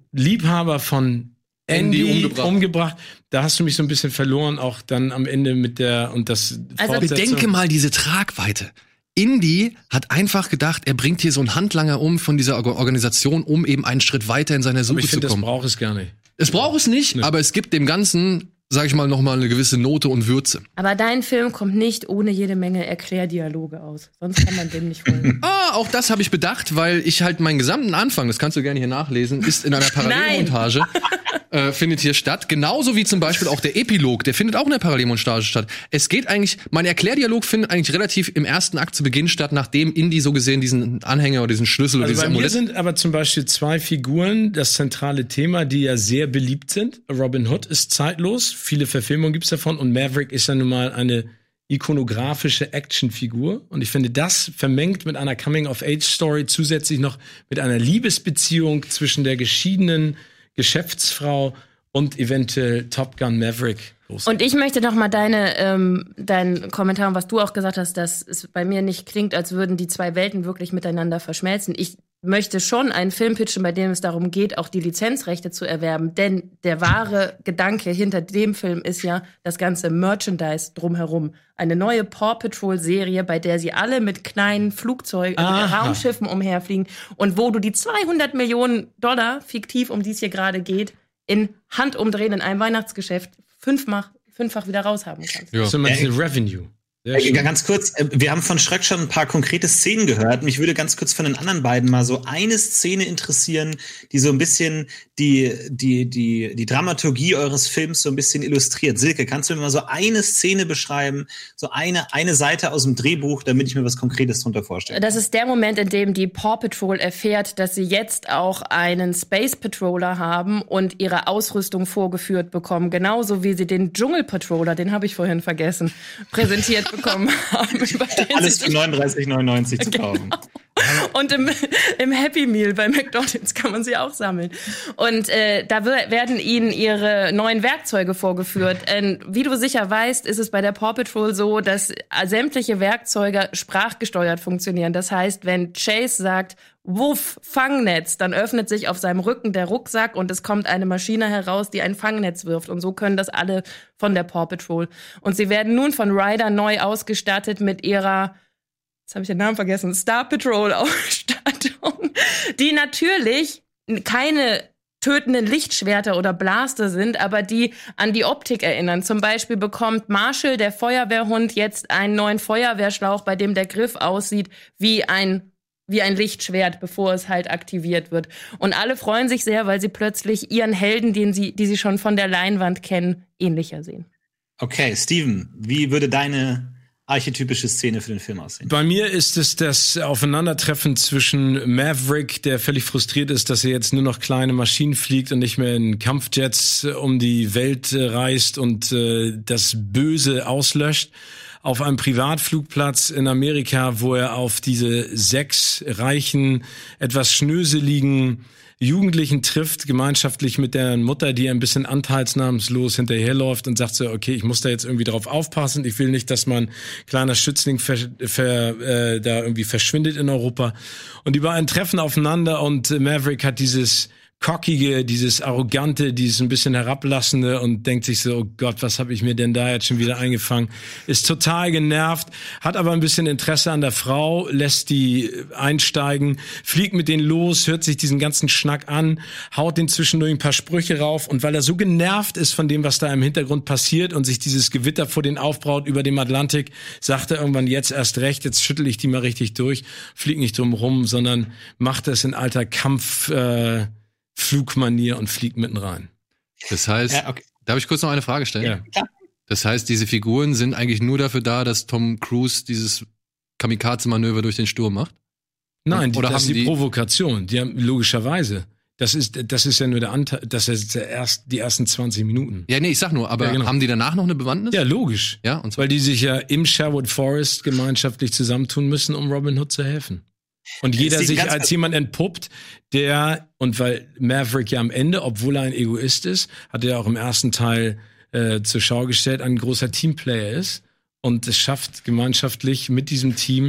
Liebhaber von Andy,
Andy
umgebracht. umgebracht. Da hast du mich so ein bisschen verloren, auch dann am Ende mit der und das
Also
Fortsetzung.
Bedenke mal diese Tragweite. Indy hat einfach gedacht, er bringt hier so einen Handlanger um von dieser Or- Organisation, um eben einen Schritt weiter in seiner
Aber
Suche
ich
zu
finde, das
kommen.
braucht es gar nicht.
Es braucht es nicht,
Nee.
aber es gibt dem Ganzen, sag ich mal, noch mal eine gewisse Note und Würze.
Aber dein Film kommt nicht ohne jede Menge Erklärdialoge aus. Sonst kann man dem nicht folgen.
Ah, auch das habe ich bedacht, weil ich halt meinen gesamten Anfang, das kannst du gerne hier nachlesen, ist in einer Parallelmontage, äh, findet hier statt. Genauso wie zum Beispiel auch der Epilog, der findet auch in der Parallelmontage statt. Es geht eigentlich, mein Erklärdialog findet eigentlich relativ im ersten Akt zu Beginn statt, nachdem Indy so gesehen diesen Anhänger oder diesen Schlüssel oder
Also
dieses
bei mir
Amulett.
sind aber zum Beispiel zwei Figuren das zentrale Thema, die ja sehr beliebt sind. Robin Hood ist zeitlos, viele Verfilmungen gibt's davon und Maverick ist ja nun mal eine ikonografische Actionfigur und ich finde, das vermengt mit einer Coming-of-Age-Story zusätzlich noch mit einer Liebesbeziehung zwischen der geschiedenen Geschäftsfrau und eventuell Top Gun Maverick.
Und ich möchte noch mal deine, ähm, deinen Kommentar, was du auch gesagt hast, dass es bei mir nicht klingt, als würden die zwei Welten wirklich miteinander verschmelzen. Ich möchte schon einen Film pitchen, bei dem es darum geht, auch die Lizenzrechte zu erwerben. Denn der wahre Gedanke hinter dem Film ist ja das ganze Merchandise drumherum. Eine neue Paw Patrol-Serie, bei der sie alle mit kleinen Flugzeugen,
Aha.
Raumschiffen umherfliegen und wo du die zweihundert Millionen Dollar, fiktiv, um die es hier gerade geht, in Handumdrehen in einem Weihnachtsgeschäft fünffach, fünffach wieder raushaben kannst.
Ja.
So man diese Revenue. Sehr
Äh,
schön.
Ganz kurz, äh, wir haben von Schröck schon ein paar konkrete Szenen gehört. Mich würde ganz kurz von den anderen beiden mal so eine Szene interessieren, die so ein bisschen die, die, die, die Dramaturgie eures Films so ein bisschen illustriert. Silke, kannst du mir mal so eine Szene beschreiben, so eine, eine Seite aus dem Drehbuch, damit ich mir was Konkretes drunter vorstelle?
Das ist der Moment, in dem die Paw Patrol erfährt, dass sie jetzt auch einen Space Patroller haben und ihre Ausrüstung vorgeführt bekommen. Genauso wie sie den Dschungel Patroller, den habe ich vorhin vergessen, präsentiert bekommen haben. Über den
Alles
sie
für neununddreißig neunundneunzig zu kaufen.
Und im, im Happy Meal bei McDonald's kann man sie auch sammeln. Und äh, da wir- werden ihnen ihre neuen Werkzeuge vorgeführt. Ähm, wie du sicher weißt, ist es bei der Paw Patrol so, dass sämtliche Werkzeuge sprachgesteuert funktionieren. Das heißt, wenn Chase sagt, Wuff, Fangnetz, dann öffnet sich auf seinem Rücken der Rucksack und es kommt eine Maschine heraus, die ein Fangnetz wirft. Und so können das alle von der Paw Patrol. Und sie werden nun von Ryder neu ausgestattet mit ihrer, jetzt habe ich den Namen vergessen, Star Patrol Ausstattung, die natürlich keine tötenden Lichtschwerter oder Blaster sind, aber die an die Optik erinnern. Zum Beispiel bekommt Marshall, der Feuerwehrhund, jetzt einen neuen Feuerwehrschlauch, bei dem der Griff aussieht wie ein wie ein Lichtschwert, bevor es halt aktiviert wird. Und alle freuen sich sehr, weil sie plötzlich ihren Helden, den sie, die sie schon von der Leinwand kennen, ähnlicher sehen.
Okay, Steven, wie würde deine archetypische Szene für den Film aussehen?
Bei mir ist es das Aufeinandertreffen zwischen Maverick, der völlig frustriert ist, dass er jetzt nur noch kleine Maschinen fliegt und nicht mehr in Kampfjets um die Welt äh, reist und äh, das Böse auslöscht, auf einem Privatflugplatz in Amerika, wo er auf diese sechs reichen, etwas schnöseligen Jugendlichen trifft, gemeinschaftlich mit deren Mutter, die ein bisschen anteilsnahmslos hinterherläuft und sagt so, okay, ich muss da jetzt irgendwie drauf aufpassen, ich will nicht, dass mein kleiner Schützling ver, ver, äh, da irgendwie verschwindet in Europa. Und die beiden treffen aufeinander und Maverick hat dieses Cockige, dieses Arrogante, dieses ein bisschen Herablassende und denkt sich so, oh Gott, was habe ich mir denn da jetzt schon wieder eingefangen? Ist total genervt, hat aber ein bisschen Interesse an der Frau, lässt die einsteigen, fliegt mit denen los, hört sich diesen ganzen Schnack an, haut den zwischendurch ein paar Sprüche rauf und weil er so genervt ist von dem, was da im Hintergrund passiert und sich dieses Gewitter vor den aufbraut über dem Atlantik, sagt er irgendwann jetzt erst recht, jetzt schüttel ich die mal richtig durch, fliegt nicht drum rum, sondern macht das in alter Kampf, äh, Flugmanier und fliegt mitten rein.
Das heißt,
Ja, okay.
darf ich kurz noch eine Frage stellen?
Ja.
Das heißt, diese Figuren sind eigentlich nur dafür da, dass Tom Cruise dieses Kamikaze-Manöver durch den Sturm macht?
Nein, die,
Oder
das
haben
ist die
die-
Provokation. Die haben logischerweise. Das ist, das ist ja nur der Anteil, das ist der erst, die ersten zwanzig Minuten.
Ja, nee, ich sag nur, aber
Ja, genau.
haben die danach noch eine Bewandtnis?
Ja, logisch.
Ja, und zwar.
Weil die sich ja im Sherwood Forest gemeinschaftlich zusammentun müssen, um Robin Hood zu helfen. Und jeder
Steven,
sich
ganz
als
kurz-
jemand entpuppt, der, und weil Maverick ja am Ende, obwohl er ein Egoist ist, hat er auch im ersten Teil äh, zur Schau gestellt, ein großer Teamplayer ist und es schafft, gemeinschaftlich mit diesem Team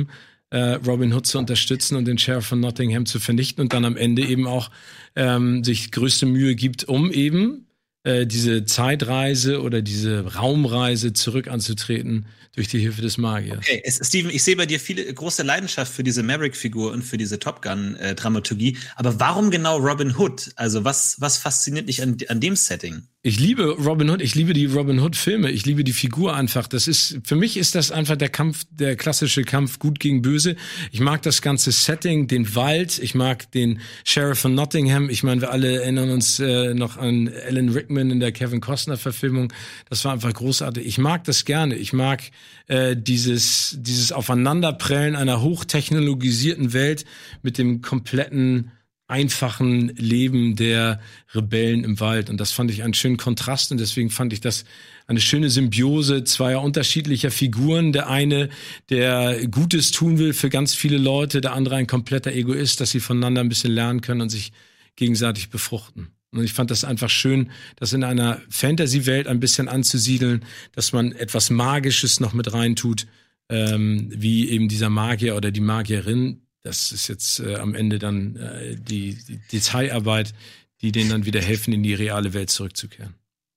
äh, Robin Hood zu unterstützen und den Sheriff von Nottingham zu vernichten und dann am Ende eben auch ähm, sich größte Mühe gibt, um eben äh, diese Zeitreise oder diese Raumreise zurück anzutreten durch die Hilfe des Magiers.
Okay, es, Steven, ich sehe bei dir viele große Leidenschaft für diese Maverick-Figur und für diese Top Gun-Dramaturgie. Aber warum genau Robin Hood? Also was, was fasziniert dich an, an dem Setting?
Ich liebe Robin Hood, ich liebe die Robin Hood-Filme, ich liebe die Figur einfach. Das ist, für mich ist das einfach der Kampf, der klassische Kampf Gut gegen Böse. Ich mag das ganze Setting, den Wald, ich mag den Sheriff von Nottingham. Ich meine, wir alle erinnern uns äh, noch an Alan Rickman in der Kevin Costner-Verfilmung. Das war einfach großartig. Ich mag das gerne. Ich mag äh, dieses, dieses Aufeinanderprellen einer hochtechnologisierten Welt mit dem kompletten einfachen Leben der Rebellen im Wald. Und das fand ich einen schönen Kontrast und deswegen fand ich das eine schöne Symbiose zweier unterschiedlicher Figuren. Der eine, der Gutes tun will für ganz viele Leute, der andere ein kompletter Egoist, dass sie voneinander ein bisschen lernen können und sich gegenseitig befruchten. Und ich fand das einfach schön, das in einer Fantasy-Welt ein bisschen anzusiedeln, dass man etwas Magisches noch mit reintut, ähm, wie eben dieser Magier oder die Magierin. Das ist jetzt äh, am Ende dann äh, die, die Detailarbeit, die denen dann wieder helfen, in die reale Welt zurückzukehren.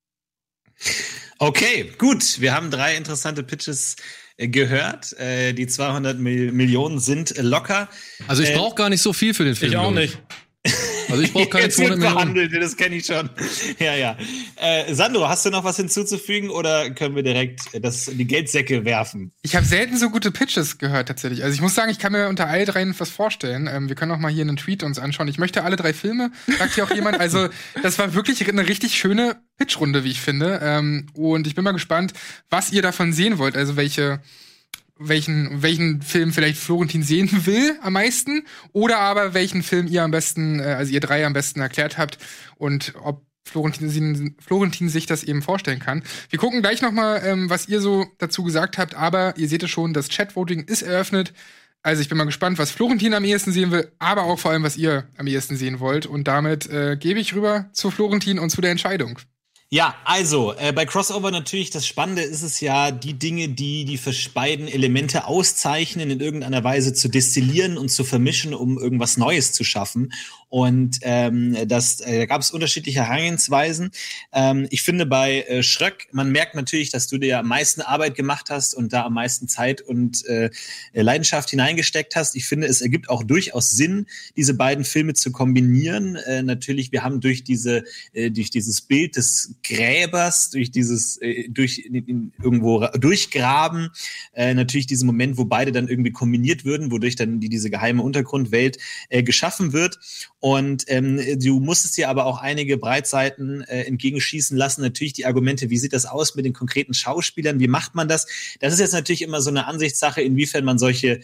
Okay, gut. Wir haben drei interessante Pitches äh, gehört. Äh, die zweihundert Millionen sind äh, locker.
Also ich
äh,
brauche gar nicht so viel für den Film.
Ich auch nicht.
Also ich brauche keine
Jetzt wird
zweihundert Millionen.
behandelt, das kenne ich schon. Ja, ja. Äh, Sandro, hast du noch was hinzuzufügen oder können wir direkt das in die Geldsäcke werfen?
Ich habe selten so gute Pitches gehört tatsächlich. Also ich muss sagen, ich kann mir unter all dreien was vorstellen. Ähm, wir können auch mal hier einen Tweet uns anschauen. Ich möchte alle drei Filme, sagt hier auch jemand. Also das war wirklich eine richtig schöne Pitchrunde, wie ich finde. Ähm, und ich bin mal gespannt, was ihr davon sehen wollt. Also welche welchen welchen Film vielleicht Florentin sehen will am meisten oder aber welchen Film ihr am besten, äh, also ihr drei am besten erklärt habt und ob Florentin, Florentin sich das eben vorstellen kann. Wir gucken gleich noch mal, ähm, was ihr so dazu gesagt habt, aber ihr seht es schon, das Chat-Voting ist eröffnet. Also ich bin mal gespannt, was Florentin am ehesten sehen will, aber auch vor allem, was ihr am ehesten sehen wollt. Und damit äh, gebe ich rüber zu Florentin und zu der Entscheidung.
Ja, also äh, bei Crossover natürlich, das Spannende ist es ja, die Dinge, die die beiden Elemente auszeichnen, in irgendeiner Weise zu destillieren und zu vermischen, um irgendwas Neues zu schaffen. Und ähm, das, äh, da gab es unterschiedliche Herangehensweisen. Ähm, ich finde bei äh, Schröck, man merkt natürlich, dass du dir am meisten Arbeit gemacht hast und da am meisten Zeit und äh, Leidenschaft hineingesteckt hast. Ich finde, es ergibt auch durchaus Sinn, diese beiden Filme zu kombinieren. Äh, natürlich, wir haben durch diese, äh, durch dieses Bild des Gräbers, durch dieses, äh, durch in, in, irgendwo durchgraben, äh, natürlich diesen Moment, wo beide dann irgendwie kombiniert würden, wodurch dann die, diese geheime Untergrundwelt äh, geschaffen wird. Und ähm, du musstest dir aber auch einige Breitseiten äh, entgegenschießen lassen. Natürlich die Argumente, wie sieht das aus mit den konkreten Schauspielern? Wie macht man das? Das ist jetzt natürlich immer so eine Ansichtssache, inwiefern man solche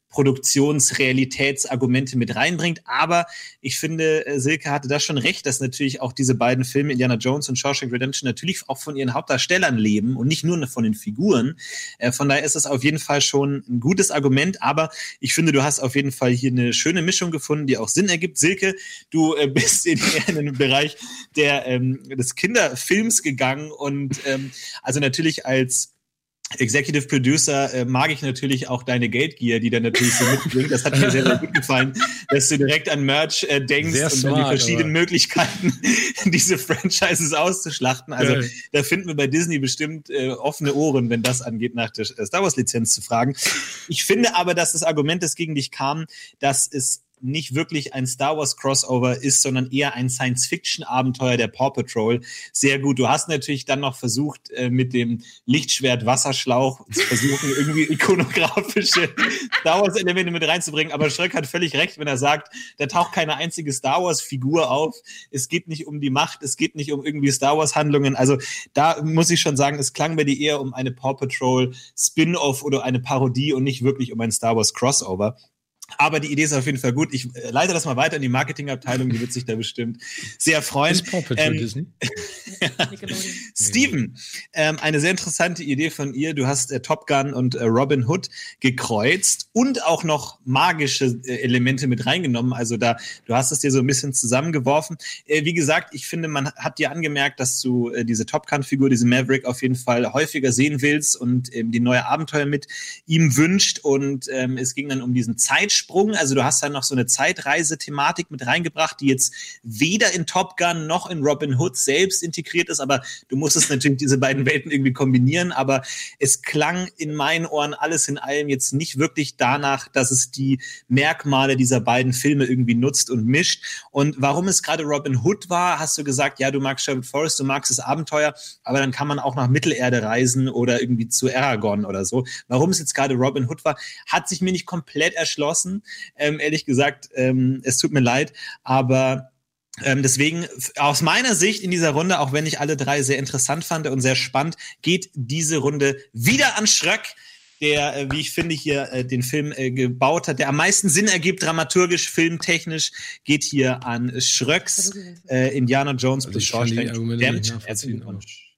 Produktionsrealitätsargumente mit reinbringt. Aber ich finde, Silke hatte da schon recht, dass natürlich auch diese beiden Filme, Indiana Jones und Shawshank Redemption, natürlich auch von ihren Hauptdarstellern leben und nicht nur von den Figuren. Äh, von daher ist es auf jeden Fall schon ein gutes Argument. Aber ich finde, du hast auf jeden Fall hier eine schöne Mischung gefunden, die auch Sinn ergibt. Silke, du äh, bist in, in den Bereich der, ähm, des Kinderfilms gegangen und ähm, also natürlich als Executive Producer äh, mag ich natürlich auch deine Geldgier, die dann natürlich so mitbringt. Das hat mir sehr, sehr gut gefallen, dass du direkt an Merch äh, denkst
sehr
und
smart,
an die verschiedenen
aber.
Möglichkeiten, diese Franchises auszuschlachten. Also
Geil.
Da finden wir bei Disney bestimmt äh, offene Ohren, wenn das angeht, nach der Star Wars Lizenz zu fragen. Ich finde aber, dass das Argument, das gegen dich kam, dass es nicht wirklich ein Star Wars Crossover ist, sondern eher ein Science-Fiction-Abenteuer der Paw Patrol. Sehr gut. Du hast natürlich dann noch versucht, äh, mit dem Lichtschwert-Wasserschlauch zu versuchen, irgendwie ikonografische Star Wars-Elemente mit reinzubringen. Aber Schröck hat völlig recht, wenn er sagt, da taucht keine einzige Star Wars-Figur auf. Es geht nicht um die Macht, es geht nicht um irgendwie Star Wars-Handlungen. Also da muss ich schon sagen, es klang bei dir eher um eine Paw Patrol Spin-Off oder eine Parodie und nicht wirklich um ein Star Wars Crossover. Aber die Idee ist auf jeden Fall gut. Ich äh, leite das mal weiter in die Marketingabteilung, die wird sich da bestimmt sehr freuen.
Ist Paw Patrol
Ähm,
Disney?
Steven, ähm, eine sehr interessante Idee von ihr. Du hast äh, Top Gun und äh, Robin Hood gekreuzt und auch noch magische äh, Elemente mit reingenommen. Also da, du hast es dir so ein bisschen zusammengeworfen. Äh, wie gesagt, ich finde, man hat dir angemerkt, dass du äh, diese Top Gun-Figur, diese Maverick auf jeden Fall häufiger sehen willst und ähm, die neue Abenteuer mit ihm wünscht. Und ähm, es ging dann um diesen Zeitsprung. Also du hast dann noch so eine Zeitreise-Thematik mit reingebracht, die jetzt weder in Top Gun noch in Robin Hood selbst integriert ist, aber du musstest natürlich diese beiden Welten irgendwie kombinieren, aber es klang in meinen Ohren alles in allem jetzt nicht wirklich danach, dass es die Merkmale dieser beiden Filme irgendwie nutzt und mischt. Und warum es gerade Robin Hood war, hast du gesagt, ja, du magst Sherwood Forest, du magst das Abenteuer, aber dann kann man auch nach Mittelerde reisen oder irgendwie zu Aragorn oder so. Warum es jetzt gerade Robin Hood war, hat sich mir nicht komplett erschlossen. Ähm, ehrlich gesagt, ähm, es tut mir leid, aber ähm, deswegen aus meiner Sicht in dieser Runde, auch wenn ich alle drei sehr interessant fand und sehr spannend, geht diese Runde wieder an Schröck, der, äh, wie ich finde, hier äh, den Film äh, gebaut hat, der am meisten Sinn ergibt, dramaturgisch, filmtechnisch, geht hier an Schröcks äh, Indiana Jones
Also
plus
ich kann die
Shawshank
Argumente nicht
Redemption.
nachvollziehen,
Herzlichen
aber-
Glückwunsch.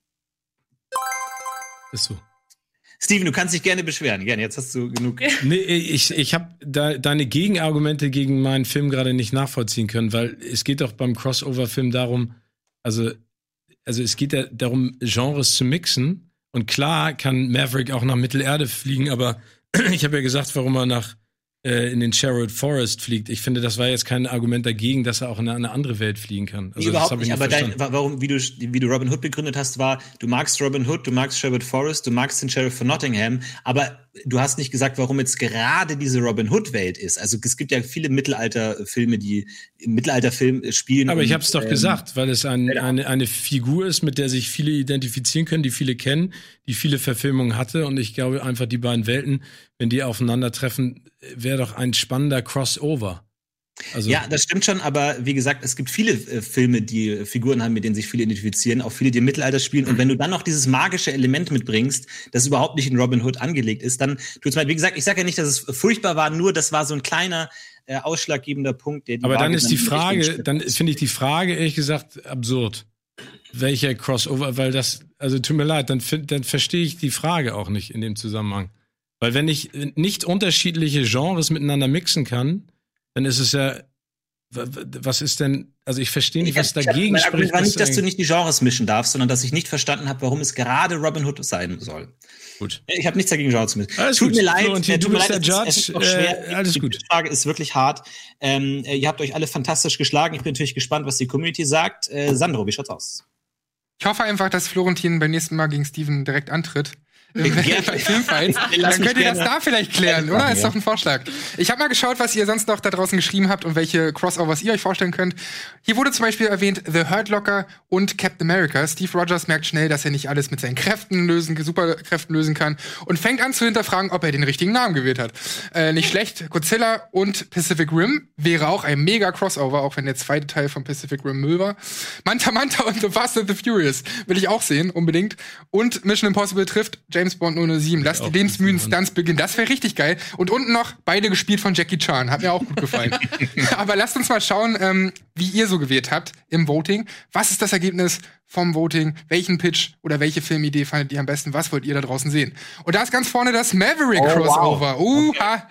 Ist so.
Steven, du kannst dich gerne beschweren. Gerne, jetzt hast du genug.
Nee, ich, ich habe da, deine Gegenargumente gegen meinen Film gerade nicht nachvollziehen können, weil es geht doch beim Crossover-Film darum, also, also es geht ja darum, Genres zu mixen. Und klar kann Maverick auch nach Mittelerde fliegen, aber ich habe ja gesagt, warum er nach äh, in den Sherwood Forest fliegt. Ich finde, das war jetzt kein Argument dagegen, dass er auch in eine andere Welt fliegen kann. Also,
Nee, überhaupt
das hab ich
nicht, aber dein,
verstanden.
wa- warum, wie du, wie du Robin Hood begründet hast, war, du magst Robin Hood, du magst Sherwood Forest, du magst den Sheriff von Nottingham, aber du hast nicht gesagt, warum jetzt gerade diese Robin Hood-Welt ist. Also es gibt ja viele Mittelalter-Filme, die im Mittelalter-Film spielen.
Aber ich
und,
habe es doch
ähm,
gesagt, weil es ein,
genau.
eine, eine Figur ist, mit der sich viele identifizieren können, die viele kennen, die viele Verfilmungen hatte. Und ich glaube einfach, die beiden Welten, wenn die aufeinandertreffen, wäre doch ein spannender Crossover. Also,
Ja, das stimmt schon, aber wie gesagt, es gibt viele äh, Filme, die äh, Figuren haben, mit denen sich viele identifizieren, auch viele, die im Mittelalter spielen. Und wenn du dann noch dieses magische Element mitbringst, das überhaupt nicht in Robin Hood angelegt ist, dann tut's mir, wie gesagt, ich sage ja nicht, dass es furchtbar war, nur das war so ein kleiner äh, ausschlaggebender Punkt, der die
aber dann
Waage
ist die
in Richtung
Frage,
stimmt.
dann finde ich die Frage ehrlich gesagt absurd. Welcher Crossover, weil das, also tut mir leid, dann, find- dann verstehe ich die Frage auch nicht in dem Zusammenhang. Weil wenn ich nicht unterschiedliche Genres miteinander mixen kann, dann ist es ja, w- w- was ist denn, also ich verstehe nicht, was
Ich hab-
dagegen
mein Argument
spricht.
war
dass
nicht, dass du
eigentlich-
nicht die Genres mischen darfst, sondern dass ich nicht verstanden habe, warum es gerade Robin Hood sein soll.
Gut.
Ich habe nichts dagegen, Genres zu mischen.
Alles
Tut
gut.
mir leid,
Florentin,
äh,
du
tut mir
bist
leid,
der
es ist- es ist
Judge,
noch schwer.
äh, alles
die,
gut.
Die Frage ist wirklich hart. Ähm, äh, ihr habt euch alle fantastisch geschlagen. Ich bin natürlich gespannt, was die Community sagt. Äh, Sandro, wie schaut's aus?
Ich hoffe einfach, dass Florentin beim nächsten Mal gegen Steven direkt antritt.
Gerne.
Bei Filmfights.
Lass
Dann
mich
könnt ihr das
gerne-
da vielleicht klären, oder?
machen,
Ist
ja.
doch ein Vorschlag. Ich habe mal geschaut, was ihr sonst noch da draußen geschrieben habt und welche Crossovers ihr euch vorstellen könnt. Hier wurde zum Beispiel erwähnt The Hurt Locker und Captain America. Steve Rogers merkt schnell, dass er nicht alles mit seinen Kräften lösen, Superkräften lösen kann und fängt an zu hinterfragen, ob er den richtigen Namen gewählt hat. Äh, nicht schlecht. Godzilla und Pacific Rim wäre auch ein mega Crossover, auch wenn der zweite Teil von Pacific Rim Müll war. Manta Manta und The Fast and the Furious will ich auch sehen, unbedingt. Und Mission Impossible trifft James Bond null null sieben. Lass die
auch
lebensmüden
gut,
Stunts beginnen. Das wäre richtig geil. Und unten noch beide gespielt von Jackie Chan. Hat mir auch gut gefallen. Aber lasst uns mal schauen, ähm, wie ihr so gewählt habt im Voting. Was ist das Ergebnis vom Voting? Welchen Pitch oder welche Filmidee fandet ihr am besten? Was wollt ihr da draußen sehen? Und da ist ganz vorne das Maverick-Crossover. Uha.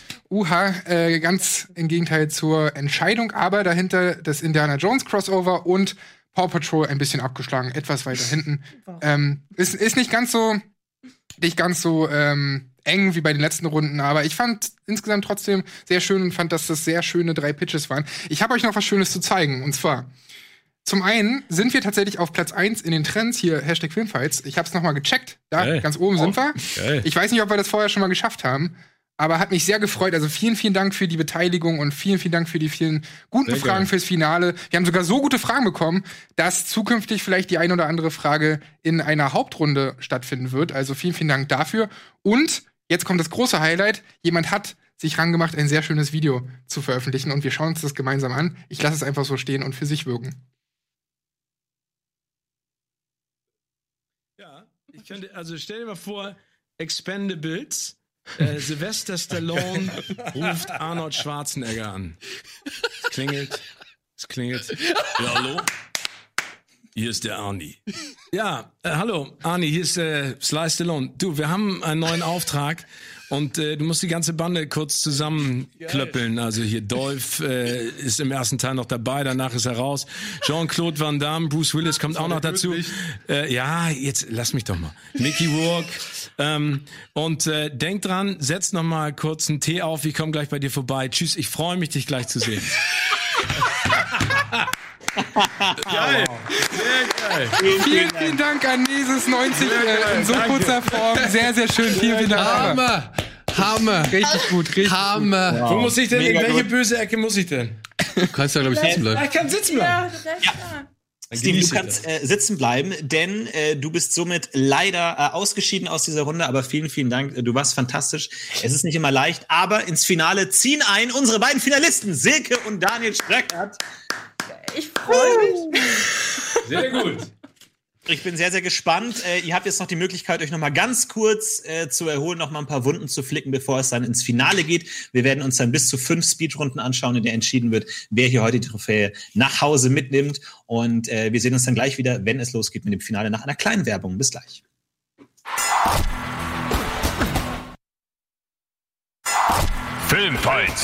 Uha, äh, ganz im Gegenteil zur Entscheidung, aber dahinter das Indiana Jones Crossover und Paw Patrol ein bisschen abgeschlagen, etwas weiter hinten. Ähm, ist, ist nicht ganz so, nicht ganz so ähm, eng wie bei den letzten Runden, aber ich fand insgesamt trotzdem sehr schön und fand, dass das sehr schöne drei Pitches waren. Ich habe euch noch was Schönes zu zeigen, und zwar zum einen sind wir tatsächlich auf Platz eins in den Trends, hier Hashtag Filmfights. Ich habe es nochmal gecheckt, da
Geil.
ganz oben sind wir.
Geil.
Ich weiß nicht, ob wir das vorher schon mal geschafft haben, aber hat mich sehr gefreut. Also vielen, vielen Dank für die Beteiligung und vielen, vielen Dank für die vielen guten
Sehr
Fragen
geil.
fürs Finale. Wir haben sogar so gute Fragen bekommen, dass zukünftig vielleicht die ein oder andere Frage in einer Hauptrunde stattfinden wird. Also vielen, vielen Dank dafür. Und jetzt kommt das große Highlight. Jemand hat sich rangemacht, ein sehr schönes Video zu veröffentlichen und wir schauen uns das gemeinsam an. Ich lasse es einfach so stehen und für sich wirken.
Ja, ich könnte, also stell dir mal vor, Expendables Äh, Sylvester Stallone ruft Arnold Schwarzenegger an. Es klingelt. Es klingelt. Ja, hallo? Hier ist der Arnie. Ja, äh, hallo, Arnie, hier ist äh, Sly Stallone. Du, wir haben einen neuen Auftrag und äh, du musst die ganze Bande kurz zusammenklöppeln. Also hier Dolph äh, ist im ersten Teil noch dabei, danach ist er raus. Jean-Claude Van Damme, Bruce Willis kommt auch noch dazu. Äh, ja, jetzt lass mich doch mal. Mickey Rourke. Ähm, und äh, denk dran, setz noch mal kurz einen Tee auf, ich komme gleich bei dir vorbei. Tschüss, ich freue mich, dich gleich zu sehen.
Geil. Sehr geil. Vielen, vielen, vielen Dank an Jesus neunzig äh, in so Danke. kurzer Form. Sehr, sehr schön. Vielen, vielen Dank.
Hammer. Hammer.
Richtig gut, richtig
Hammer.
Wow. Wo muss ich denn, Mega in welche gut. böse Ecke muss ich denn?
Du kannst da, glaube ich, sitzen bleiben.
Ich kann sitzen bleiben.
Ja,
ja. Steven, du kannst äh, sitzen bleiben, denn äh, du bist somit leider äh, ausgeschieden aus dieser Runde, aber vielen, vielen Dank, du warst fantastisch. Es ist nicht immer leicht, aber ins Finale ziehen ein unsere beiden Finalisten, Silke und Daniel Schröckert.
Ich freue mich.
Sehr gut.
Ich bin sehr, sehr gespannt. Äh, ihr habt jetzt noch die Möglichkeit, euch noch mal ganz kurz äh, zu erholen, noch mal ein paar Wunden zu flicken, bevor es dann ins Finale geht. Wir werden uns dann bis zu fünf Speedrunden anschauen, in der entschieden wird, wer hier heute die Trophäe nach Hause mitnimmt. Und äh, wir sehen uns dann gleich wieder, wenn es losgeht mit dem Finale, nach einer kleinen Werbung. Bis gleich.
Filmfights.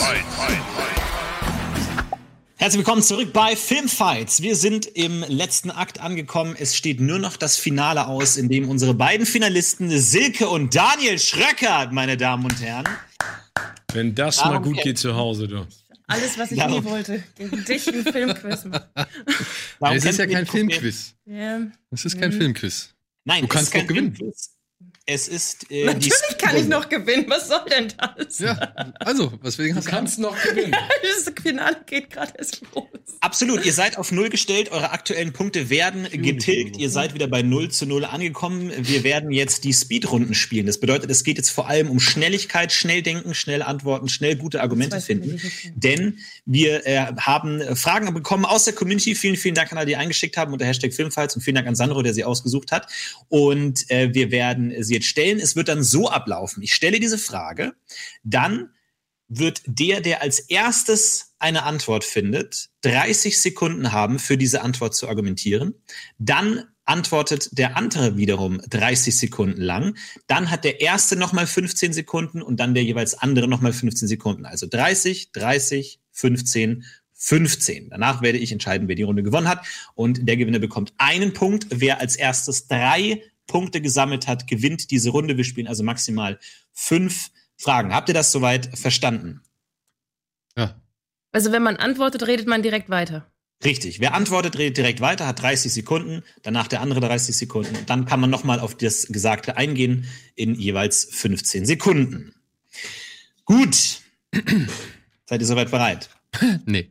Herzlich willkommen zurück bei Filmfights. Wir sind im letzten Akt angekommen. Es steht nur noch das Finale aus, in dem unsere beiden Finalisten Silke und Daniel Schröckert, meine Damen und Herren.
Wenn das Darum mal gut geht zu Hause, du.
Alles, was ich Darum. nie wollte. Gegen dich ein Filmquiz machen.
Es ist ja kein Filmquiz. Ja. Es ist kein mhm. Filmquiz.
Nein,
du kannst doch gewinnen. Filmquiz.
Es ist äh,
Natürlich die kann ich noch gewinnen. Was soll denn das?
Ja, also, weswegen
du
hast du
kannst noch gewinnen.
Das Finale geht gerade erst los.
Absolut, ihr seid auf Null gestellt, eure aktuellen Punkte werden getilgt, ihr seid wieder bei null zu null angekommen. Wir werden jetzt die Speedrunden spielen. Das bedeutet, es geht jetzt vor allem um Schnelligkeit, schnell denken, schnell antworten, schnell gute Argumente finden. Denn wir äh, haben Fragen bekommen aus der Community. Vielen, vielen Dank an alle, die eingeschickt haben unter Hashtag Filmfights und vielen Dank an Sandro, der sie ausgesucht hat. Und äh, wir werden sie jetzt stellen. Es wird dann so ablaufen. Ich stelle diese Frage, dann wird der, der als erstes eine Antwort findet, dreißig Sekunden haben, für diese Antwort zu argumentieren. Dann antwortet der andere wiederum dreißig Sekunden lang. Dann hat der erste nochmal fünfzehn Sekunden und dann der jeweils andere nochmal fünfzehn Sekunden. Also dreißig, dreißig, fünfzehn, fünfzehn. Danach werde ich entscheiden, wer die Runde gewonnen hat. Und der Gewinner bekommt einen Punkt. Wer als erstes drei Punkte gesammelt hat, gewinnt diese Runde. Wir spielen also maximal fünf Fragen. Habt ihr das soweit verstanden?
Ja.
Also wenn man antwortet, redet man direkt weiter.
Richtig. Wer antwortet, redet direkt weiter, hat dreißig Sekunden, danach der andere dreißig Sekunden. Und dann kann man nochmal auf das Gesagte eingehen in jeweils fünfzehn Sekunden. Gut. Seid ihr soweit bereit?
Nee.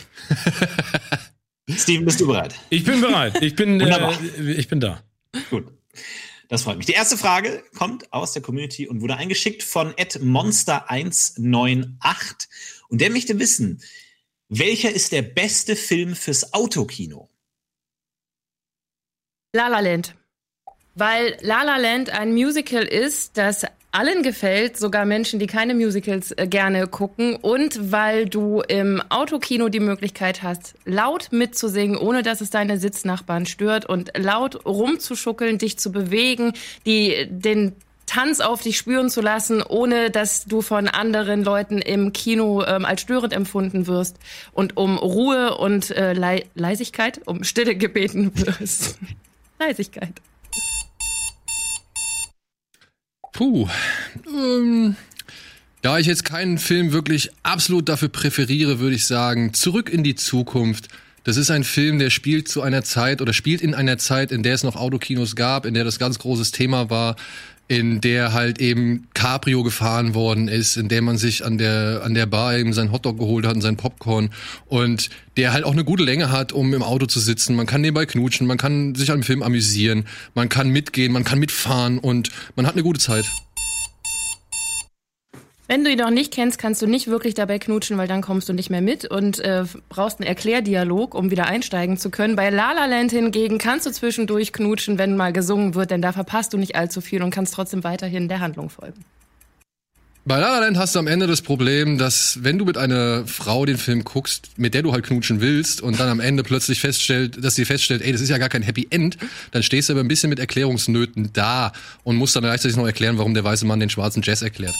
Steven, bist du bereit?
Ich bin bereit. Ich bin, äh, ich bin da.
Gut. Das freut mich. Die erste Frage kommt aus der Community und wurde eingeschickt von at monster eins neun acht. Und der möchte wissen, welcher ist der beste Film fürs Autokino?
La La Land. Weil La La Land ein Musical ist, das allen gefällt, sogar Menschen, die keine Musicals äh, gerne gucken. Und weil du im Autokino die Möglichkeit hast, laut mitzusingen, ohne dass es deine Sitznachbarn stört und laut rumzuschuckeln, dich zu bewegen, die, den Tanz auf dich spüren zu lassen, ohne dass du von anderen Leuten im Kino ähm, als störend empfunden wirst und um Ruhe und äh, Le- Leisigkeit, um Stille gebeten wirst. Leisigkeit.
Puh. Ähm, da ich jetzt keinen Film wirklich absolut dafür präferiere, würde ich sagen, Zurück in die Zukunft. Das ist ein Film, der spielt zu einer Zeit oder spielt in einer Zeit, in der es noch Autokinos gab, in der das ganz großes Thema war, in der halt eben Cabrio gefahren worden ist, in der man sich an der an der Bar eben seinen Hotdog geholt hat und sein Popcorn und der halt auch eine gute Länge hat, um im Auto zu sitzen. Man kann nebenbei knutschen, man kann sich am Film amüsieren, man kann mitgehen, man kann mitfahren und man hat eine gute Zeit.
Wenn du ihn noch nicht kennst, kannst du nicht wirklich dabei knutschen, weil dann kommst du nicht mehr mit und äh, brauchst einen Erklärdialog, um wieder einsteigen zu können. Bei La La Land hingegen kannst du zwischendurch knutschen, wenn mal gesungen wird, denn da verpasst du nicht allzu viel und kannst trotzdem weiterhin der Handlung folgen.
Bei La La Land hast du am Ende das Problem, dass wenn du mit einer Frau den Film guckst, mit der du halt knutschen willst und dann am Ende plötzlich feststellt, dass sie feststellt, ey, das ist ja gar kein Happy End, dann stehst du aber ein bisschen mit Erklärungsnöten da und musst dann gleichzeitig noch erklären, warum der weiße Mann den schwarzen Jazz erklärt.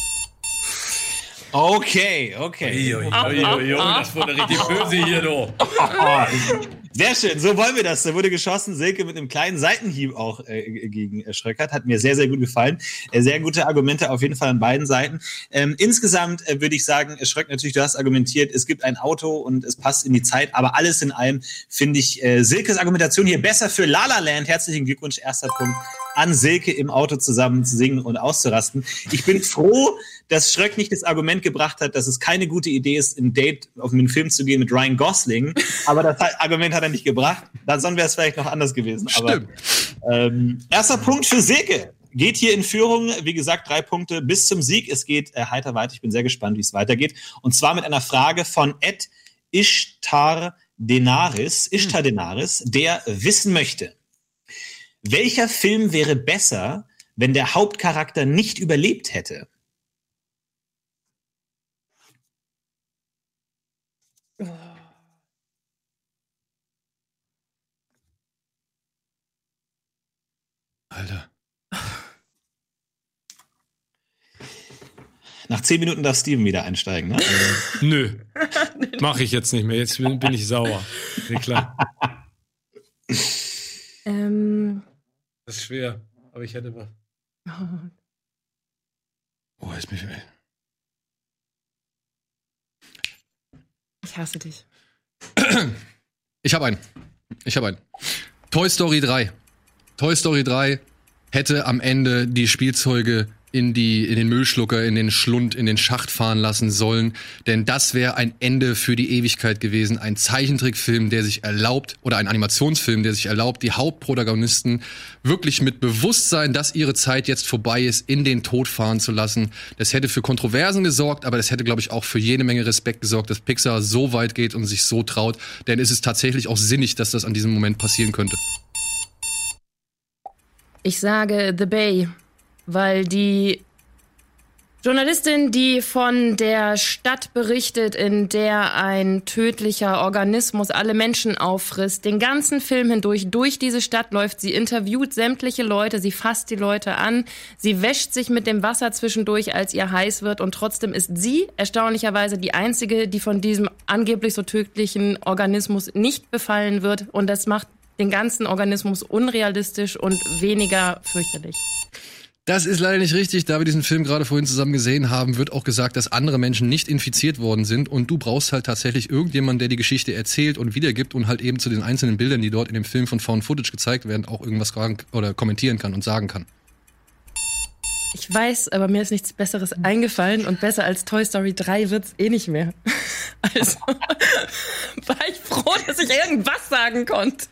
Okay, okay.
Jo, jo, jo, jo, das wurde richtig böse hier, du.
Sehr schön, so wollen wir das. Da wurde geschossen, Silke mit einem kleinen Seitenhieb auch äh, gegen äh, Schröckert. Hat mir sehr, sehr gut gefallen. Äh, sehr gute Argumente auf jeden Fall an beiden Seiten. Ähm, insgesamt äh, würde ich sagen, Schröck, natürlich, du hast argumentiert, es gibt ein Auto und es passt in die Zeit, aber alles in allem finde ich äh, Silkes Argumentation hier besser für La La Land. Herzlichen Glückwunsch, erster Punkt an Silke, im Auto zusammen zu singen und auszurasten. Ich bin froh, dass Schröck nicht das Argument gebracht hat, dass es keine gute Idee ist, ein Date auf einen Film zu gehen mit Ryan Gosling. Aber das Argument hat er nicht gebracht. Dann sonst wäre es vielleicht noch anders gewesen.
Stimmt.
Aber ähm, erster Punkt für Silke. Geht hier in Führung. Wie gesagt, drei Punkte bis zum Sieg. Es geht äh, heiter weiter. Ich bin sehr gespannt, wie es weitergeht. Und zwar mit einer Frage von Ed Ishtar Denaris, Ishtar Denaris, der wissen möchte: Welcher Film wäre besser, wenn der Hauptcharakter nicht überlebt hätte?
Alter.
Nach zehn Minuten darf Steven wieder einsteigen, ne?
Nö, mache ich jetzt nicht mehr. Jetzt bin, bin ich sauer. Ja, klar.
Ähm.
Das ist schwer, aber ich hätte was.
Oh, jetzt bin ich...
Ich hasse dich.
Ich habe einen. Ich habe einen. Toy Story drei. Toy Story drei hätte am Ende die Spielzeuge in die in den Müllschlucker, in den Schlund, in den Schacht fahren lassen sollen, denn das wäre ein Ende für die Ewigkeit gewesen. Ein Zeichentrickfilm, der sich erlaubt, oder ein Animationsfilm, der sich erlaubt, die Hauptprotagonisten wirklich mit Bewusstsein, dass ihre Zeit jetzt vorbei ist, in den Tod fahren zu lassen. Das hätte für Kontroversen gesorgt, aber das hätte, glaube ich, auch für jede Menge Respekt gesorgt, dass Pixar so weit geht und sich so traut, denn es ist tatsächlich auch sinnig, dass das an diesem Moment passieren könnte.
Ich sage The Bay, weil die Journalistin, die von der Stadt berichtet, in der ein tödlicher Organismus alle Menschen auffrisst, den ganzen Film hindurch durch diese Stadt läuft, sie interviewt sämtliche Leute, sie fasst die Leute an, sie wäscht sich mit dem Wasser zwischendurch, als ihr heiß wird, und trotzdem ist sie erstaunlicherweise die Einzige, die von diesem angeblich so tödlichen Organismus nicht befallen wird, und das macht den ganzen Organismus unrealistisch und weniger fürchterlich.
Das ist leider nicht richtig. Da wir diesen Film gerade vorhin zusammen gesehen haben, wird auch gesagt, dass andere Menschen nicht infiziert worden sind. Und du brauchst halt tatsächlich irgendjemanden, der die Geschichte erzählt und wiedergibt und halt eben zu den einzelnen Bildern, die dort in dem Film von Found Footage gezeigt werden, auch irgendwas fragen oder kommentieren kann und sagen kann.
Ich weiß, aber mir ist nichts Besseres eingefallen, und besser als Toy Story drei wird's eh nicht mehr. Also war ich froh, dass ich irgendwas sagen konnte.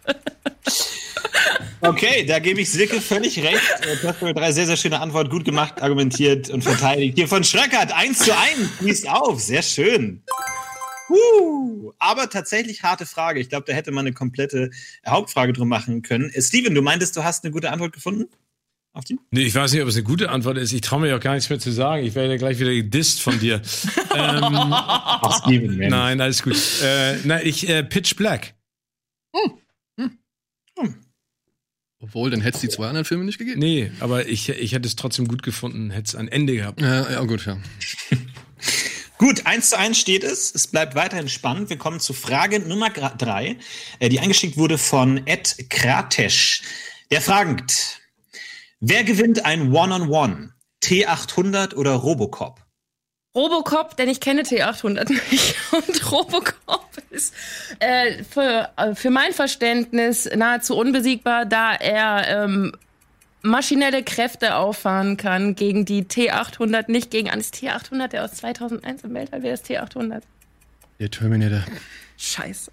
Okay, da gebe ich Silke völlig recht. Toy Story drei, sehr, sehr schöne Antwort. Gut gemacht, argumentiert und verteidigt. Hier von Schröckert, eins zu eins, fließt auf. Sehr schön. Uh, aber tatsächlich harte Frage. Ich glaube, da hätte man eine komplette Hauptfrage drum machen können. Steven, du meintest, du hast eine gute Antwort gefunden? Auf die?
Nee, ich weiß nicht, ob es eine gute Antwort ist. Ich traue mir auch gar nichts mehr zu sagen. Ich werde ja gleich wieder gedisst von dir. ähm,
Ach, Steven, Mensch.
Nein, alles gut. Äh, nein, ich, äh, Pitch Black.
Hm. Hm. Hm. Obwohl, dann hätte es die zwei anderen Filme nicht gegeben.
Nee, aber ich, ich hätte es trotzdem gut gefunden, hätte es ein Ende gehabt.
Ja, ja, gut, ja.
Gut, eins zu eins steht es. Es bleibt weiterhin spannend. Wir kommen zu Frage Nummer drei, die eingeschickt wurde von Ed Kratesch. Der fragt: Wer gewinnt ein One-on-One? T achthundert oder Robocop?
Robocop, denn ich kenne T achthundert nicht. Und Robocop ist äh, für, äh, für mein Verständnis nahezu unbesiegbar, da er ähm, maschinelle Kräfte auffahren kann gegen die T achthundert, nicht gegen an das T achthundert, der aus zweitausendeins im Weltall wäre, das T achthundert.
Der Terminator.
Scheiße.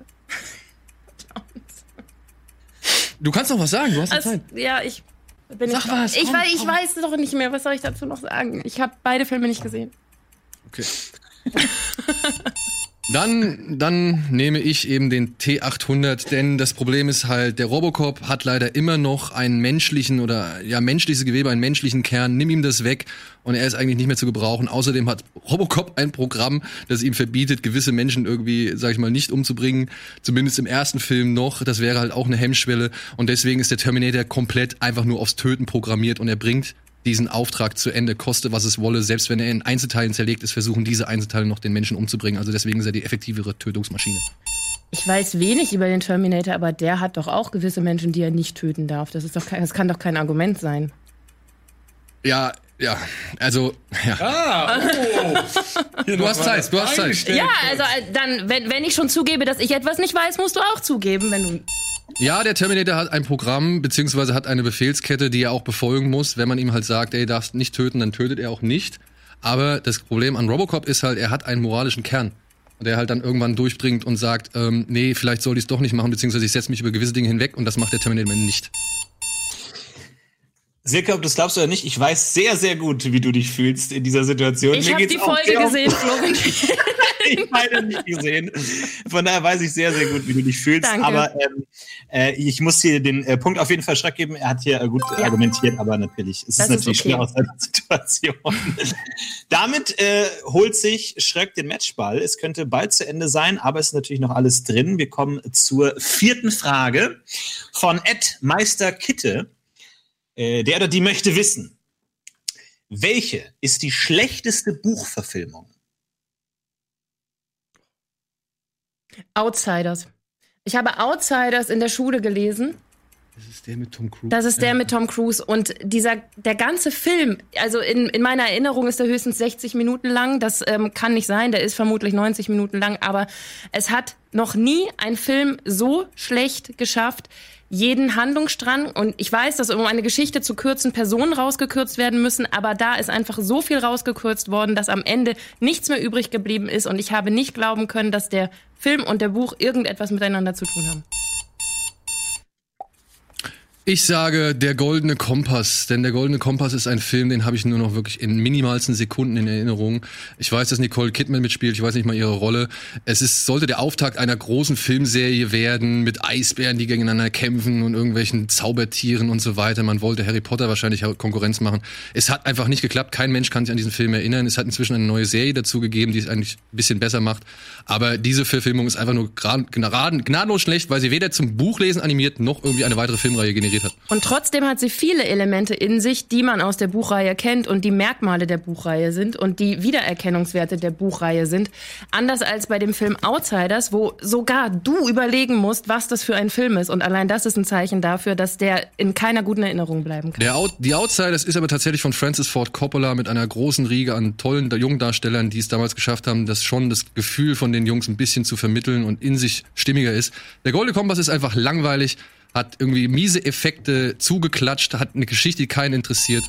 Du kannst noch was sagen, du hast
also,
Zeit.
Ja, ich bin
Sag
ich,
was,
ich,
komm,
weiß, ich
komm.
weiß doch nicht mehr, was soll ich dazu noch sagen? Ich habe beide Filme nicht gesehen.
Okay. Dann, dann nehme ich eben den T achthundert, denn das Problem ist halt, der Robocop hat leider immer noch einen menschlichen oder ja menschliches Gewebe, einen menschlichen Kern. Nimm ihm das weg und er ist eigentlich nicht mehr zu gebrauchen. Außerdem hat Robocop ein Programm, das ihm verbietet, gewisse Menschen irgendwie, sag ich mal, nicht umzubringen. Zumindest im ersten Film noch. Das wäre halt auch eine Hemmschwelle und deswegen ist der Terminator komplett einfach nur aufs Töten programmiert und er bringt diesen Auftrag zu Ende, koste was es wolle. Selbst wenn er in Einzelteilen zerlegt ist, versuchen diese Einzelteile noch den Menschen umzubringen. Also deswegen ist er die effektivere Tötungsmaschine.
Ich weiß wenig über den Terminator, aber der hat doch auch gewisse Menschen, die er nicht töten darf. Das ist doch kein, das kann doch kein Argument sein.
Ja, ja, also, ja.
Ah, oh.
Du hast Zeit, du hast Zeit.
Ja, also äh, dann, wenn, wenn ich schon zugebe, dass ich etwas nicht weiß, musst du auch zugeben, wenn du...
Ja, der Terminator hat ein Programm, beziehungsweise hat eine Befehlskette, die er auch befolgen muss. Wenn man ihm halt sagt, ey, darfst nicht töten, dann tötet er auch nicht. Aber das Problem an Robocop ist halt, er hat einen moralischen Kern. Der halt dann irgendwann durchbringt und sagt, ähm, nee, vielleicht soll ich es doch nicht machen, beziehungsweise ich setze mich über gewisse Dinge hinweg und das macht der Terminator nicht.
Silke, ob du es glaubst oder nicht, ich weiß sehr, sehr gut, wie du dich fühlst in dieser Situation.
Ich habe die Folge gesehen, Florentin.
Ich meine nicht gesehen. Von daher weiß ich sehr, sehr gut, wie du dich fühlst.
Danke.
Aber ähm, äh, ich muss hier den äh, Punkt auf jeden Fall Schreck geben. Er hat hier äh, gut
Ja.
argumentiert, aber natürlich, es
Das
ist
ist
natürlich
okay.
schwer aus seiner Situation. Damit äh, holt sich Schreck den Matchball. Es könnte bald zu Ende sein, aber es ist natürlich noch alles drin. Wir kommen zur vierten Frage von Ed Meister Kitte. Äh, der oder die möchte wissen, welche ist die schlechteste Buchverfilmung?
Outsiders. Ich habe Outsiders in der Schule gelesen.
Das ist der mit Tom Cruise.
Das ist der mit Tom Cruise. Und dieser, der ganze Film, also in, in meiner Erinnerung ist der höchstens sechzig Minuten lang. Das ähm, kann nicht sein, der ist vermutlich neunzig Minuten lang. Aber es hat noch nie ein Film so schlecht geschafft, jeden Handlungsstrang. Und ich weiß, dass um eine Geschichte zu kürzen, Personen rausgekürzt werden müssen. Aber da ist einfach so viel rausgekürzt worden, dass am Ende nichts mehr übrig geblieben ist. Und ich habe nicht glauben können, dass der Film und der Buch irgendetwas miteinander zu tun haben.
Ich sage Der Goldene Kompass, denn Der Goldene Kompass ist ein Film, den habe ich nur noch wirklich in minimalsten Sekunden in Erinnerung. Ich weiß, dass Nicole Kidman mitspielt, ich weiß nicht mal ihre Rolle. Es ist, sollte der Auftakt einer großen Filmserie werden, mit Eisbären, die gegeneinander kämpfen und irgendwelchen Zaubertieren und so weiter. Man wollte Harry Potter wahrscheinlich Konkurrenz machen. Es hat einfach nicht geklappt, kein Mensch kann sich an diesen Film erinnern. Es hat inzwischen eine neue Serie dazu gegeben, die es eigentlich ein bisschen besser macht. Aber diese Verfilmung ist einfach nur gnadenlos schlecht, weil sie weder zum Buchlesen animiert, noch irgendwie eine weitere Filmreihe generiert hat.
Und trotzdem hat sie viele Elemente in sich, die man aus der Buchreihe kennt und die Merkmale der Buchreihe sind und die Wiedererkennungswerte der Buchreihe sind. Anders als bei dem Film Outsiders, wo sogar du überlegen musst, was das für ein Film ist. Und allein das ist ein Zeichen dafür, dass der in keiner guten Erinnerung bleiben kann.
Der Out- die Outsiders ist aber tatsächlich von Francis Ford Coppola mit einer großen Riege an tollen Jungdarstellern, die es damals geschafft haben, das schon das Gefühl von den Jungs ein bisschen zu vermitteln und in sich stimmiger ist. Der Goldene Kompass ist einfach langweilig, hat irgendwie miese Effekte zugeklatscht, hat eine Geschichte, die keinen interessiert.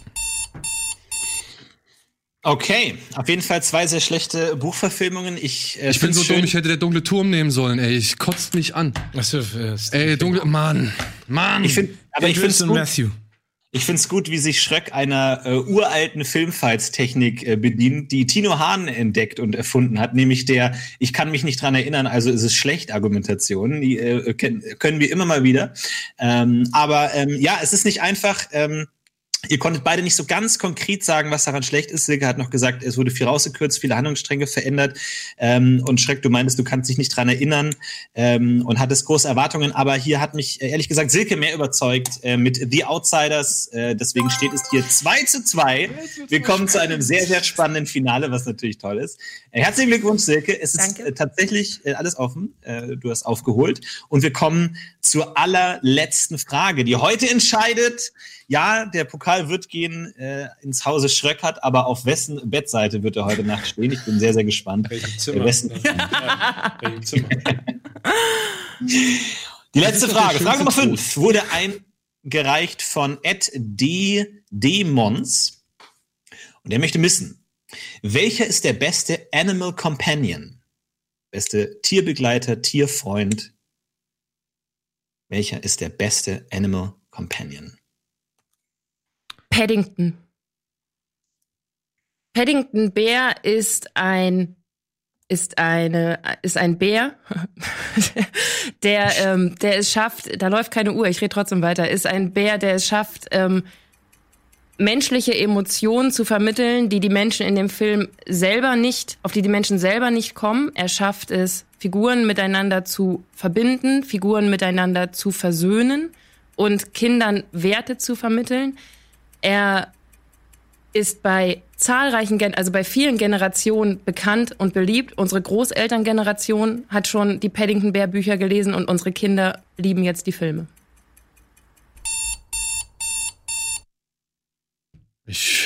Okay, auf jeden Fall zwei sehr schlechte Buchverfilmungen. Ich, äh,
Ich bin so
schön.
dumm, ich hätte Der dunkle Turm nehmen sollen, ey. Ich kotzt mich an.
Was für, für
Ey, dunkle, Mann, Mann.
Ich find, aber ich finde es
und
gut.
Matthew.
Ich find's gut, wie sich Schreck einer äh, uralten Filmfights-Technik äh, bedient, die Tino Hahn entdeckt und erfunden hat, nämlich der "Ich kann mich nicht dran erinnern, also ist es schlecht" Argumentation. Die äh, können, können wir immer mal wieder. Ähm, aber ähm, ja, es ist nicht einfach. Ähm, Ihr konntet beide nicht so ganz konkret sagen, was daran schlecht ist. Silke hat noch gesagt, es wurde viel rausgekürzt, viele Handlungsstränge verändert. Ähm, und Schreck, du meintest, du kannst dich nicht dran erinnern ähm, und hattest große Erwartungen. Aber hier hat mich, äh, ehrlich gesagt, Silke mehr überzeugt äh, mit The Outsiders. Äh, deswegen steht es hier zwei zu zwei. Wir kommen zu einem sehr, sehr spannenden Finale, was natürlich toll ist. Äh, herzlichen Glückwunsch, Silke. Es ist äh, tatsächlich äh, alles offen. Äh, du hast aufgeholt. Und wir kommen zur allerletzten Frage, die heute entscheidet. Ja, der Pokal wird gehen äh, ins Hause Schröckert, aber auf wessen Bettseite wird er heute Nacht stehen? Ich bin sehr, sehr gespannt.
Welchem Zimmer?
Äh, wessen
Ja, welchem Zimmer?
Die letzte
doch der
Frage, Frage
schönste
Nummer fünf, wurde eingereicht von Ed D. Demons. Und er möchte wissen, welcher ist der beste Animal Companion? Beste Tierbegleiter, Tierfreund. Welcher ist der beste Animal Companion?
Paddington. Paddington Bear ist ein ist eine ist ein Bär, der ähm, der es schafft, da läuft keine Uhr, ich rede trotzdem weiter, ist ein Bär, der es schafft, ähm, menschliche Emotionen zu vermitteln, die die Menschen in dem Film selber nicht, auf die die Menschen selber nicht kommen. Er schafft es, Figuren miteinander zu verbinden, Figuren miteinander zu versöhnen und Kindern Werte zu vermitteln. Er ist bei zahlreichen, Gen- also bei vielen Generationen bekannt und beliebt. Unsere Großelterngeneration hat schon die Paddington-Bear-Bücher gelesen und unsere Kinder lieben jetzt die Filme.
Ich.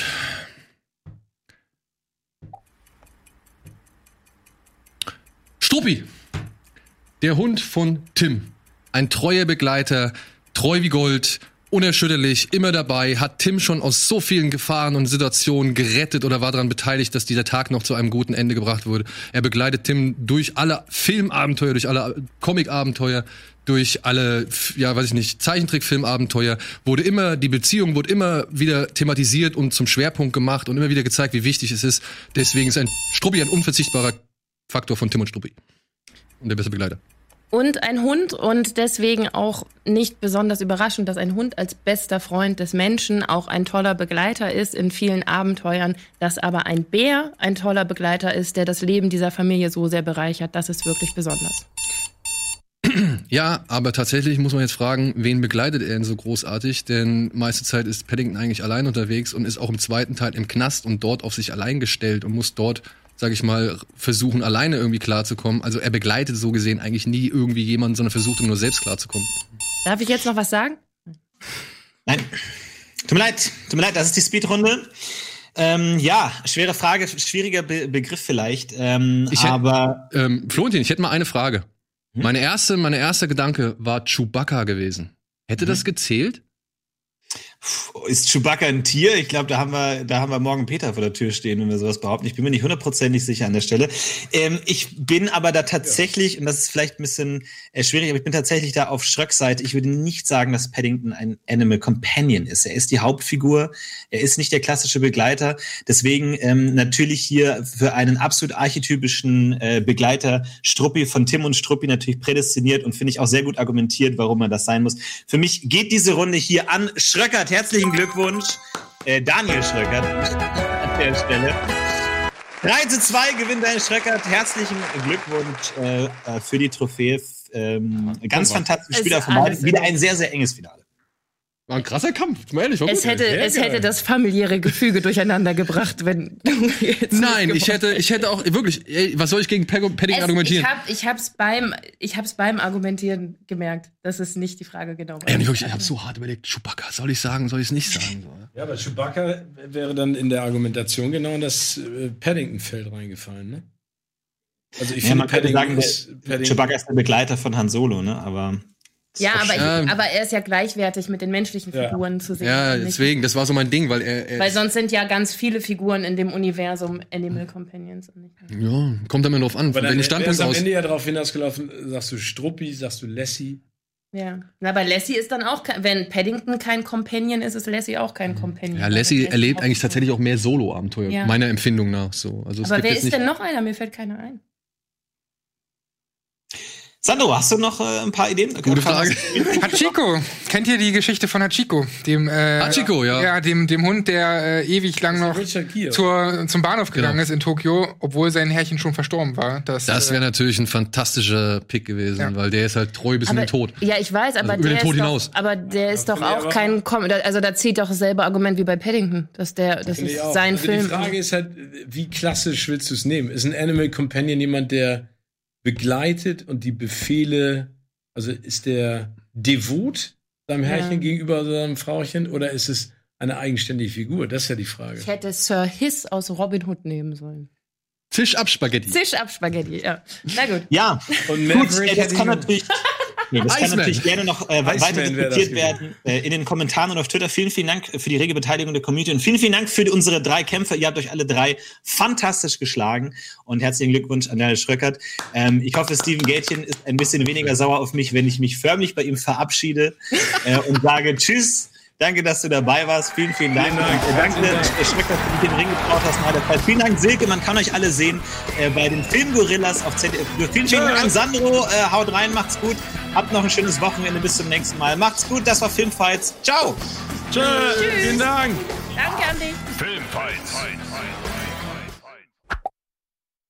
Struppi. Der Hund von Tim. Ein treuer Begleiter, treu wie Gold, unerschütterlich, immer dabei, hat Tim schon aus so vielen Gefahren und Situationen gerettet oder war daran beteiligt, dass dieser Tag noch zu einem guten Ende gebracht wurde. Er begleitet Tim durch alle Filmabenteuer, durch alle Comicabenteuer, durch alle, ja, weiß ich nicht, Zeichentrickfilmabenteuer, wurde immer, die Beziehung wurde immer wieder thematisiert und zum Schwerpunkt gemacht und immer wieder gezeigt, wie wichtig es ist. Deswegen ist ein Struppi ein unverzichtbarer Faktor von Tim und Struppi. Und der beste Begleiter.
Und ein Hund und deswegen auch nicht besonders überraschend, dass ein Hund als bester Freund des Menschen auch ein toller Begleiter ist in vielen Abenteuern, dass aber ein Bär ein toller Begleiter ist, der das Leben dieser Familie so sehr bereichert. Das ist wirklich besonders.
Ja, aber tatsächlich muss man jetzt fragen, wen begleitet er denn so großartig? Denn meiste Zeit ist Paddington eigentlich allein unterwegs und ist auch im zweiten Teil im Knast und dort auf sich allein gestellt und muss dort, sag ich mal, versuchen, alleine irgendwie klarzukommen. Also er begleitet so gesehen eigentlich nie irgendwie jemanden, sondern versucht nur selbst klarzukommen.
Darf ich jetzt noch was sagen?
Nein. Tut mir leid, tut mir leid, das ist die Speedrunde. Ähm, ja, schwere Frage, schwieriger Be- Begriff vielleicht, ähm,
Ich hätt-
aber
Ähm, Florentin, ich hätte mal eine Frage.
Hm?
Meine erste, meine erste Gedanke war Chewbacca gewesen. Hätte
Mhm.
das gezählt?
ist Chewbacca ein Tier? Ich glaube, da haben wir, da haben wir morgen Peter vor der Tür stehen, wenn wir sowas behaupten. Ich bin mir nicht hundertprozentig sicher an der Stelle. Ähm, ich bin aber da tatsächlich, ja. und das ist vielleicht ein bisschen äh, schwierig, aber ich bin tatsächlich da auf Schröcks Seite. Ich würde nicht sagen, dass Paddington ein Animal Companion ist. Er ist die Hauptfigur. Er ist nicht der klassische Begleiter. Deswegen ähm, natürlich hier für einen absolut archetypischen äh, Begleiter Struppi von Tim und Struppi natürlich prädestiniert und finde ich auch sehr gut argumentiert, warum er das sein muss. Für mich geht diese Runde hier an Schröckert. Herzlichen Glückwunsch, äh, Daniel Schröckert an der Stelle. drei zu zwei gewinnt Daniel Schröckert. Herzlichen Glückwunsch äh, äh, für die Trophäe. Ähm, ganz fantastisches Spiel von beiden. Wieder ein sehr, sehr enges Finale.
War ein krasser Kampf, mal ehrlich. War
Es
gut,
hätte,
ey.
es hätte das familiäre Gefüge durcheinander gebracht, wenn du jetzt
Nein,
nicht
ich hätte, ich hätte auch wirklich. Ey, was soll ich gegen Paddington
Es, ich
argumentieren?
hab, ich hab's beim, ich hab's beim Argumentieren gemerkt, dass es nicht die Frage genau war.
Ey, nicht wirklich, ich habe so hart überlegt. Chewbacca, soll ich sagen, soll ich es nicht sagen? So,
Ja, aber Chewbacca wäre dann in der Argumentation genau in das äh, Paddington-Feld reingefallen, ne? Also ich
Ja,
finde,
man könnte sagen,
Paddington ist, Paddington,
Chewbacca ist der Begleiter von Han Solo, ne? Aber
Ja, aber, ich,
Ähm.
aber er ist ja gleichwertig mit den menschlichen
Ja.
Figuren zu sehen.
Ja,
und nicht-
deswegen, das war so mein Ding, weil er. er
Weil sonst sind ja ganz viele Figuren in dem Universum Animal Companions. Und nicht.
ja, kommt immer drauf an,
aber
von
dann
welchen
wäre
Standpunkt
es am
aus.
Ende ja darauf hinausgelaufen, sagst du Struppi, sagst du Lassie.
Ja. Na, aber Lassie ist dann auch, kein, wenn Paddington kein Companion ist, ist Lassie auch kein Companion.
Ja, Lassie
Weil
erlebt
auch
eigentlich
so.
tatsächlich auch mehr Solo-Abenteuer,
Ja.
meiner Empfindung nach. So. Also, es
Aber
gibt
wer
jetzt
ist
nicht,
denn noch einer? Mir fällt keiner ein.
Sandro, hast du noch äh, ein paar Ideen?
Gute Frage.
Hachiko. Kennt ihr die Geschichte von Hachiko? Dem, äh,
Hachiko, ja.
Ja, dem, dem Hund, der äh, ewig lang noch
Richard Gere.
zur, zum Bahnhof gegangen
Genau.
ist in Tokio, obwohl sein Herrchen schon verstorben war. Das,
Das wäre
äh,
natürlich ein fantastischer Pick gewesen,
Ja.
weil der ist halt treu bis in den Tod.
Ja, ich weiß, aber
Also über
der
den Tod
ist
hinaus.
doch, aber der ist doch
finde ich
auch
aber-
kein, Com also da zieht doch dasselbe Argument wie bei Paddington, dass der, das
Finde ich
ist
auch.
sein
also
Film.
Die Frage ist halt, wie klassisch willst du es nehmen? Ist ein Animal Companion jemand, der begleitet und die Befehle, also ist der devot seinem Herrchen
Ja.
gegenüber seinem Frauchen oder ist es eine eigenständige Figur? Das ist ja die Frage.
Ich hätte Sir Hiss aus Robin Hood nehmen sollen.
Fisch ab Spaghetti.
Zisch ab Spaghetti, ja. Na gut.
Ja,
Und
gut,
Maverick
äh, das
hätte
kann
ich-
natürlich, nee, das kann
Iceman.
natürlich gerne noch äh,
Iceman
weiter
wäre das
diskutiert
gewesen.
werden äh, in den Kommentaren und auf Twitter. Vielen, vielen Dank für die rege Beteiligung der Community und vielen, vielen Dank für die, unsere drei Kämpfer. Ihr habt euch alle drei fantastisch geschlagen und herzlichen Glückwunsch an Daniel Schröckert. Ähm, ich hoffe, Steven Gätchen ist ein bisschen weniger sauer auf mich, wenn ich mich förmlich bei ihm verabschiede äh, und sage Tschüss. Danke, dass du dabei warst. Vielen, vielen Dank.
Vielen Dank.
Und, äh, danke,
Dank.
Schreck, dass du dich in den Ring getraut hast nach der Zeit. Vielen Dank, Silke. Man kann euch alle sehen äh, bei den Filmgorillas auf Z D F. Vielen, vielen Dank an Sandro. Äh, haut rein, macht's gut. Habt noch ein schönes Wochenende. Bis zum nächsten Mal. Macht's gut. Das war Filmfights. Ciao.
Tschö. Vielen Dank.
Danke an dich.
Filmfights.